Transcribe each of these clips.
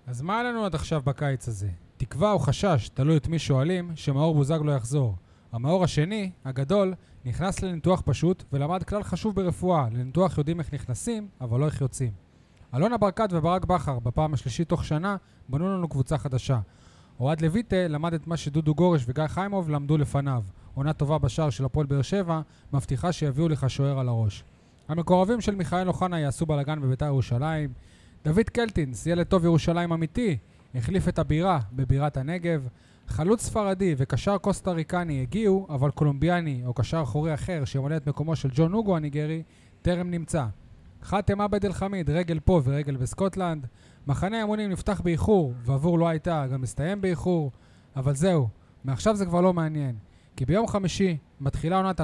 אז מה לנו עד עכשיו בקיץ הזה? תקווה או חשש, תלוי את מי שואלים, שמאור בוזגלו יחזור. המאור השני, הגדול, נכנס לניתוח פשוט ולמד כלל חשוב ברפואה. לניתוח יודעים איך נכנסים, אבל לא איך יוצאים. אלונה ברקת וברק בכר, בפעם השלישית תוך שנה, בנו לנו קבוצה חדשה. אוהד לויטה למד את מה שדודו גורש וגיא חיימוב למדו לפניו. עונה טובה בשער של הפועל באר שבע, מבטיחה שיביאו לך שוער על הראש. המקורבים של מיכאל אוחנה יעשו בלגן בבית"ר ירושלים. דוד קלטינס, ילד טוב ירושלים אמיתי, החליף את הבירה בבירת הנגב. חלוץ ספרדי וקשר קוסטה ריקני הגיעו, אבל קולומביאני או קשר אחורי אחר שימלא את מקומו של ג'ון אוגו הניגרי טרם נמצא. חאתם עבד אל חמיד, רגל פה ורגל בסקוטלנד. מחנה האימונים נפתח באיחור, ועבור לא הייתה, גם מסתיים באיחור. אבל זהו, מעכשיו זה כבר לא מעניין. כי ביום חמישי מתחילה עונת 2019-2020,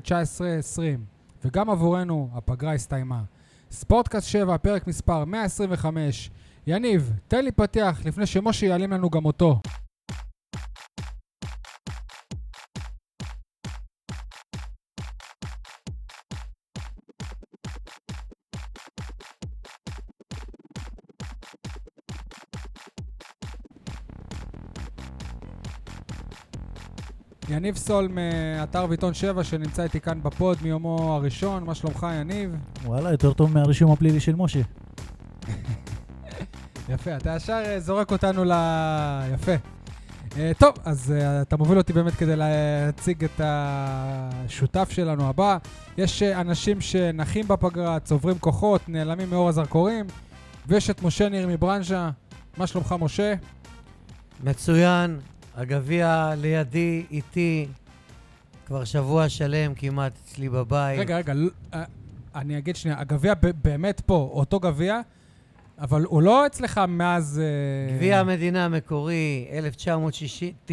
וגם עבורנו הפגרה הסתיימה. ספורטקאסט 7, פרק מספר 125. יניב, תן לי פתיח לפני שמשה יעלים לנו גם אותו. יניב סול מאתר ויטון 7 שנמצא איתי כאן בפוד מיומו הראשון. מה שלומך יניב? וואלה, יותר טוב מהרישום הפלילי של משה. יפה, אתה ישר זורק אותנו יפה. טוב, אז אתה מוביל אותי באמת כדי להציג את השותף שלנו הבא. יש אנשים שנחים בפגרה, צוברים כוחות, נעלמים מאור הזרקורים, ויש את משה ניר מברנז'ה. מה שלומך משה? מצוין. הגביע לידי, איתי, כבר שבוע שלם כמעט אצלי בבית. רגע, אני אגיד שנייה, הגביע באמת פה, אותו גביע, אבל הוא לא אצלך מאז... גביע המדינה המקורי, 1996-97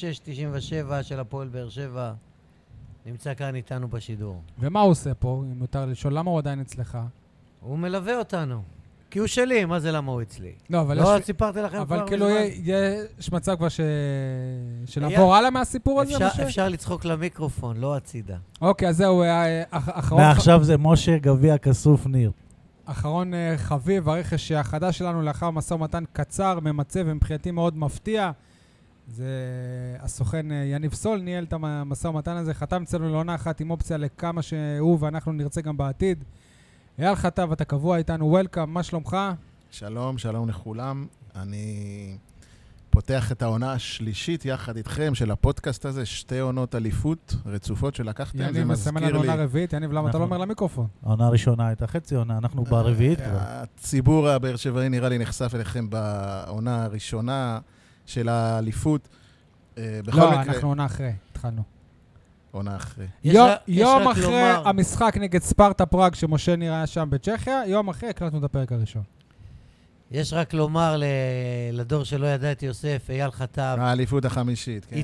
של הפועל באר שבע, נמצא כאן איתנו בשידור. ומה הוא עושה פה, אם יותר לשאול? למה הוא עדיין אצלך? הוא מלווה אותנו. כי הוא שלי, מה זה למה הוא אצלי? לא, אבל לא סיפרתי לכם כבר. אבל כאילו יש מצב כבר שנעבור הלאה מהסיפור הזה, משה? אפשר לצחוק למיקרופון, לא הצידה. אוקיי, אז זהו, אחרון... ועכשיו זה משה גביע כסוף ניר. אחרון חביב, הרכש החדש שלנו לאחר משא ומתן קצר, ממצא ומבחינתי מאוד מפתיע. זה הסוכן יניב סול, ניהל את המשא ומתן הזה, חתם אצלנו לעונה אחת עם אופציה לכמה שהוא ואנחנו נרצה גם בעתיד. אייל חטב, אתה קבוע איתנו, וולקאם, מה שלומך? שלום, שלום לכולם. אני פותח את העונה השלישית יחד איתכם של הפודקאסט הזה, 2 עונות אליפות רצופות שלקחתם. יניב מסמן לנו עונה רביעית, יניב, למה אתה לא אומר למיקרופון? העונה הראשונה הייתה חצי עונה, אנחנו ברביעית כבר. הציבור הבאר שבעי נראה לי נחשף אליכם בעונה הראשונה של האליפות. לא, אנחנו עונה אחרי, התחלנו. עונה אחרי. יום אחרי המשחק נגד ספרטה פראג שמשה נראה שם בצ'כיה, יום אחרי הקלטנו את הפרק הראשון. יש רק לומר לדור שלא ידע את יוסף, אייל חטב. האליפות החמישית, כן.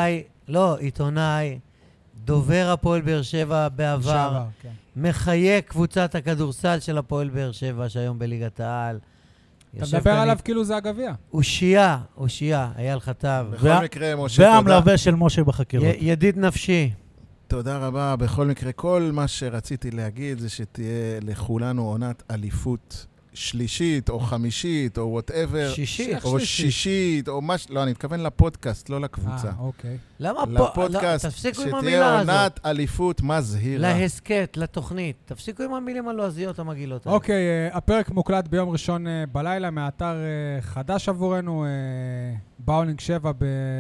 עיתונאי, דובר הפועל באר שבע בעבר, מחייק קבוצת הכדורסל של הפועל באר שבע שהיום בליגת העל. אתה מדבר עליו כאילו זה הגביע. אושייה, אייל חטב. בכל מקרה, משה, תודה. והמלווה של משה בחקירות. ידיד נפשי. תודה רבה. בכל מקרה, כל מה שרציתי להגיד זה שתהיה לכולנו עונת אליפות שלישית, או חמישית, או whatever. שישית, או משהו. לא, אני מתכוון לפודקאסט, לא לקבוצה. אוקיי. למה פה? לפודקאסט, תפסיקו עם המילה שתהיה הזאת. עונת אליפות מזהירה. להסקט, לתוכנית. תפסיקו עם המילים הלועזיות המגעילות. אוקיי, הפרק מוקלט ביום ראשון בלילה מאתר חדש עבורנו, באולינג 7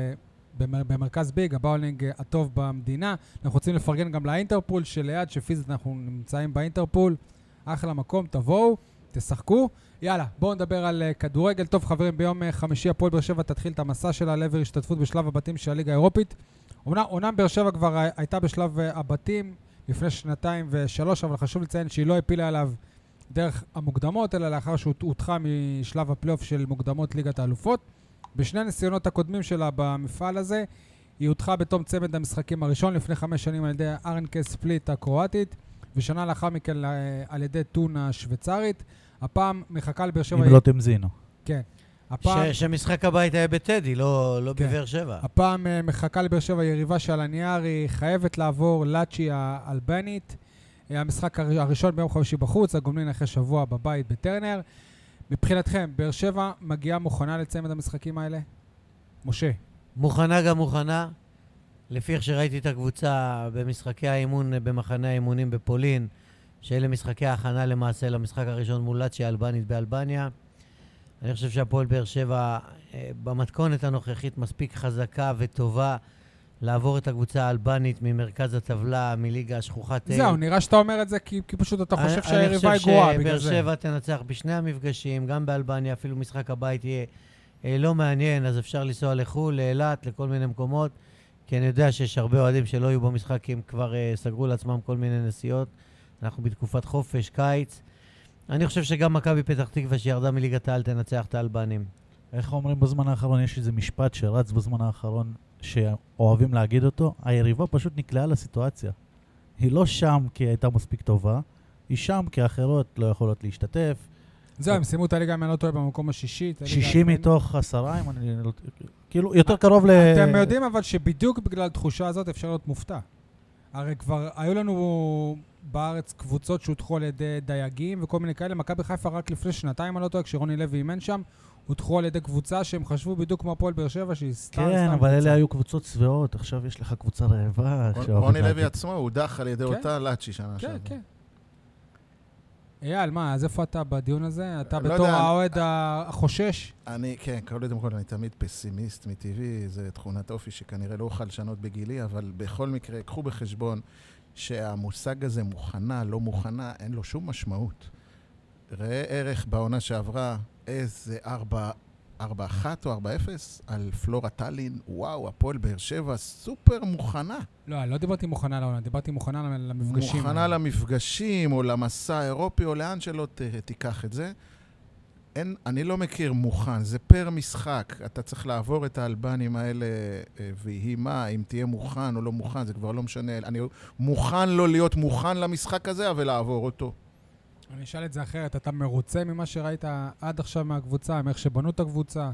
במרכז ביג, הבאולינג הטוב במדינה. אנחנו רוצים לפרגן גם לאינטרפול שליד, שפיזית אנחנו נמצאים באינטרפול. אחלה מקום, תבואו, תשחקו. יאללה, בואו נדבר על כדורגל. טוב חברים, ביום חמישי הפועל באר שבע תתחיל את המסע שלה לעבר השתתפות בשלב הבתים של הליגה האירופית. אומנם באר שבע כבר הייתה בשלב הבתים לפני 2-3, אבל חשוב לציין שהיא לא הפילה עליו דרך המוקדמות, אלא לאחר שהוא הודחה משלב הפלייאוף של מוקדמות ליגת האלופות. בשני הניסיונות הקודמים שלה במפעל הזה, היא הודחה בתום צמד המשחקים הראשון לפני 5 שנים על ידי ארנקה ספליט הקרואטית, ושנה לאחר מכן על ידי טון השוויצרית. הפעם מחכה לבאר שבע... אם לא תמזינו. כן. שמשחק הבית היה בטדי, לא בבאר שבע. הפעם מחכה לבאר שבע יריבה שעל הנייר היא חייבת לעבור לאצ'י האלבנית. המשחק הראשון ביום חמישי בחוץ, הגומלין אחרי שבוע בבית בטרנר. מבחינתכם, באר שבע מגיעה מוכנה לציים את המשחקים האלה? משה. מוכנה גם מוכנה. לפי איך שראיתי את הקבוצה במשחקי האימון, במחנה האימונים בפולין, שאלה משחקי ההכנה למעשה למשחק הראשון מול לאצ'יה אלבנית באלבניה. אני חושב שהפועל באר שבע במתכונת הנוכחית מספיק חזקה וטובה לעבור את הקבוצה האלבנית ממרכז הטבלה, מליגה השכוחת... זהו, נראה שאתה אומר את זה כי פשוט אתה חושב שהיריבה היא גרועה בגלל זה. אני חושב שבאר שבע תנצח בשני המפגשים, גם באלבניה, אפילו משחק הבית יהיה לא מעניין, אז אפשר לנסוע לחו"ל, לאילת, לכל מיני מקומות, כי אני יודע שיש הרבה אוהדים שלא יהיו במשחק, כי הם כבר סגרו לעצמם כל מיני נסיעות. אנחנו בתקופת חופש, קיץ. אני חושב שגם מכבי פתח תקווה שירדה מליגת העל תנצח את האלבנים. איך אומרים בזמן האחרון? יש איזה משפט שרץ בזמן האחרון שאוהבים להגיד אותו. היריבה פשוט נקלעה לסיטואציה. היא לא שם כי היא הייתה מספיק טובה, היא שם כי האחרות לא יכולות להשתתף. זהו, הם סיימו את הליגה, אם אני לא טועה, במקום השישי. 60 מתוך 10, כאילו יותר קרוב ל... אתם יודעים אבל שבדיוק בגלל התחושה הזאת אפשר להיות מופתע. הרי כבר היו לנו בארץ קבוצות שהותחו על ידי דייגים וכל מיני כאלה. מכבי חיפה רק לפני שנתיים, אני לא טועה, כשרוני לוי אימן שם, הותחו על ידי קבוצה שהם חשבו בדיוק כמו הפועל באר שבע, שהיא סתם כן, אבל אלה היו קבוצות צבאות, עכשיו יש לך קבוצה רעבה. רוני לוי עצמו הודח על ידי אותה לאצ'י שנה שעברה. כן, כן. אייל, מה, אז איפה אתה בדיון הזה? אתה בתור האוהד החושש? כן, קודם כל, אני תמיד פסימיסט מטבעי, זו תכונת אופי שכנראה לא אוכל לשנות בגילי, אבל בכל מקרה, קחו בחשבון שהמושג הזה מוכנה, לא מוכנה, אין לו שום משמעות. ראה ערך בעונה שעברה איזה 4-1 או 4-0 על פלורה טלין, וואו, הפועל באר שבע סופר מוכנה. לא, לא דיברתי מוכנה לעונה, דיברתי מוכנה למפגשים. מוכנה למפגשים או למסע האירופי או לאן שלא תיקח את זה. אני לא מכיר מוכן, זה פר משחק. אתה צריך לעבור את האלבנים האלה, והיא מה, אם תהיה מוכן או לא מוכן, זה כבר לא משנה. אני מוכן לא להיות מוכן למשחק הזה, אבל לעבור אותו. אני אשאל את זה אחרת, אתה מרוצה ממה שראית עד עכשיו מהקבוצה, מאיך שבנו את הקבוצה?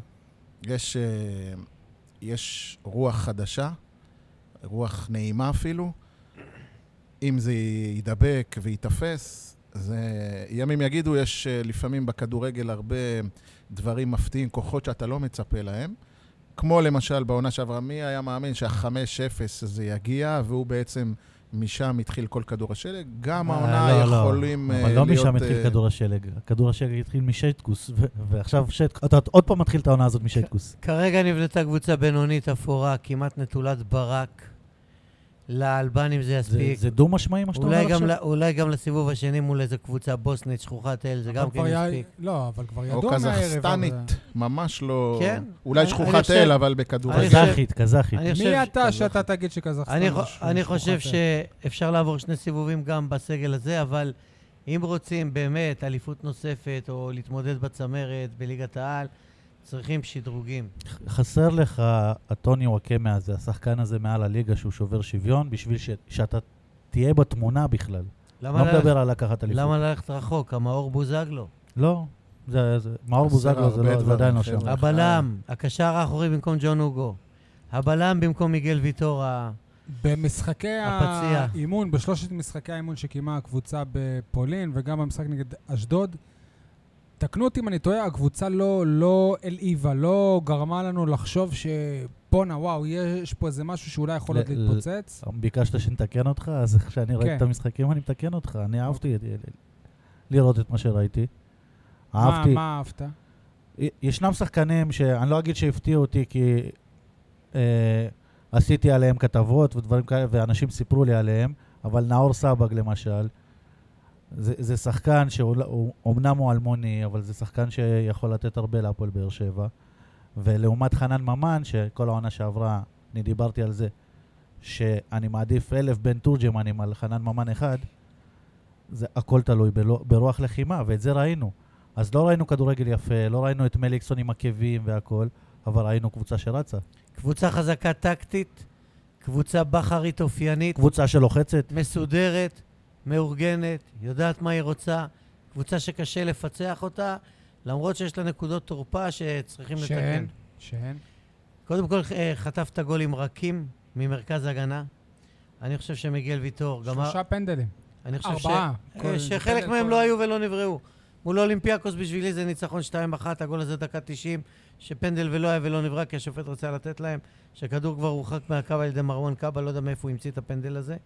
יש רוח חדשה, רוח נעימה אפילו. אם זה ידבק ויתפס, ימים יגידו, יש לפעמים בכדורגל הרבה דברים מפתיעים, כוחות שאתה לא מצפה להם. כמו למשל בעונה שעברה, מי היה מאמין שה5-0 הזה יגיע, והוא בעצם משם התחיל כל כדור השלג. גם העונה יכולים להיות... אבל לא משם התחיל כדור השלג. הכדור השלג התחיל משייטקוס, ועכשיו אתה עוד פעם מתחיל את העונה הזאת משייטקוס. כרגע נבנתה קבוצה בינונית אפורה, כמעט נטולת ברק. לאלבנים זה יספיק. זה דו משמעי מה שאתה אומר עכשיו? אולי גם לסיבוב השני מול איזו קבוצה בוסנית, שכוחת אל, זה גם כן יספיק. לא, אבל כבר ידוע מהערב. או קזחסטנית, ממש לא... אולי שכוחת אל, אבל בכדור... קזחית. מי אתה שאתה תגיד שקזחסטן? אני חושב שאפשר לעבור שני סיבובים גם בסגל הזה, אבל אם רוצים באמת אליפות נוספת, או להתמודד בצמרת, בליגת העל, צריכים שדרוגים. חסר לך הטוני וואקמה הזה, השחקן הזה מעל הליגה שהוא שובר שוויון, בשביל שאתה תהיה בתמונה בכלל. לא מדבר על לקחת אליפות. למה ללכת רחוק? המאור בוזגלו. לא, מאור בוזגלו זה עדיין לא שם. הבלם, הקשר האחורי במקום ג'ון אוגו. הבלם במקום מיגל ויטור במשחקי האימון, בשלושת משחקי האימון שקיימה הקבוצה בפולין, וגם במשחק נגד אשדוד, תקנו אותי אם אני טועה, הקבוצה לא אלעיבה, לא גרמה לנו לחשוב שבונה, וואו, יש פה איזה משהו שאולי יכול עוד להתפוצץ. ביקשת שנתקן אותך, אז כשאני ראיתי את המשחקים אני מתקן אותך. אני אהבתי לראות את מה שראיתי. מה אהבת? ישנם שחקנים שאני לא אגיד שהפתיעו אותי, כי עשיתי עליהם כתבות ודברים כאלה, ואנשים סיפרו לי עליהם, אבל נאור סבג למשל, זה שחקן שהוא אומנם הוא אלמוני, אבל זה שחקן שיכול לתת הרבה להפועל באר שבע. ולעומת חנן ממן, שכל העונה שעברה, אני דיברתי על זה, שאני מעדיף 1000 בין תורג'מנים על חנן ממן אחד, זה הכל תלוי ברוח לחימה, ואת זה ראינו. אז לא ראינו כדורגל יפה, לא ראינו את מליקסון עם עקבים והכל, אבל ראינו קבוצה שרצה. קבוצה חזקה טקטית, קבוצה בחרית אופיינית. קבוצה שלוחצת. מסודרת. מאורגנת, יודעת מה היא רוצה, קבוצה שקשה לפצח אותה, למרות שיש לה נקודות תורפה שצריכים לתקן. שהן? קודם כל, חטפת גולים רכים ממרכז הגנה. אני חושב שמיגל ויטור... 3 פנדלים. 4. שחלק מהם לא היו ולא נבראו. מול אולימפיאקוס בשבילי זה ניצחון 2-1, הגול הזה דקה 90, שפנדל ולא היה ולא נברא, כי השופט רצה לתת להם, שהכדור כבר הורחק מהקו על ידי מרואן קאבה, לא יודע מאיפה הוא המציא את הפנדל הזה.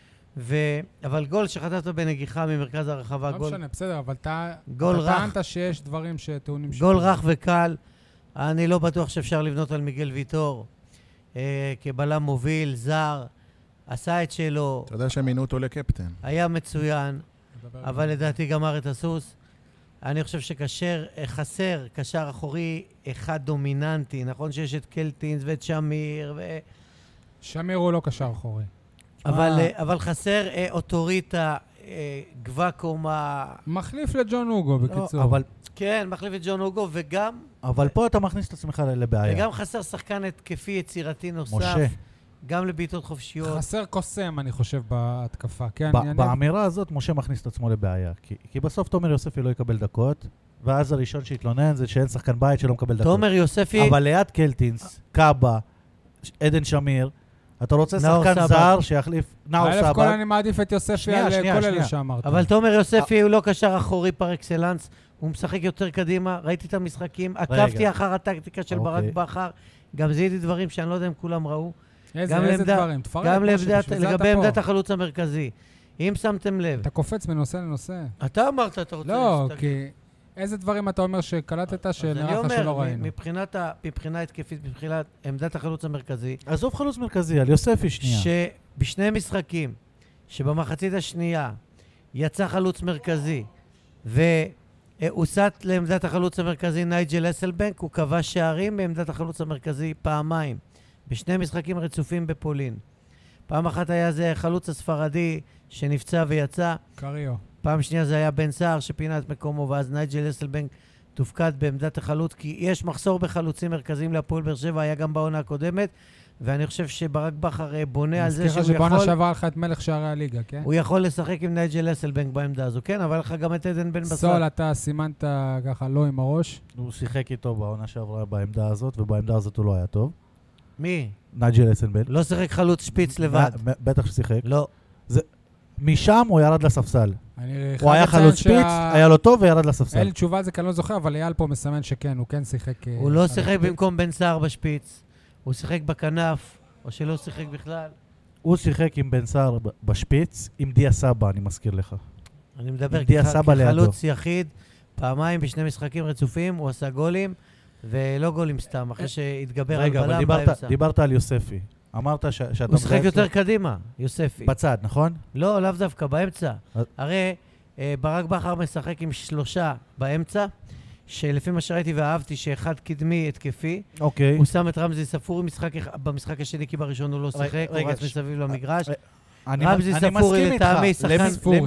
אבל גול שחטפת בנגיחה ממרכז הרחבה, לא משנה, בסדר, אבל אתה רך. טענת שיש דברים שטעונים גול רך וקל. אני לא בטוח שאפשר לבנות על מיגל ויטור כבלם מוביל, זר, עשה את שלו. אתה יודע שמינו אותו לקפטן. היה מצוין, אבל לדעתי גמר את הסוס. אני חושב חסר קשר אחורי אחד דומיננטי. נכון שיש את קלטינס ואת שמיר שמיר הוא לא קשר אחורי. אבל חסר אוטוריטה, גוואקומה. מחליף לג'ון אוגו, בקיצור. אבל... כן, מחליף את ג'ון אוגו, וגם... אבל פה אתה מכניס את עצמך לבעיה. וגם חסר שחקן התקפי יצירתי נוסף. משה. גם לבעיטות חופשיות. חסר קוסם, אני חושב, בהתקפה. כן, באמירה הזאת, משה מכניס את עצמו לבעיה. כי בסוף תומר יוספי לא יקבל דקות, ואז הראשון שהתלונן זה שאין שחקן בית שלא מקבל דקות. תומר יוספי... אבל ליד קלטינס, קאבה, עדן שמיר, אתה רוצה שחקן זר שיחליף נאור סבק. כל אני מעדיף את יוספי על כל אלה שאמרת. אבל תומר יוספי הוא לא קשר אחורי פר אקסלנס, הוא משחק יותר קדימה, ראיתי את המשחקים, עקבתי אחר הטקטיקה של ברק בכר, גם זיהיתי דברים שאני לא יודע אם כולם ראו. איזה דברים? תפרט. גם לגבי עמדת החלוץ המרכזי. אם שמתם לב. אתה קופץ מנושא לנושא. אתה אמרת, אתה רוצה... לא, כי איזה דברים אתה אומר שקלטת שנראה לך שלא ראינו? מבחינה התקפית, מבחינת עמדת החלוץ המרכזי. עזוב חלוץ מרכזי, על יוספי שנייה. שבשני משחקים, שבמחצית השנייה יצא חלוץ מרכזי, והוסט לעמדת החלוץ המרכזי נייג'ל אסלבנק, הוא קבע שערים בעמדת החלוץ המרכזי פעמיים. בשני משחקים רצופים בפולין. פעם אחת היה זה חלוץ הספרדי שנפצע ויצא. קריו. פעם שנייה זה היה בן סער שפינה את מקומו, ואז נייג'ל אסלבנק תופקד בעמדת החלוץ, כי יש מחסור בחלוצים מרכזיים להפועל באר שבע, היה גם בעונה הקודמת, ואני חושב שברק בכר בונה על זה שהוא יכול... שבעונה שעברה לך את מלך שערי הליגה, כן? הוא יכול לשחק עם נייג'ל אסלבנק בעמדה הזו, כן? אבל לך גם את עדן בן בסט. סול, אתה סימנת ככה לא עם הראש. הוא שיחק איתו בעונה שעברה בעמדה הזאת, ובעמדה הזאת הוא לא היה טוב. מי? נייג'ל אסלבנק. לא שיחק חלוץ שפיץ לבד. בטח ששיחק. לא. משם הוא ירד לספסל. הוא היה חלוץ שפיץ, היה לו טוב וירד לספסל. אין לי תשובה על זה כי אני לא זוכר, אבל אייל פה מסמן שכן, הוא כן שיחק... הוא לא שיחק במקום בן סער בשפיץ. הוא שיחק בכנף, או שלא שיחק בכלל. הוא שיחק עם בן סער בשפיץ, עם דיה סבא, אני מזכיר לך. אני מדבר כחלוץ יחיד, פעמיים בשני משחקים רצופים, הוא עשה גולים, ולא גולים סתם, אחרי שהתגבר על בלם באמצע. רגע, אבל דיברת על יוספי. אמרת שאתה... הוא שחק יותר קדימה, יוספי. בצד, נכון? לא, לאו דווקא, באמצע. הרי ברק בכר משחק עם 3 באמצע, שלפי מה שראיתי ואהבתי, שאחד קדמי התקפי. אוקיי. הוא שם את רמזי ספורי במשחק השני, כי בראשון הוא לא שיחק, הוא רץ מסביב למגרש. רמזי ספורי לטעמי שחקן...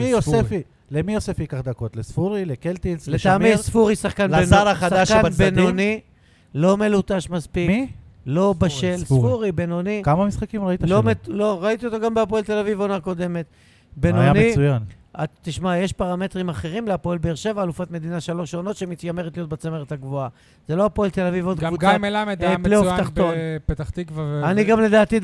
למי יוספי ייקח דקות? לספורי, לקלטינס, לשמיר? לטעמי ספורי שחקן בינוני, לא מלוטש מספיק. מי? לא בשל, ספורי, בינוני. כמה משחקים ראית שלו? לא, ראיתי אותו גם בהפועל תל אביב עונה קודמת. בינוני. היה מצוין. תשמע, יש פרמטרים אחרים להפועל באר שבע, אלופת מדינה 3 עונות שמתיימרת להיות בצמרת הגבוהה. זה לא הפועל תל אביב עוד קבוצה. גם גיא מלמד היה מצוין בפתח תקווה אני גם לדעתי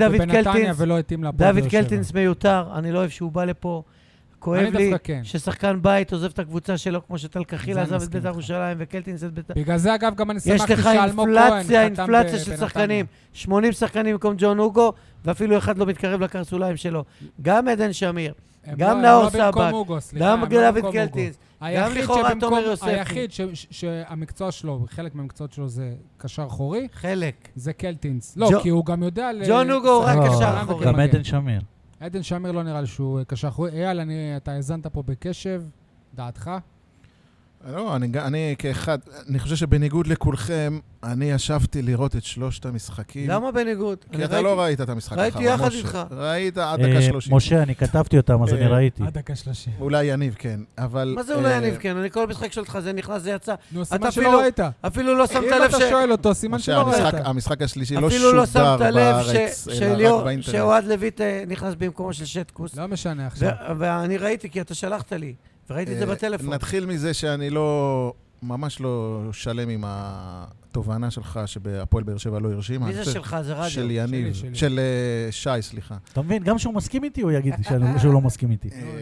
דוד קלטינס מיותר, אני לא אוהב שהוא בא לפה. כואב לי ששחקן בית עוזב את הקבוצה שלו, כמו שטל קחיל עזב את בית ירושלים וקלטינס את בית... בגלל זה אגב גם אני שמחתי שאלמוג כהן יש לך אינפלציה של שחקנים, 80 שחקנים במקום ג'ון אוגו, ואפילו אחד לא מתקרב לקרסוליים שלו. גם עדן שמיר, גם נאור סבק, גם דוד קלטינס, גם לכאורה תומר יוספי. היחיד שהמקצוע שלו, חלק מהמקצועות שלו זה קשר אחורי, חלק. זה קלטינס. לא, כי הוא גם יודע... ג'ון אוגו הוא רק קשר אחורי. גם עדן שמיר. עדן שמיר לא נראה לי שהוא קשר אחורי. אייל, אתה האזנת פה בקשב, דעתך? לא, אני כאחד, אני חושב שבניגוד לכולכם, אני ישבתי לראות את 3 המשחקים. למה בניגוד? כי אתה לא ראית את המשחק ראיתי יחד איתך. ראית עד דקה 30. משה, אני כתבתי אותם, אז אני ראיתי. עד דקה 30. אולי יניב, כן, אבל... מה זה אולי יניב, כן? אני כל משחק שלך, זה נכנס, זה יצא. נו, סימן שלא ראית. אפילו לא שמת לב אם אתה שואל אותו, סימן שלא ראית. המשחק השלישי לא שודר בארץ, אלא רק באינטרנט. שאוהד לויט נכנס במקומו של שטקוס. לא משנה עכשיו. ואני ראיתי, כי אתה שלחת לי. וראיתי את זה בטלפון. נתחיל מזה שאני לא... ממש לא שלם עם התובנה שלך שבהפועל באר שבע לא הרשים. מי זה שלך? זה רדיו. של יניב. של שי, סליחה. אתה מבין? גם שהוא מסכים איתי, הוא יגיד שהוא לא מסכים איתי.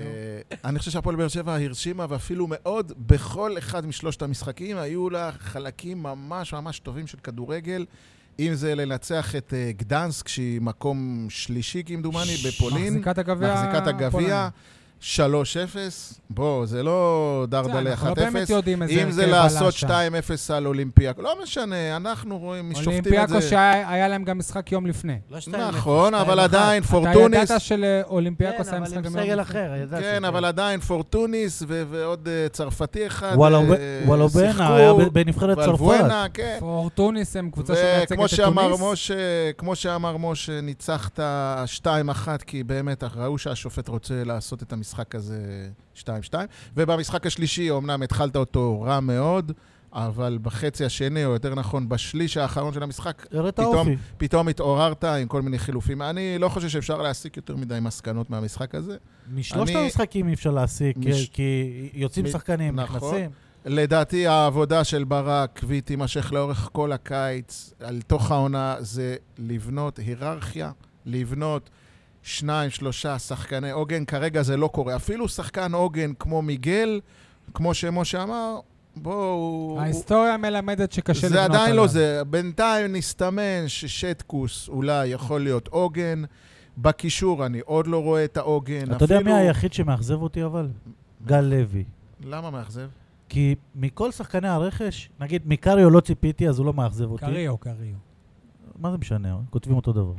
אני חושב שהפועל באר שבע הרשימה, ואפילו מאוד, בכל אחד משלושת המשחקים, היו לה חלקים ממש ממש טובים של כדורגל, אם זה לנצח את גדנסק, שהיא מקום שלישי, כמדומני, בפולין. מחזיקת הגביע. 3-0, בוא, זה לא דרדלה 1-0. אנחנו לא באמת יודעים איזה... אם זה לעשות 2-0 על אולימפיאקו, לא משנה, אנחנו רואים, שופטים את זה. אולימפיאקו שהיה להם גם משחק יום לפני. נכון, אבל עדיין פורטוניס... אתה ידעת של אולימפיאקו היה משחק גם יום סגל לפני. אחר. כן, אבל עדיין פורטוניס ועוד צרפתי אחד וואלובנה, היה בנבחרת צרפת. פורטוניס הם קבוצה שמייצגת את טוניס. כמו שאמר משה, ניצחת 2-1, כי באמת ראו שהשופט רוצה לעשות את המשחק הזה 2-2, ובמשחק השלישי, אומנם התחלת אותו רע מאוד, אבל בחצי השני, או יותר נכון, בשליש האחרון של המשחק, פתאום התעוררת עם כל מיני חילופים. אני לא חושב שאפשר להסיק יותר מדי מסקנות מהמשחק הזה. משלושת המשחקים אי אפשר להסיק, כי יוצאים שחקנים, נכנסים. לדעתי, העבודה של ברק ותימשך לאורך כל הקיץ, על תוך העונה, זה לבנות היררכיה, לבנות 2-3 שחקני עוגן. כרגע זה לא קורה. אפילו שחקן עוגן כמו מיגל, כמו שמשה אמר, בואו... ההיסטוריה מלמדת שקשה לבנות עליו. זה עדיין לא זה. בינתיים נסתמן ששטקוס אולי יכול להיות עוגן. בקישור אני עוד לא רואה את העוגן. אתה יודע מי היחיד שמאכזב אותי אבל? גל לוי. למה מאכזב? כי מכל שחקני הרכש, נגיד מקריו לא ציפיתי, אז הוא לא מאכזב אותי. קריו. מה זה משנה? כותבים אותו דבר.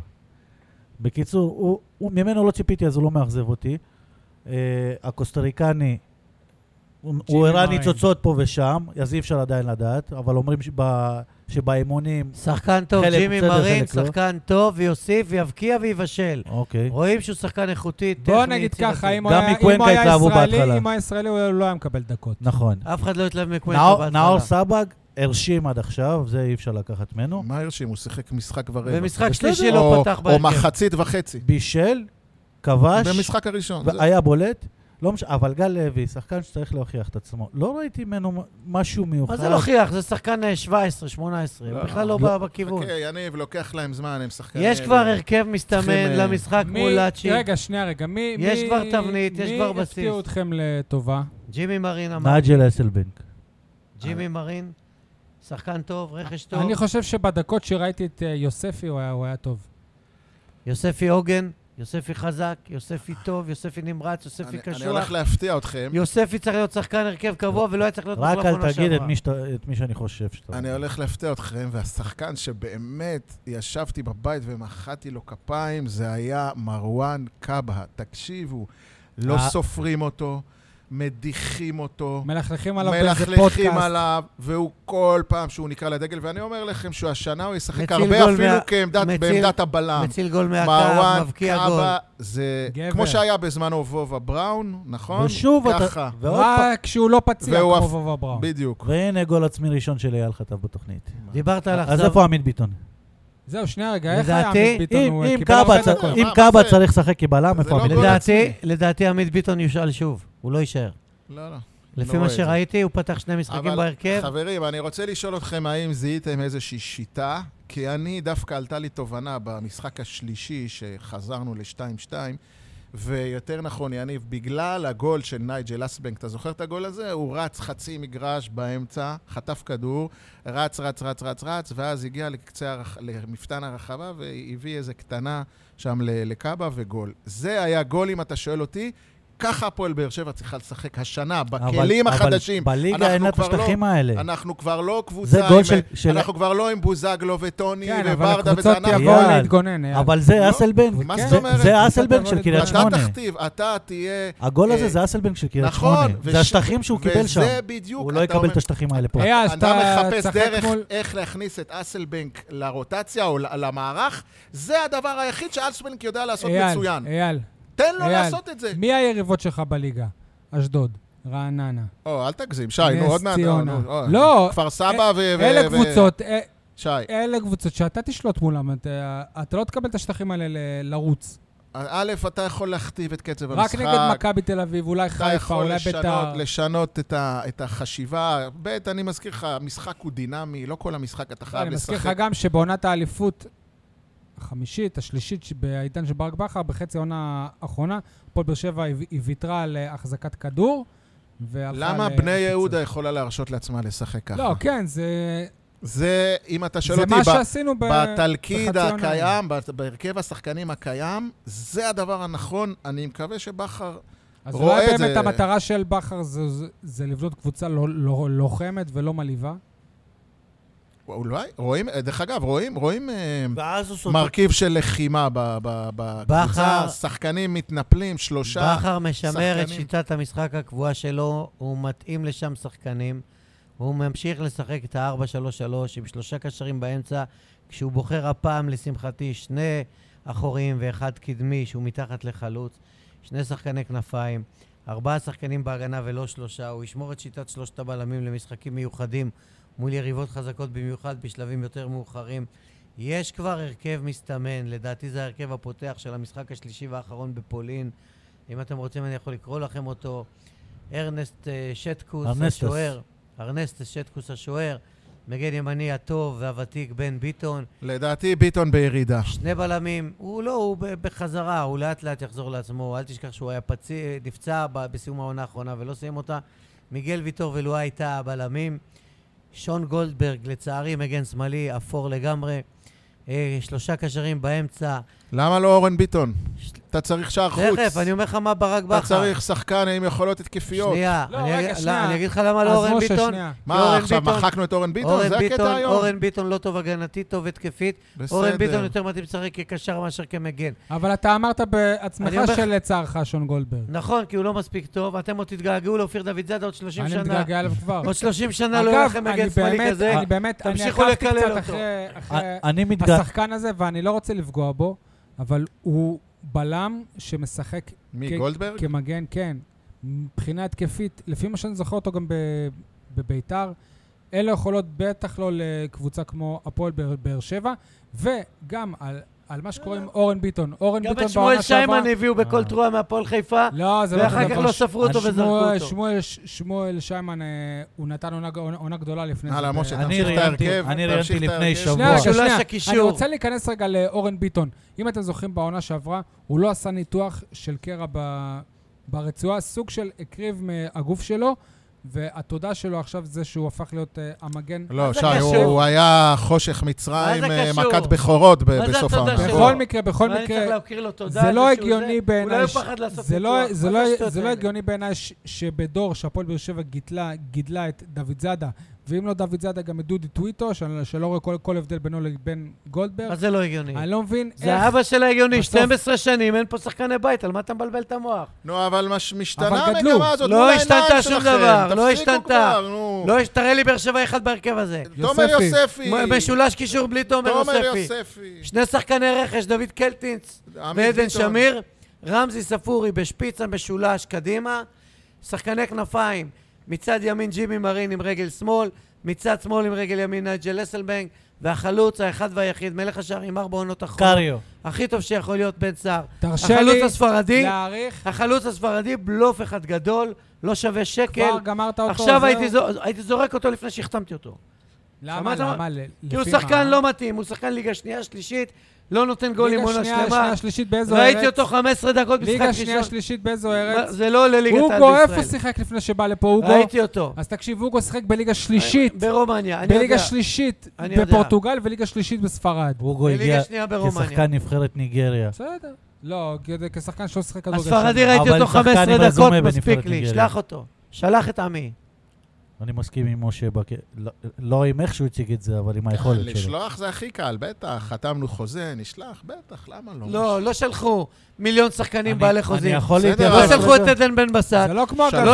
בקיצור, ממנו לא ציפיתי, אז הוא לא מאכזב אותי. הקוסטריקני, הוא הראה ניצוצות פה ושם, אז אי אפשר עדיין לדעת, אבל אומרים שבאימונים... שחקן טוב, ג'ימי מרין, שחקן טוב, ויוסיף, ויבקיע ויבשל. רואים שהוא שחקן איכותי, טכני. בוא נגיד ככה, אם הוא היה ישראלי, הוא לא היה מקבל דקות. נכון. אף אחד לא התלהב מקוונקה בהתחלה. נאור סבג הרשים עד עכשיו, זה אי אפשר לקחת ממנו. מה הרשים? הוא שיחק משחק ורבע. ומשחק שלישי לא פתח בהרכב. או מחצית וחצי. בישל, כבש. במשחק הראשון. היה בולט. לא אבל גל לוי, שחקן שצריך להוכיח את עצמו. לא ראיתי ממנו משהו מיוחד. מה זה להוכיח? זה שחקן 17, 18. בכלל לא בא בכיוון. חכה, יניב, לוקח להם זמן, הם שחקנים. יש כבר הרכב מסתמן למשחק מול לאצ'י. רגע, מי... יש כבר תבנית, יש כבר בסיס. מי הפתיעו אתכם לטובה? ג'ימי מרין אמר. נג'ל אסלבנק. ג'ימי מרין, שחקן טוב, רכש טוב. אני חושב שבדקות שראיתי את יוספי, הוא היה טוב. יוספי עוגן. יוספי חזק, יוספי טוב, יוספי נמרץ, יוספי קשוח. אני הולך להפתיע אתכם. יוספי צריך להיות שחקן הרכב קבוע ולא היה צריך להיות רק אל תגיד את מי שאני חושב שאתה... אני הולך להפתיע אתכם, והשחקן שבאמת ישבתי בבית ומחאתי לו כפיים, זה היה מרואן קאבה. תקשיבו, לא סופרים אותו, מדיחים אותו. מלכלכים עליו באיזה פודקאסט. מלכלכים עליו, והוא כל פעם שהוא נקרא לדגל, ואני אומר לכם שהשנה הוא ישחק הרבה אפילו בעמדת הבלם. מציל גול מהקו, מבקיע גול. זה כמו שהיה בזמנו וובה בראון, נכון? ושוב ככה. רק כשהוא לא פציע כמו וובה בראון. בדיוק. והנה גול עצמי ראשון של אייל חטב בתוכנית. דיברת על אז איפה עמית ביטון? זהו, שנייה רגע, איך היה עמית ביטון? אם קאבה צריך לשחק כבלם, איפה עמית ביטון? לדעתי עמית ביטון יושאל שוב, הוא לא יישאר. לא. לפי מה שראיתי, הוא פתח 2 משחקים בהרכב. חברים, אני רוצה לשאול אתכם האם זיהיתם איזושהי שיטה, כי אני דווקא עלתה לי תובנה במשחק השלישי שחזרנו ל-2-2, ויותר נכון, יניב, בגלל הגול של נייג'ל אסלבנק, אתה זוכר את הגול הזה? הוא רץ חצי מגרש באמצע, חטף כדור, רץ, ואז הגיע למפתן הרחבה, והביא איזה קטנה שם לקאבה וגול. זה היה גול, אם אתה שואל אותי, ככה הפועל באר שבע צריכה לשחק השנה, בכלים החדשים. אבל בליגה אין את השטחים האלה. אנחנו כבר לא קבוצה, אנחנו כבר לא עם בוזגלו וטוני וברדה וזה. כן, אבל הקבוצות יבואו להתגונן. אבל זה אסלבנק. מה זאת אומרת? זה אסלבנק של קריית שמונה. אתה תכתיב, אתה תהיה... הגול הזה זה אסלבנק של קריית שמונה. זה השטחים שהוא קיבל שם. וזה בדיוק. הוא לא יקבל את השטחים האלה פה. אתה מחפש דרך איך להכניס את אסלבנק לרוטציה או למערך. זה הדבר היחיד שאסלבנק יודע לעשות מצוין. תן לו לעשות את זה. מי היריבות שלך בליגה? אשדוד, רעננה. אל תגזים, שי, נו, עוד מעט. לא. כפר סבא אלה קבוצות. שי. אלה קבוצות שאתה תשלוט מולם. אתה לא תקבל את השטחים האלה לרוץ. א', אתה יכול להכתיב את קצב המשחק. רק נגד מכבי תל אביב, אולי חיפה, אולי ביתר. אתה יכול לשנות את החשיבה. ב', אני מזכיר לך, המשחק הוא דינמי, לא כל המשחק אתה חייב לשחק. אני מזכיר לך גם שבעונת האליפות, החמישית, השלישית בעידן של ברק בכר, בחצי העונה האחרונה, הפועל באר שבע היא ויתרה על החזקת כדור, למה בני יהודה יכולה להרשות לעצמה לשחק ככה? לא, כן, זה, אם אתה שואל אותי, בתלכיד הקיים, בהרכב השחקנים הקיים, זה הדבר הנכון. אני מקווה שבכר רואה את זה. אז אולי באמת המטרה של בכר זה לבנות קבוצה לוחמת ולא מלאיבה? אולי, רואים, דרך אגב, רואים מרכיב של לחימה בקבוצה, שחקנים מתנפלים, 3 שחקנים. בכר משמר את שיטת המשחק הקבועה שלו, הוא מתאים לשם שחקנים, הוא ממשיך לשחק את ה-4-3-3 עם 3 קשרים באמצע, כשהוא בוחר הפעם לשמחתי 2 אחוריים ואחד קדמי שהוא מתחת לחלוץ, 2 שחקני כנפיים, 4 שחקנים בהגנה ולא 3, הוא ישמור את שיטת 3 הבלמים למשחקים מיוחדים, מול יריבות חזקות במיוחד בשלבים יותר מאוחרים. יש כבר הרכב מסתמן, לדעתי זה ההרכב הפותח של המשחק השלישי והאחרון בפולין. אם אתם רוצים אני יכול לקרוא לכם אותו. ארנסט שטקוס השוער, ארנסט שטקוס השוער, מגן ימני הטוב והוותיק בן ביטון. לדעתי ביטון בירידה. 2 בלמים, הוא בחזרה, הוא לאט לאט יחזור לעצמו, אל תשכח שהוא היה נפצע בסיום העונה האחרונה ולא סיים אותה. מיגל ויטור ולואה הייתה הבלמים. שון גולדברג, לצערי, מגן שמאלי, אפור לגמרי. 3 קשרים באמצע. למה לא אורן ביטון? אתה צריך שער חוץ. תכף, אני אומר לך מה ברק בכר. אתה צריך שחקן עם יכולות התקפיות. שנייה, אני אגיד לך למה לא אורן ביטון. מה, עכשיו מחקנו את אורן ביטון? זה הקטע היום. אורן ביטון לא טוב הגנתי, טוב התקפית. אורן ביטון יותר מתאים לשחק כקשר מאשר כמגן. אבל אתה אמרת בעצמך שלצערך שון גולדברג. נכון, כי הוא לא מספיק טוב. אתם עוד תתגעגעו לאופיר דוד זאדה עוד 30 שנה. אני מתגעגע אליו כבר. עוד 30 שנה לא יהיה לכם מגן שמאלי כזה. אני עקבתי קצת אחרי השחקן הזה, ואני לא רוצה לפגוע בו, אבל הוא בלם שמשחק כמגן, כן. מבחינה התקפית, לפי מה שאני זוכר אותו גם בביתר, אלה יכולות בטח לא לקבוצה כמו הפועל באר שבע, וגם על מה שקורה עם אורן ביטון. גם את שמואל שיימן הביאו בכל תרועה מהפועל חיפה, ואחר כך לא ספרו אותו וזרקו אותו. שמואל שיימן, הוא נתן עונה גדולה לפני זה. משה, תמשיך את ההרכב. אני ראיינתי לפני שבוע. אני רוצה להיכנס רגע לאורן ביטון. אם אתם זוכרים בעונה שעברה, הוא לא עשה ניתוח של קרע ברצועה, סוג של הקריב מהגוף שלו, והתודה שלו עכשיו זה שהוא הפך להיות המגן. לא, שי, הוא היה חושך מצרים, מכת בכורות בסוף העונה. בכל מקרה, זה לא הגיוני בעיניי, זה לא הגיוני בעיניי שבדור שהפועל באר שבע גידלה את דוד זאדה, ואם לא דוד זאדה גם את דודי טוויטו, שלא רואה כל הבדל בינו לבין גולדברג. אז זה לא הגיוני. אני לא מבין איך... זה אבא של ההגיוני, 12 שנים, אין פה שחקני בית, על מה אתה מבלבל את המוח? נו, אבל משתנה המגמה הזאת, לא השתנתה שום דבר, לא השתנתה. תראה לי באר שבע אחד בהרכב הזה. תומר יוספי. משולש קישור בלי תומר יוספי. 2 שחקני רכש, דוד קלטינץ ועדן שמיר. רמזי ספורי בשפיץ המשולש קדימה. שחקני כנפיים. מצד ימין ג'ימי מרין עם רגל שמאל, מצד שמאל עם רגל ימין נייג'ל אסלבנג, והחלוץ האחד והיחיד, מלך השער עם 4 עונות אחרונות. קריו. הכי טוב שיכול להיות בן סער. תרשה לי להעריך. החלוץ הספרדי, בלוף אחד גדול, לא שווה שקל. כבר גמרת אותו. עכשיו הייתי זורק אותו לפני שהחתמתי אותו. למה? כי הוא שחקן לא מתאים, הוא שחקן ליגה שנייה, שלישית, לא נותן גולים עונה שלמה. ליגה שנייה, שלישית באיזו ארץ? ראיתי אותו 15 דקות משחק ראשון. ליגה שנייה, שלישית באיזו ארץ? זה לא לליגת העל בישראל. אוגו, איפה שיחק לפני שבא לפה אוגו? ראיתי אותו. אז תקשיב, אוגו שיחק בליגה שלישית. ברומניה, אני יודע. בליגה שלישית בפורטוגל וליגה שלישית בספרד. אוגו הגיע כשחקן נבחרת ניגריה. בסדר. לא, כשחקן שלא שיחק כדורגל. הספרדי ראיתי אותו 15 דקות, מספיק לי, שלח אותו. שלח את עמי. אני מסכים עם משה, לא עם איך שהוא הציג את זה, אבל עם היכולת שלו. לשלוח זה הכי קל, בטח. חתמנו חוזה, נשלח, בטח, למה לא? לא, לא שלחו מיליון שחקנים בעלי חוזים. אני יכול להתייחס. לא שלחו את עדן בן בסט. זה לא כמו לא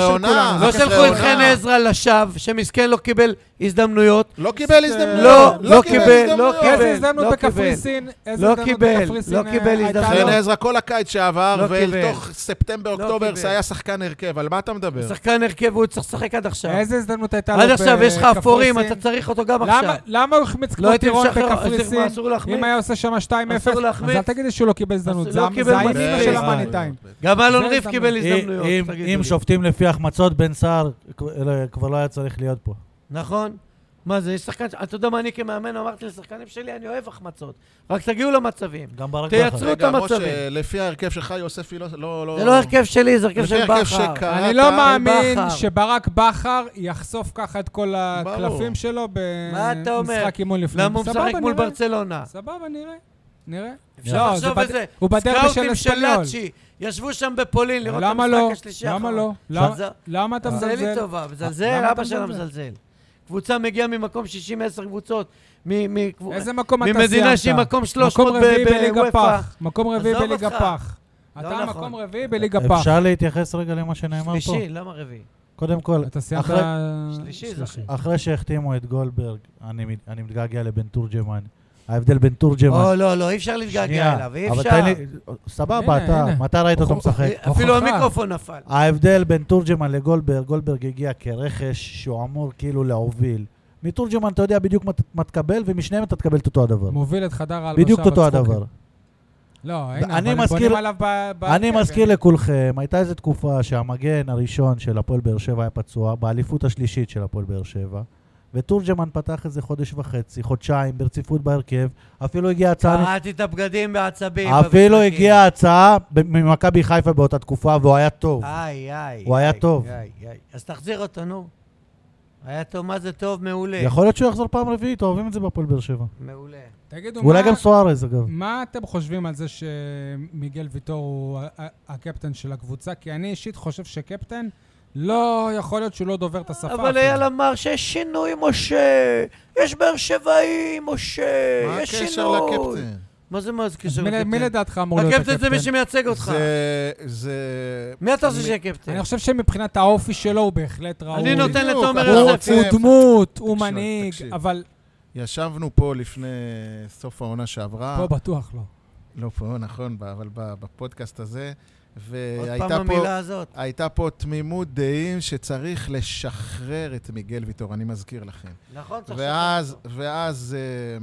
שלחו את חן עזרא לשווא, שמסכן לא קיבל הזדמנויות. לא קיבל הזדמנויות. לא קיבל. איזה הזדמנות בקפריסין? לא קיבל הזדמנויות. חן עזרא כל הקיץ שעבר, ולתוך ספטמבר-אוקטובר זה היה שחקן הרכב. על מה אתה מדבר? שחקן הרכב, הוא צריך לשחק עד עכשיו. איזה הזדמנות הייתה לו עד עכשיו יש לך אפורים, אתה צריך אותו גם עכשיו. למה הוא החמיץ כמו טירון בקפריסין? אם היה עושה שם 2-0, אז אל תגידי שהוא לא קיבל הזדמנות. זה האימא של המאניטיים. גם אלון ריף קיבל הזדמנויות. אם שופטים לפי החמצות, בן סער כבר לא היה צריך להיות פה. נכון. מה זה, יש שחקן, אתה יודע מה אני כמאמן, אמרתי לשחקנים שלי, אני אוהב החמצות. רק תגיעו למצבים. גם ברק תייצרו את המצבים. משה, לפי ההרכב שלך, יוספי לא... זה לא הרכב שלי, זה הרכב של בכר. אני לא מאמין שברק בכר יחשוף ככה את כל הקלפים שלו במשחק אימון לפני. למה הוא משחק מול ברצלונה? סבבה, נראה. אפשר לחשוב בזה. הוא בדרבי של אספניול. ישבו שם בפולין לראות את למה המשחק לא? השלישי למה לא? למה אתה מזלזל? מזלזל? לי טובה, מזלזל, אבא שלה מזלזל. קבוצה מגיעה ממקום 60 10 קבוצות. איזה מקום אתה סיימת? ממדינה שהיא מקום 300 בוופא. מקום רביעי בליגה פח. אתה מקום רביעי בליגה פח. אפשר להתייחס רגע למה שנאמר פה? שלישי, למה רביעי? קודם כל, אתה סיימת שלישי. אחרי שהחתימו את גולדברג, אני מתגעגע לבן תורג'מן. ההבדל בין תורג'מן... לא, אי אפשר להתגעגע אליו, אי אפשר. סבבה, אתה, מתי ראית אותו משחק? אפילו המיקרופון נפל. ההבדל בין תורג'מן לגולדברג, גולדברג הגיע כרכש שהוא אמור כאילו להוביל. מתורג'מן אתה יודע בדיוק מה תקבל, ומשניהם אתה תקבל את אותו הדבר. מוביל את חדר ההלבשה בדיוק אותו הדבר. לא, הנה, אבל בונים עליו אני מזכיר לכולכם, הייתה איזו תקופה שהמגן הראשון של הפועל באר שבע היה פצוע, באליפות השלישית של הפועל באר שבע, ותורג'מן פתח איזה חודש וחצי, חודשיים, ברציפות בהרכב, אפילו הגיעה הצעה... קראתי את הבגדים בעצבים. אפילו הגיעה הצעה ממכבי חיפה באותה תקופה, והוא היה טוב. הוא היה טוב. אז תחזיר אותו, נו. היה טוב, מה זה טוב? מעולה. יכול להיות שהוא יחזור פעם רביעית, אוהבים את זה בהפועל באר שבע. מעולה. תגידו, אולי גם סוארז, אגב. מה אתם חושבים על זה שמיגל ויטור הוא הקפטן של הקבוצה? כי אני אישית חושב שקפטן לא יכול להיות שהוא לא דובר את השפה. אבל אייל אמר שיש שינוי, משה. יש באר שבעי, משה. יש שינוי. מה הקשר לקפטן? מה זה הקשר לקפטן? מי לדעתך אמור להיות הקפטן? הקפטן זה מי שמייצג אותך. מי אתה חושב שהקפטן? אני חושב שמבחינת האופי שלו הוא בהחלט ראוי. אני נותן לתומר יוספי. הוא דמות, הוא מנהיג, אבל... ישבנו פה לפני סוף העונה שעברה. פה בטוח לא. לא פה, נכון, אבל בפודקאסט הזה. עוד פעם המילה הזאת. הייתה פה תמימות דעים שצריך לשחרר את מיגל ויטור, אני מזכיר לכם. נכון, צריך ואז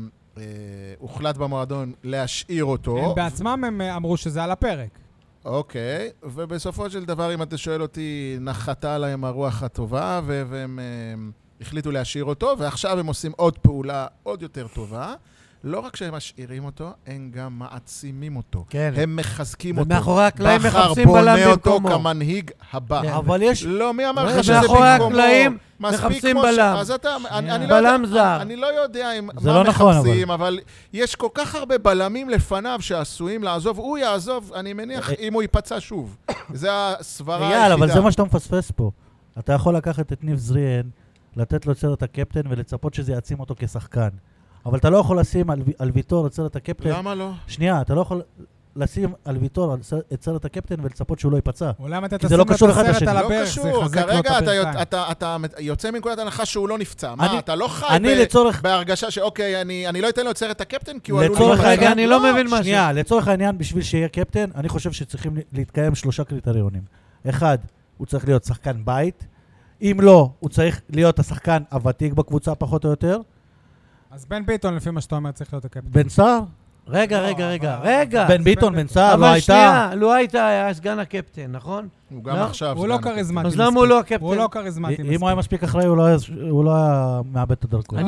הוחלט במועדון להשאיר אותו. הם בעצמם הם אמרו שזה על הפרק. אוקיי, ובסופו של דבר, אם אתה שואל אותי, נחתה עליהם הרוח הטובה, והם החליטו להשאיר אותו, ועכשיו הם עושים עוד פעולה עוד יותר טובה. לא רק שהם משאירים אותו, הם גם מעצימים אותו. כן. הם מחזקים אותו. ומאחורי הקלעים מחפשים בלם בחר בונה אותו במקומו. כמנהיג הבא. כן. אבל יש... לא, מי אמר לך שזה מאחורי במקומו? הקלעים מספיק מחפשים כמו בלם. אז אתה, אני בלם זר. אני לא יודע זה מה לא נכון, מחפשים, אבל יש כל כך הרבה בלמים לפניו שעשויים לעזוב. הוא יעזוב, אני מניח, אם הוא ייפצע שוב. זה הסברה היחידה. אייל, אבל זה מה שאתה מפספס פה. אתה יכול לקחת את ניב זריאן, לתת לו צרת הקפטן ולצפות שזה יעצים אותו כשחקן. אבל אתה לא יכול לשים על ויטור את סרט הקפטן. למה לא? שנייה, אתה לא יכול לשים על ויטור את סרט הקפטן ולצפות שהוא לא ייפצע. אולי אתה זה לא תשים קשור את אחד הסרט לשני. על לא הברך, זה קשור. יחזק לו את כרגע הברכיים. אתה יוצא מנקודת הנחה שהוא לא נפצע. מה, אתה לא חי בהרגשה שאוקיי, אני לא אתן לו את סרט הקפטן כי הוא עלול... לצורך העניין, אני לא מבין משהו. שנייה, לצורך העניין, בשביל שיהיה קפטן, אני חושב שצריכים להתקיים 3 קריטריונים. 1, הוא צריך להיות שחקן בית. אם לא, הוא צריך להיות השחקן הוותיק בקבוצה פחות או יותר. אז בן ביטון, לפי מה שאתה אומר, צריך להיות הקפטן. בן סער? רגע. בן ביטון, בן סער, לא הייתה... אבל שנייה, לא הייתה, היה סגן הקפטן, נכון? הוא גם עכשיו... הוא לא כריזמטי. אז למה הוא לא הקפטן? הוא לא כריזמטי מספיק. אם הוא היה מספיק אחראי, הוא לא היה מאבד את הדרכון.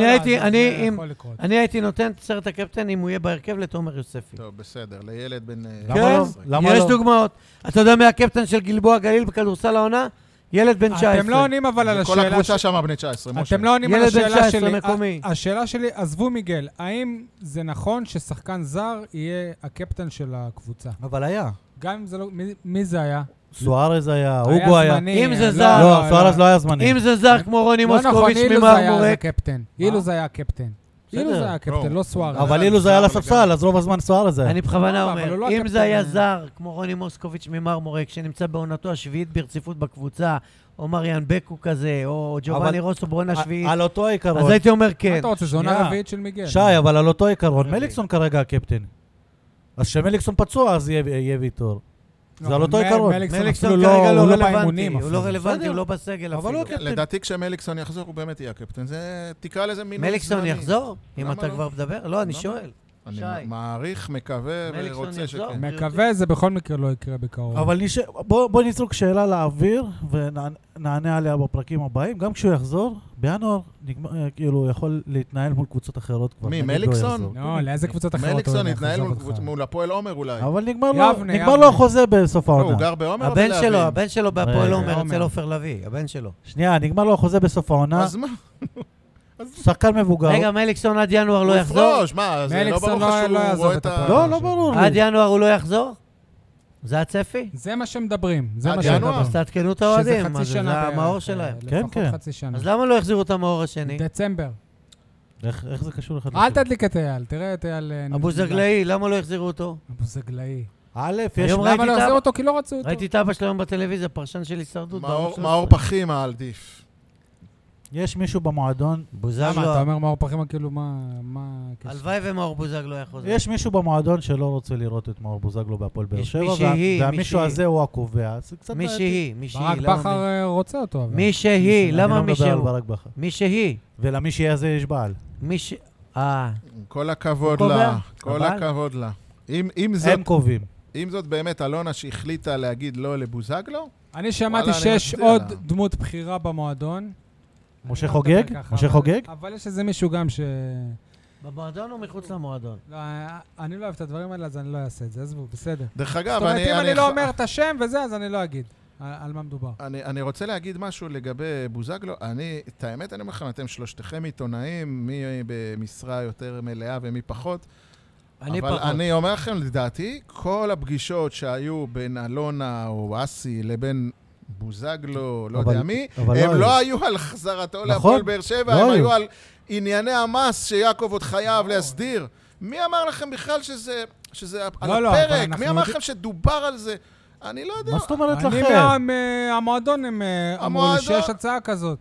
אני הייתי נותן את סרט הקפטן אם הוא יהיה בהרכב לתומר יוספי. טוב, בסדר, לילד בן... כן, יש דוגמאות. אתה יודע מי הקפטן של גלבוע גליל בכדורסל העונה? ילד בן 19. אתם לא עונים אבל על השאלה... כל הקבוצה שם בני 19, משה. אתם לא עונים על השאלה שלי. מקומי. השאלה שלי, עזבו מיגל, האם זה נכון ששחקן זר יהיה הקפטן של הקבוצה? אבל היה. גם אם זה לא... מי זה היה? סוארז היה, אוגו היה. אם זה זר... לא, סוארז לא היה זמני. אם זה זר כמו רוני מוסקוביץ' ממרמורק... לא נכון, אילוז היה הקפטן. אילוז היה הקפטן. אילוז היה הקפטן, לא סוארז. אבל אילוז היה לספסל, אז רוב הזמן סוארז היה. אני בכוונה אומר, אם זה היה זר כמו רוני מוסקוביץ' ממרמורק, שנמצא בעונתו השביעית ברציפות בקבוצה, או מריאן בקו כזה, או ג'ובאני רוסו בעונה השביעית, על אותו עיקרון. אז הייתי אומר כן. מה אתה רוצה? זו עונה רביעית של מיגל. שי, אבל על אותו עיקרון, מליקסון כרגע הקפטן. אז כשמליקסון פצוע, אז יהיה ויטור. זה על אותו עיקרון. מליקסון כרגע לא רלוונטי, הוא לא רלוונטי, הוא לא בסגל אפילו. לדעתי כשמליקסון יחזור, הוא באמת יהיה הקפטן. תקרא לזה מינוס זמני. מליקסון יחזור? אם אתה כבר מדבר? לא, אני שואל. אני מעריך, מקווה ורוצה שכן. מקווה, זה בכל מקרה לא יקרה בקרוב. אבל בוא נזרוק שאלה לאוויר, ונענה עליה בפרקים הבאים. גם כשהוא יחזור, בינואר, כאילו, הוא יכול להתנהל מול קבוצות אחרות כבר. מי, מליקסון? לא, לאיזה קבוצות אחרות? מליקסון התנהל מול הפועל עומר אולי. אבל נגמר לו החוזה בסוף העונה. הוא גר בעומר? הבן שלו בהפועל עומר, אצל עופר לביא, הבן שלו. שנייה, נגמר לו החוזה בסוף העונה. אז מה? שחקן מבוגר. רגע, מליקסון עד ינואר לא יחזור? הוא יפרוש, מה? זה לא ברור לך שהוא רואה את ה... לא ברור. עד ינואר הוא לא יחזור? זה הצפי? זה מה שמדברים. עד ינואר? אז תעדכנו את האוהדים, שזה חצי שנה. זה המאור שלהם. כן, כן. חצי שנה. אז למה לא יחזירו את המאור השני? דצמבר. איך זה קשור לך? אל תדליק את אייל, תראה את אייל... אבו זגלאי, למה לא יחזירו אותו? אבו זגלאי. למה לא יחזירו אותו? כי לא רצו אותו. ראיתי את אבא שלו היום בטלוויזיה, פרשן של הישרדות. מאור פחים העדיף. יש מישהו במועדון... בוזגלו... למה? אתה אומר מאור פחים, כאילו מה... הלוואי ומאור בוזגלו יחוזר. יש מישהו במועדון שלא רוצה לראות את מאור בוזגלו בהפועל באר שבע, והמישהו הזה הוא הקובע. מישהי. ברק בכר רוצה אותו. מישהי, למה מישהו? אני לא מדבר על ברק בכר. מישהי. ולמישהי הזה יש בעל. כל הכבוד לה. כל הכבוד לה. הם קובעים. אם זאת באמת אלונה שהחליטה להגיד לא לבוזגלו? אני שמעתי שיש עוד דמות בחירה במועדון. משה חוגג? משה חוגג? אבל יש איזה מישהו גם ש... במועדון או מחוץ למועדון? לא, אני לא אוהב את הדברים האלה, אז אני לא אעשה את זה. עזבו, בסדר. דרך אגב, זאת אומרת, אם אני לא אומר את השם וזה, אז אני לא אגיד על מה מדובר. אני רוצה להגיד משהו לגבי בוזגלו. את האמת, אני אומר לכם, אתם שלושתכם עיתונאים, מי במשרה יותר מלאה ומי פחות. אבל אני אומר לכם, לדעתי, כל הפגישות שהיו בין אלונה או אסי לבין בוזגלו, לא יודע מי, הם לא היו על חזרתו להפועל באר שבע, הם היו על ענייני המס שיעקב עוד חייב להסדיר. מי אמר לכם בכלל שזה על הפרק? מי אמר לכם שדובר על זה? אני לא יודע. מה זאת אומרת לכם? המועדון הם אמרו לי שיש הצעה כזאת.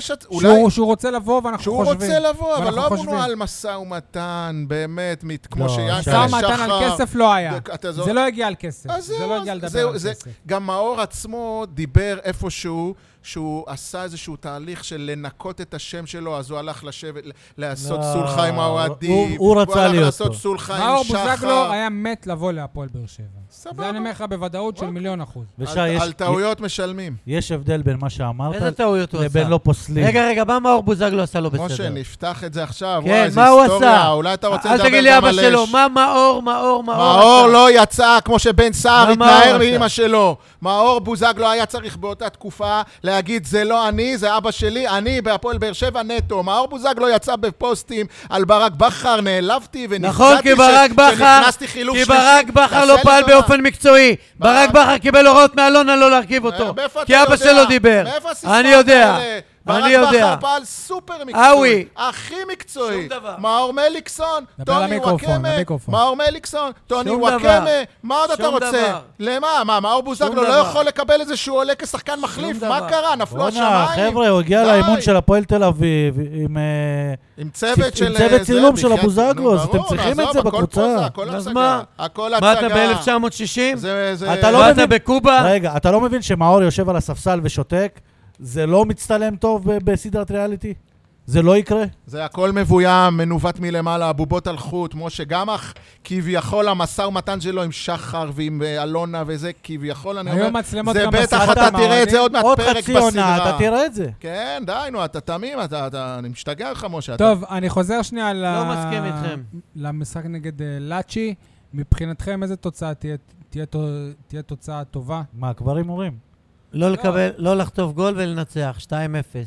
שהוא רוצה לבוא ואנחנו שהוא חושבים. שהוא רוצה לבוא, אבל לא אמרנו על מסע ומתן, באמת, כמו שיעקב מסע ומתן על כסף לא היה. זה לא הגיע על כסף. זה לא הגיע לדבר על כסף. גם מאור עצמו דיבר איפשהו, שהוא עשה איזשהו תהליך של לנקות את השם שלו, אז הוא הלך לשבת, לעשות סולחה עם האוהדים. הוא רצה להיות לעשות סולחה עם מאור שחר. בוזגלו היה מת לבוא להפועל באר שבע. זה אני אומר לך בוודאות של 1,000,000%. על טעויות משלמים. יש הבדל בין מה שאמרת איזה טעויות הוא עשה? לבין לא פוסלים. רגע, מה מאור בוזגלו עשה לו בסדר? משה, נפתח את זה עכשיו. כן, מה הוא עשה? אולי אתה רוצה אל לדבר תגיד לי גם אבא על שלו, אש. מה מאור מאור לא יצא כמו שבן סער מה מאור התנער עשה? מאמא שלו. מאור בוזגלו היה צריך באותה תקופה להגיד זה לא אני, זה אבא שלי, אני בהפועל באר שבע נטו. מאור בוזגלו יצא בפוסטים על ברק בכר, נעלבתי נכון, ונכנסתי שנכנסתי חילוף כי ברק בכר לא פעל באופן מקצועי. ברק בכר קיבל הוראות מאלונה לא להרכיב אותו. כי אבא שלו דיבר. אני יודע. ברק בכר פעל סופר מקצועי, הכי מקצועי. שום דבר. מאור מליקסון, טוני וואקמה, מאור מליקסון, טוני שום וואקמה, דבר. מה עוד אתה שום רוצה? דבר. למה? מה, מאור בוזגלו שום לא דבר. יכול לקבל את זה שהוא עולה כשחקן מחליף? מה דבר. קרה? נפלו בוא'נה, השמיים? חבר'ה, הוא הגיע די. לאימון של הפועל תל אביב עם צוות של... צוות צילום של בחייאת, הבוזגלו, נו, אז אתם ברור, צריכים את עזוב, זה הכל בקבוצה. פה זה, הכל אז הצגה. מה? הכל מה אתה הצגה. ב-1960? אתה לא מה מבין- אתה בקובה? רגע, אתה לא מבין שמאור יושב על הספסל ושותק? זה לא מצטלם טוב בסדרת ריאליטי? זה לא יקרה? זה הכל מבוים, מנווט מלמעלה, הבובות על חוט, משה, גם כביכול המשא ומתן שלו עם שחר ועם אלונה וזה, כביכול, אני היום אומר, מצלמות זה גם בטח בסרטים, אתה תראה את זה עוד מעט עוד פרק חצי עונה, בסדרה. אתה תראה את זה. כן, די, נו, אתה תמים, אני משתגע לך, משה. טוב, אני חוזר שנייה לא מסכים איתכם. למשחק נגד לאצ'י. מבחינתכם איזה תוצאה תהיה תוצאה טובה? מה, כבר הימורים? לא לחטוף גול ולנצח, 2-0.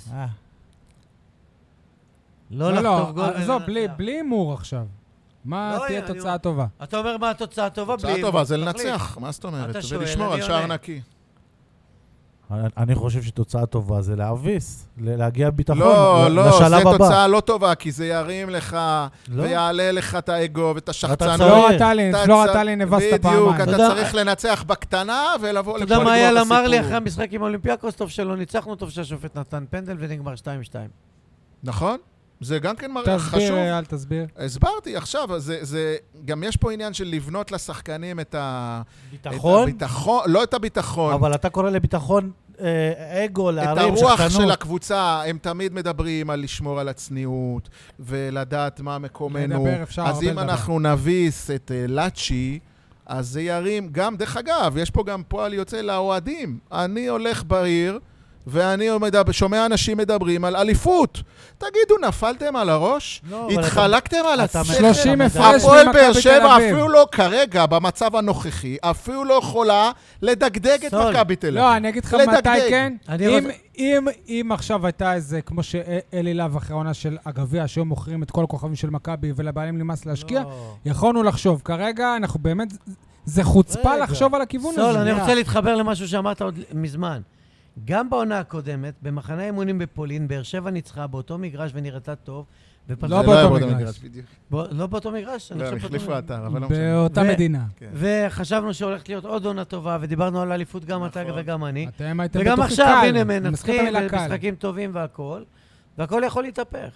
לא לחטוף גול ולנצח. עזוב, בלי הימור עכשיו. מה לא, תהיה אני תוצאה אומר. טובה? אתה אומר מה התוצאה הטובה? בלי... תוצאה טובה, זה תחליט. לנצח, מה זאת אומרת? אתה שואל, ולשמור על אני שער עונה. נקי. אני חושב שתוצאה טובה זה להביס, להגיע בביטחון לא, זה לשלב הבא. תוצאה לא טובה, כי זה ירים לך, לא. ויעלה לך את האגו ואת השחצנות. צריך. פלורה טלין הבסת פעמיים. בדיוק, אתה יודע- צריך לנצח בקטנה ולבוא אתה לפה יודע מה לגמור את אייל אמר לי הסיפור. אחרי המשחק עם אולימפיאקוס? טוב שלא ניצחנו, טוב שהשופט נתן פנדל ונגמר 2-2. נכון? זה גם כן חשוב. תסביר, אל תסביר. הסברתי, עכשיו, גם יש פה עניין של לבנות לשחקנים את ביטחון? הביטחון, לא את הביטחון. אבל אתה קורא לביטחון אגו, את להרים, הרוח שחקנות. של הקבוצה, הם תמיד מדברים על לשמור על הצניעות, ולדעת מה מקומנו. לדבר, אפשר אז הרבה אם אנחנו נביס את לצ'י, אז זה ירים גם, דרך אגב, יש פה גם פועל יוצא לאוהדים. אני הולך בעיר, ואני שומע אנשים מדברים על אליפות. תגידו, נפלתם על הראש? לא, אבל התחלקתם על אתה- השכל? 30 הפרש הפועל ממכבי באר תל שבע אביב. אפילו לא כרגע, במצב הנוכחי, אפילו לא יכולה לדגדג את סול. מכבי תל אביב. לא, אני אגיד לך לדגדג. מתי כן. אני אם עכשיו הייתה איזה, כמו שאלי להב אחרי העונה של הגביע, שהיום מוכרים את כל הכוכבים של מכבי ולבעלים נמאס להשקיע, לא. יכולנו לחשוב. כרגע אנחנו באמת, זה חוצפה רגע. לחשוב על הכיוון סול, הזה. אני רוצה להתחבר למשהו שאמרת עוד מזמן. גם בעונה הקודמת, במחנה האימונים בפולין, באר שבע ניצחה באותו מגרש ונראתה טוב. ופתחו- לא זה באותו היה מגרש. בדיוק. לא באותו מגרש? אני לא, חושב הם באותו החליפו מגרש. אתר, אבל לא משנה. באותה ו- מדינה. כן. וחשבנו שהולכת להיות עוד עונה טובה, ודיברנו על אליפות גם אתה נכון. וגם אני. אתם הייתם וגם בטוחי עכשיו, קל. הנה, אני מזכיר את מנצחים, המילה קל. משחקים טובים והכל יכול להתהפך.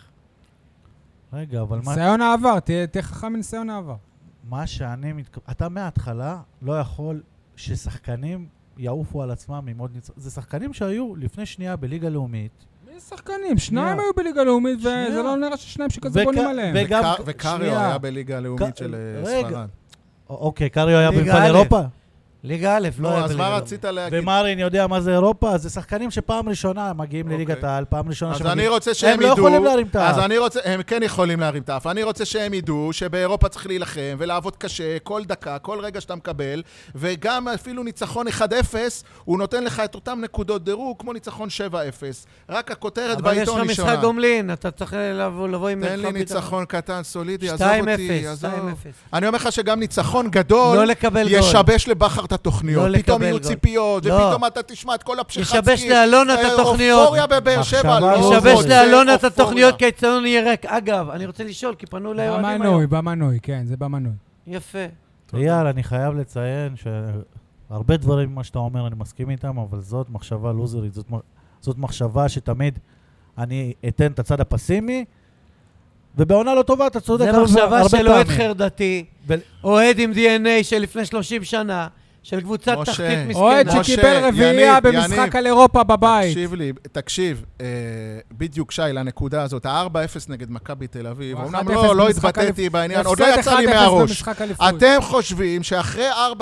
רגע, אבל מה... ניסיון העבר, תהיה חכם מניסיון העבר. מה שאני אתה מההתחלה לא יכול ששחקנים יעופו על עצמם עם עוד זה שחקנים שהיו לפני שנייה בליגה לאומית. מי שחקנים? שניים שנייה. היו בליגה לאומית, שנייה. וזה לא נראה ששניים שכזה בונים עליהם. וגם... וקריו שנייה. היה בליגה הלאומית של רגע. ספרד. אוקיי, קריו היה ליגה במפעל א'. אירופה. ליגה א', לא היה אז בליגה מה לאומית. רצית להגיד? ומרין יודע מה זה אירופה, זה שחקנים שפעם ראשונה מגיעים אוקיי. לליגת העל, פעם ראשונה אז שמגיעים. אני רוצה שהם הם לא ידעו... יכולים להרים את האף. אז אני רוצה... הם כן יכולים להרים את האף. אני רוצה שהם ידעו שבאירופה צריך להילחם ולעבוד קשה כל דקה, כל רגע שאתה מקבל, וגם אפילו ניצחון 1-0, הוא נותן לך את אותם נקודות דירוג כמו ניצחון 7-0. רק הכותרת אבל יש בעיתון לך היא שונה. משחק גומלין, אתה צריך לבוא עם... תן לי מרחב ניצחון קטן, סולידי, 2-0, עזוב אותי, עזוב. 2-0. אני אומר לך שגם ניצחון גדול לא לקבל גול. ישבש לבחר את התוכניות. לא פתאום לקבל יהיו גול. ציפיות, לא. ופתאום אתה תשמע את כל הפשיחצקי. ישבש לאלונה את התוכניות. אופוריה בבאר שבע, לא מחשבה ישבש זה לאלונה את אופוריה. התוכניות כי האצטדיון יהיה ריק. אגב, אני רוצה לשאול, כי פנו לאוהדים היום. במנוי, כן, זה במנוי. יפה. אייל, אני חייב לציין שהרבה דברים ממה שאתה אומר אני מסכים איתם, אבל זאת מחשבה לוזרית, זאת מחשבה שתמיד אני אתן את הצד הפסימי, ובעונה לא טובה אתה צודק זה מחשבה הרבה של אוהד פעמים. חרדתי, ו- אוהד עם DNA של לפני 30 שנה, של קבוצת משה, תחתית אוהד מסכנה. משה, שקיבל רביעייה יניב, במשחק יניב. על אירופה בבית. תקשיב, בדיוק שי, לנקודה הזאת, ה-4-0 נגד מכבי תל אביב, הוא אומנם 1-0 לא במשחק התבטאתי אליפות. בעניין, עוד לא הפסד יצא לי 1-0 מהראש. במשחק אליפות. אתם חושבים שאחרי 4-0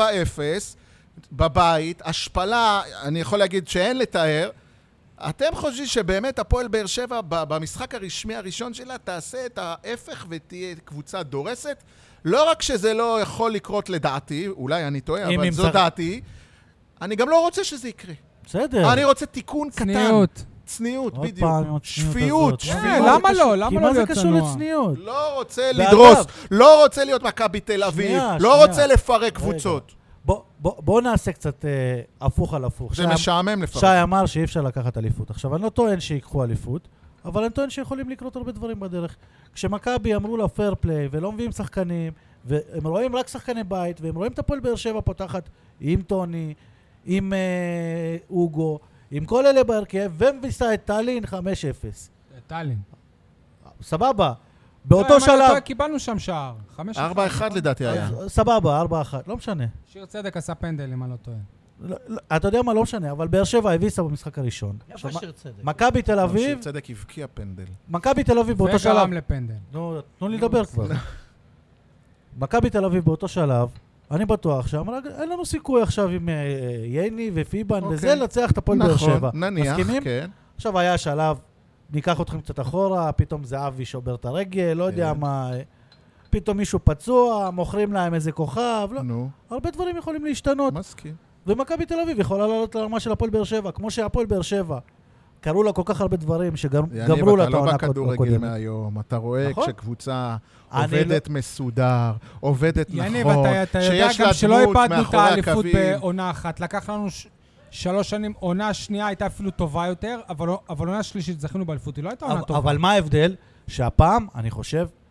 בבית, השפלה, אני יכול להגיד שאין לתאר, אתם חושבים שבאמת הפועל באר שבע במשחק הרשמי הראשון שלה תעשה את ההפך ותהיה קבוצה דורסת? לא רק שזה לא יכול לקרות לדעתי, אולי אני טועה, אם אבל זו צריך- דעתי, אני גם לא רוצה שזה יקרה. בסדר. אני רוצה תיקון קטן. צניעות. צניעות, עוד בדיוק. פעם עם הצניעות שפיות, הזאת. שפיות. למה לא? למה כי לא מה זה להיות קשור צנוע? לצניעות? לא רוצה ואגב- לדרוס, לא רוצה להיות מכבי תל אביב, שנייה, לא שנייה. רוצה לפרק קבוצות. בוא נעשה קצת הפוך על הפוך. זה משעמם לפרק. שי אמר שאי אפשר לקחת אליפות. עכשיו, אני לא טוען שיקחו אליפות, אבל אני טוען שיכולים לקרות הרבה דברים בדרך. כשמכבי אמרו לה פייר פליי ולא מביאים שחקנים, והם רואים רק שחקני בית, והם רואים את הפועל באר שבע פותחת עם טוני, עם אוגו, עם כל אלה בהרכב, ומביסה את טאלין 5-0. טאלין. סבבה. באותו שלב... קיבלנו שם שער. 5-1. 4-1 לדעתי היה. סבבה, 4-1, לא משנה. שיר צדק עשה פנדל, אם אני לא טועה. אתה יודע מה, לא משנה, אבל באר שבע הביסה במשחק הראשון. איפה עכשיו, שיר צדק? מכבי תל אביב, שיר צדק הבקיע פנדל. מכבי תל אביב באותו שלב... וגרם לפנדל. נו, תנו לי לדבר כבר. מכבי תל אביב באותו שלב, אני בטוח שאמרה, אין לנו סיכוי עכשיו עם ייני ופיבן וזה לנצח את הפועל באר שבע. נכון, נניח, מסכימים? כן. עכשיו היה שלב, ניקח אתכם קצת אחורה, פתאום זה אבי שובר את הרגל, לא יודע כן. מה, פתאום מישהו פצוע, מוכרים להם איזה כוכב, לא. נו, הרבה דברים יכולים להשתנות. מסכים. ומכבי תל אביב יכולה לעלות לרמה של הפועל באר שבע, כמו שהפועל באר שבע. קראו לה כל כך הרבה דברים שגמרו לה יניב, את אתה לא העונה בכדורגל הקודמת. מהיום. אתה רואה נכון. כשקבוצה אני עובדת מסודר, עובדת יניב, נכון, אתה יודע שיש גם לה שלא דמות איבדנו את מאחורי האליפות הקווים. בעונה אחת. לקח לנו 3 שנים, עונה שנייה הייתה אפילו טובה יותר, אבל עונה שלישית זכינו באליפות, היא לא הייתה עונה טובה. אבל מה ההבדל? שהפעם, אני חושב,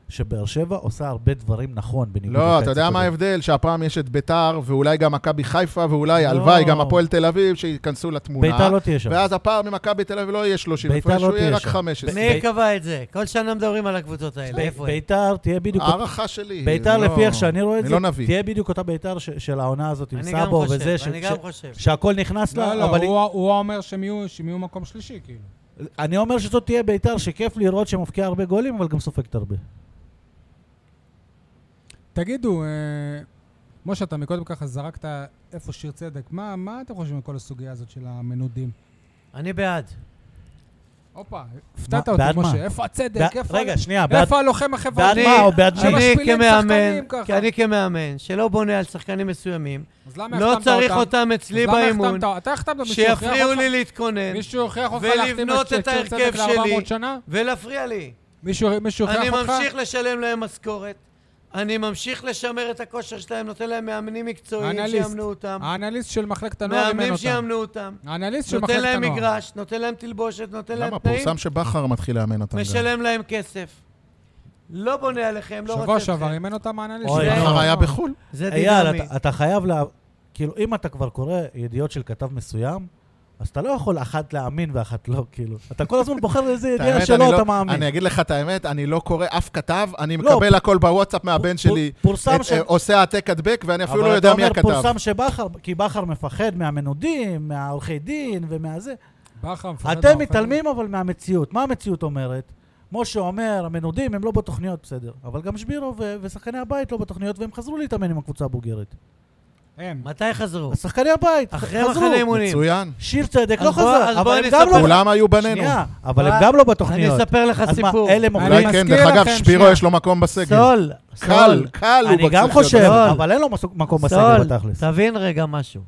שבאר שבע עושה הרבה דברים נכון בניגוד לא, אתה יודע מה ההבדל? שהפעם יש את ביתר, ואולי גם מכבי חיפה, ואולי הלוואי גם הפועל תל אביב, שיכנסו לתמונה. ביתר לא תהיה שם. ואז הפעם ממכבי תל אביב לא יהיה 30, איפה שהוא יהיה רק 15. מי קבע את זה? כל שנה מדברים על הקבוצות האלה. איפה? ביתר תהיה בדיוק... הערכה שלי. ביתר לפי איך שאני רואה את זה, לא תהיה בדיוק אותה ביתר של העונה הזאת עם אני גם סאבו חושב, וזה, אני גם חושב. שהכל נכנס לה, לא, אבל... הוא אומר שהם יהיו מקום שלישי, כאילו. אני אומר שזאת תהיה ביתר שכיף לראות שמפקיע הרבה גולים, אבל גם סופקת הרבה. תגידו, משה, אתה מקודם ככה זרקת איפה שיר צדק. מה אתם חושבים על כל הסוגיה הזאת של המנודים? אני בעד. הופה, הפתעת אותי, משה. איפה הצדק? רגע, שנייה. איפה הלוחם החברתי? בעד מה או בעד מי? אני כמאמן, שלא בונה על שחקנים מסוימים, לא החתמת צריך אותם? אותם אצלי באימון, אתה החתמת מישהו שיפריעו לי להתכונן, מישהו הכריח אותך להחתים ולבנות את שיר צדק ההרכב ל-400 שלי, שנה? ולהפריע לי. מישהו הכריח אותך? אני ממשיך לשלם להם משכורת, אני ממשיך לשמר את הכושר שלהם, נותן להם מאמנים מקצועיים שיאמנו אותם. האנליסט של מחלקת הנוער אימן אותם. מאמנים שיאמנו אותם. האנליסט של מחלקת הנוער. נותן להם מגרש, נותן להם תלבושת, נותן להם תנאים. למה? פורסם שבחר מתחיל לאמן אותם. משלם להם כסף. לא בונה עליכם, לא רוצה שבוע אתכם. שעבר אימן אותם האנליסט. בחר היה בחול. זה אייל, דינמי. אתה חייב כאילו, אם אתה כבר קורא ידיעות של כתב מסוים, אז אתה לא יכול אחת להאמין ואחת לא, כאילו. אתה כל הזמן בוחר איזה ידיעה שלא אתה מאמין. אני אגיד לך את האמת, אני לא קורא אף כתב, אני מקבל הכל בוואטסאפ מהבן שלי, עושה העתק הדבק, ואני אפילו לא יודע מי הכתב. אבל אתה אומר פורסם שבחר, כי בחר מפחד מהמנודים, מהעורכי דין ומהזה. אתם מתעלמים אבל מהמציאות. מה המציאות אומרת? משה אומר, המנודים הם לא בתוכניות, בסדר. אבל גם שבירו ושחקני הבית לא בתוכניות, והם חזרו להתאמן עם הקבוצה הבוגרת. מתי חזרו? השחקני הבית אחרי מחנה אימונים. מצוין. שיר צדק לא חזר, אבל הם גם לא... כולם היו בנינו. שנייה, אבל הם גם לא בתוכניות. אני אספר לך סיפור. אולי כן, דרך אגב, שבירו יש לו מקום בסגל. סול. קל הוא אני גם חושב, אבל אין לו מקום בסגל בתכלס. תבין רגע משהו.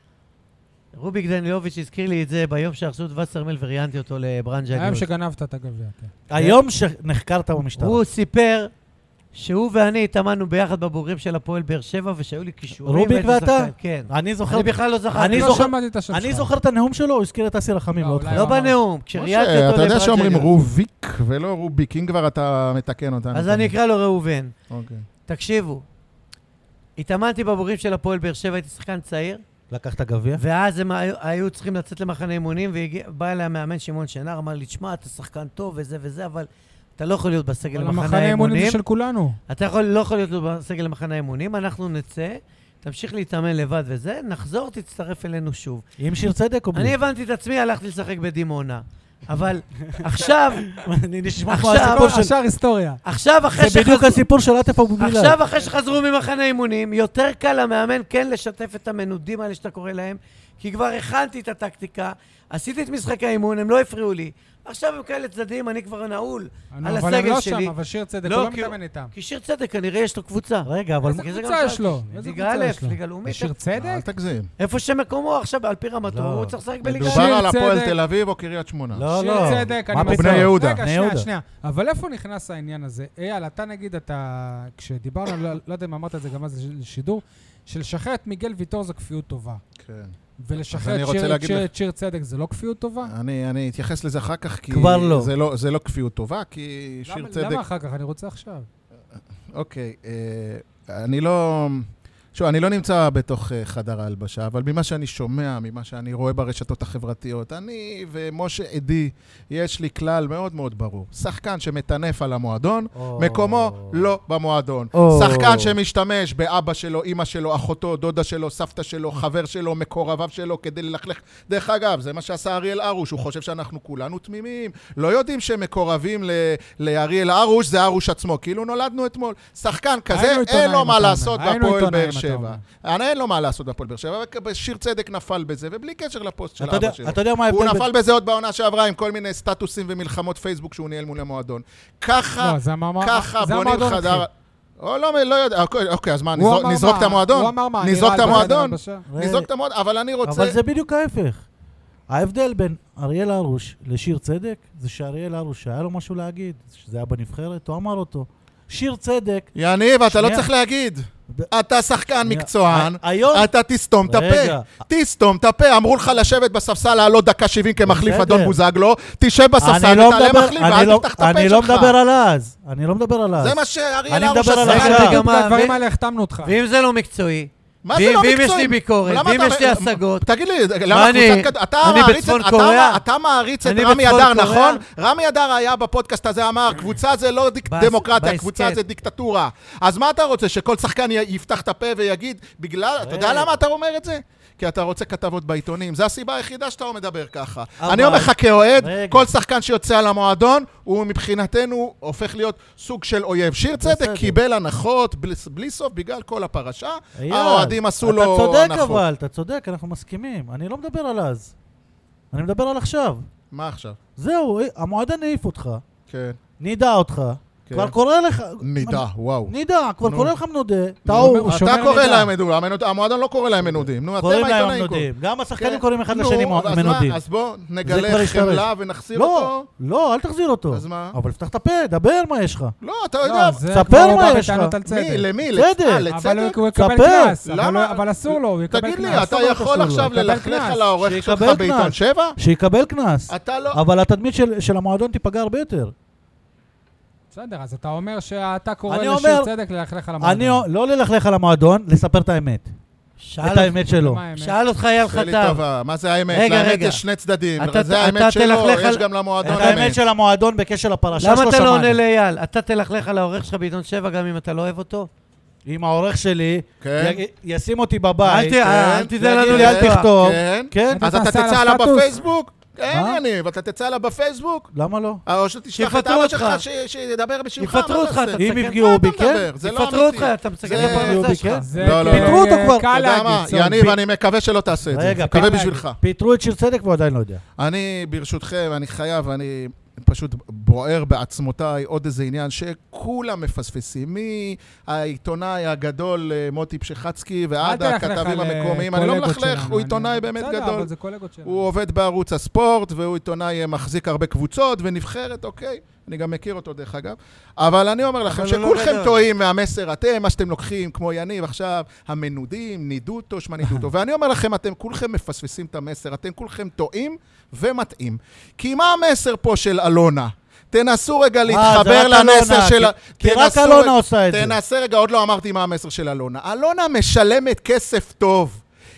רוביק דנילוביץ' הזכיר לי את זה ביום שעשו את וסרמיל וריאנתי אותו לברנג'ה. היום שגנבת את הגביע, כן. היום שנחקרת במשטרה. הוא סיפר שהוא ואני התאמנו ביחד בבוגרים של הפועל באר שבע, ושהיו לי קישורים. רוביק ואתה? כן. אני זוכר... אני בכלל לא זכרתי. אני זוכר את הנאום שלו, הוא הזכיר את אסי רחמים. לא בנאום, כשראיינתי אותו אתה יודע שאומרים רוביק ולא רוביק, אם כבר אתה מתקן אותנו. אז אני אקרא לו ראובן. אוקיי. תקשיבו, התאמנתי בבוגרים של הפועל באר שבע, הייתי שחקן צעיר. לקחת גביע? ואז הם היו צריכים לצאת למחנה אימונים, ובא אליי המאמן שמעון שנר, אמר לי, תשמע, אתה שחקן טוב וזה וזה, אבל אתה לא יכול להיות בסגל למחנה האימונים. המחנה האימונים זה של כולנו. אתה לא יכול להיות בסגל למחנה האימונים, אנחנו נצא, תמשיך להתאמן לבד וזה, נחזור, תצטרף אלינו שוב. עם שיר צדק או בלי? אני הבנתי את עצמי, הלכתי לשחק בדימונה. אבל עכשיו, השאר היסטוריה. עכשיו אחרי זה בדיוק הסיפור של עטף אבו בילאל. עכשיו אחרי שחזרו ממחנה אימונים, יותר קל למאמן כן לשתף את המנודים האלה שאתה קורא להם, כי כבר הכנתי את הטקטיקה, עשיתי את משחק האימון, הם לא הפריעו לי. עכשיו הם כאלה צדדים, אני כבר נעול על הסגל שלי. אבל הם לא שם, אבל שיר צדק, הוא לא מתאמן איתם. כי שיר צדק, כנראה יש לו קבוצה. רגע, אבל... איזה קבוצה יש לו? ליגה א', ליגה לאומית. שיר צדק? אל תגזים. איפה שמקומו עכשיו, על פי רמתו, הוא צריך לשחק בליגה מדובר על הפועל תל אביב או קריית שמונה. לא, שיר צדק, אני מסכים. בני יהודה. רגע, שנייה. אבל איפה נכנס העניין הזה? אייל, אתה נגיד, כשדיברנו, לא יודע אם אמרת את זה גם אז לשידור, שלשחרר את מיגל ויטור זו כפיות טובה. כן. ולשחרר את שיר צדק זה לא כפיות טובה? אני אתייחס לזה אחר כך, כי זה לא כפיות טובה, כי שיר צדק... למה אחר כך? אני רוצה עכשיו. אוקיי, אני לא נמצא בתוך חדר ההלבשה, אבל ממה שאני שומע, ממה שאני רואה ברשתות החברתיות, אני ומשה עדי, יש לי כלל מאוד מאוד ברור. שחקן שמטנף על המועדון, מקומו לא במועדון. שחקן שמשתמש באבא שלו, אמא שלו, אחותו, דודה שלו, סבתא שלו, חבר שלו, מקורביו שלו, כדי ללכלך. דרך אגב, זה מה שעשה אריאל ארוש, הוא חושב שאנחנו כולנו תמימים. לא יודעים שמקורבים לאריאל ארוש, זה ארוש עצמו, כאילו נולדנו אתמול. שחקן כזה, אין לו מה לעשות בהפועל באר שבע. אין לו מה לעשות בהפועל באר שבע, ושיר צדק נפל בזה, ובלי קשר לפוסט של אבא שלו. אתה יודע מה הוא נפל בזה עוד בעונה שעברה, עם כל מיני סטטוסים ומלחמות פייסבוק שהוא ניהל מול המועדון. ככה בונים חדר... לא יודע, אוקיי, אז מה, נזרוק את המועדון? נזרוק את המועדון? נזרוק את המועדון, אבל אני רוצה... אבל זה בדיוק ההפך. ההבדל בין אריאל ארוש לשיר צדק, זה שאריאל ארוש היה לו משהו להגיד, שזה היה בנבחרת, הוא אמר אותו. שיר צדק... יניב, אתה לא צריך להגיד. אתה שחקן מקצוען, היום... אתה תסתום את הפה. תסתום את הפה. אמרו לך לשבת בספסל לעלות דקה 70 כמחליף אדון בוזגלו, תשב בספסל ותעלה מחליף, ואל תפתח את הפה שלך. אני לא מדבר על אז. אני לא מדבר על אז. זה מה שאריאל אני הרוש מדבר על עשה. עכשיו. הדברים האלה החתמנו אותך. ואם זה לא מקצועי? מה זה לא מקצועי? ואם יש לי ביקורת, ואם יש לי השגות? תגיד לי, למה אתה מעריץ את רמי אדר, נכון? רמי אדר היה בפודקאסט הזה, אמר, קבוצה זה לא דמוקרטיה, קבוצה זה דיקטטורה. אז מה אתה רוצה, שכל שחקן יפתח את הפה ויגיד, בגלל, אתה יודע למה אתה אומר את זה? כי אתה רוצה כתבות בעיתונים. זו הסיבה היחידה שאתה מדבר ככה. אני אומר לך כאוהד, כל שחקן שיוצא על המועדון, הוא מבחינתנו הופך להיות סוג של אויב. שיר צדק קיבל הנחות בלי סוף בגלל כל הפרשה. האוהדים עשו לו הנחות. אתה צודק אבל, אתה צודק, אנחנו מסכימים. אני לא מדבר על אז. אני מדבר על עכשיו. מה עכשיו? זהו, המועדון העיף אותך. כן. נידע אותך. כבר קורא לך... נידע, וואו. נידע, כבר קורא לך מנודה. טעות. אתה קורא להם מנודים, המועדון לא קורא להם מנודים. נו, אתם העיתונאים קוראים. גם השחקנים קוראים אחד לשני מנודים. אז בוא נגלה חמלה ונחזיר אותו. לא, אל תחזיר אותו. אז מה? אבל פתח את הפה, דבר מה יש לך. לא, אתה יודע. ספר מה יש לך. מי? למי? צדק. אבל הוא יקבל קנס. אבל אסור לו, הוא יקבל קנס. תגיד לי, אתה יכול עכשיו ללכלך על העורך שלך בעיתון 7? שיקבל קנס. אבל התדמית של המועדון תיפגע הרבה יותר. בסדר, אז אתה אומר שאתה קורא לשיר צדק ללכלך על המועדון. אני לא ללכלך על המועדון, לספר את האמת. את האמת שלו. שאל אותך אייל חטב. מה זה האמת? לאמת יש שני צדדים. זה האמת שלו, יש גם למועדון אמת. את האמת של המועדון בקשר לפרשה שלו שמענו. למה אתה לא עונה לאייל? אתה תלכלך על העורך שלך בעיתון 7 גם אם אתה לא אוהב אותו? אם העורך שלי ישים אותי בבית, אל תדע לנו אל תכתוב. אז אתה תצא עליו בפייסבוק? כן, יניב, אתה תצא עליו בפייסבוק? למה לא? או שתשלח את אבא שלך שידבר בשבילך. יפטרו אותך, אתה אם יפגעו בי, כן? יפטרו אותך, אתה מסתכל בפרנסה שלך. פיטרו אותו כבר. קל להגיד. יניב, אני מקווה שלא תעשה את זה. מקווה בשבילך. פיטרו את שיר צדק והוא עדיין לא יודע. אני, ברשותכם, אני חייב, אני פשוט בוער בעצמותיי עוד איזה עניין שכולם מפספסים. מהעיתונאי הגדול מוטי פשחצקי ועד הכתבים המקומיים. אני לא מלכלך, הוא עיתונאי באמת גדול. הוא עובד בערוץ הספורט והוא עיתונאי מחזיק הרבה קבוצות ונבחרת, אוקיי? אני גם מכיר אותו דרך אגב. אבל אני אומר לכם שכולכם טועים מהמסר, אתם, מה שאתם לוקחים, כמו יניב עכשיו, המנודים, נידו אותו, שמה נידו אותו. ואני אומר לכם, אתם כולכם מפספסים את המסר, אתם כולכם טועים ומטעים. כי מה המסר פה של אלונה? תנסו רגע להתחבר למסר של... כי רק אלונה עושה את זה. תנסה רגע, עוד לא אמרתי מה המסר של אלונה. אלונה משלמת כסף טוב.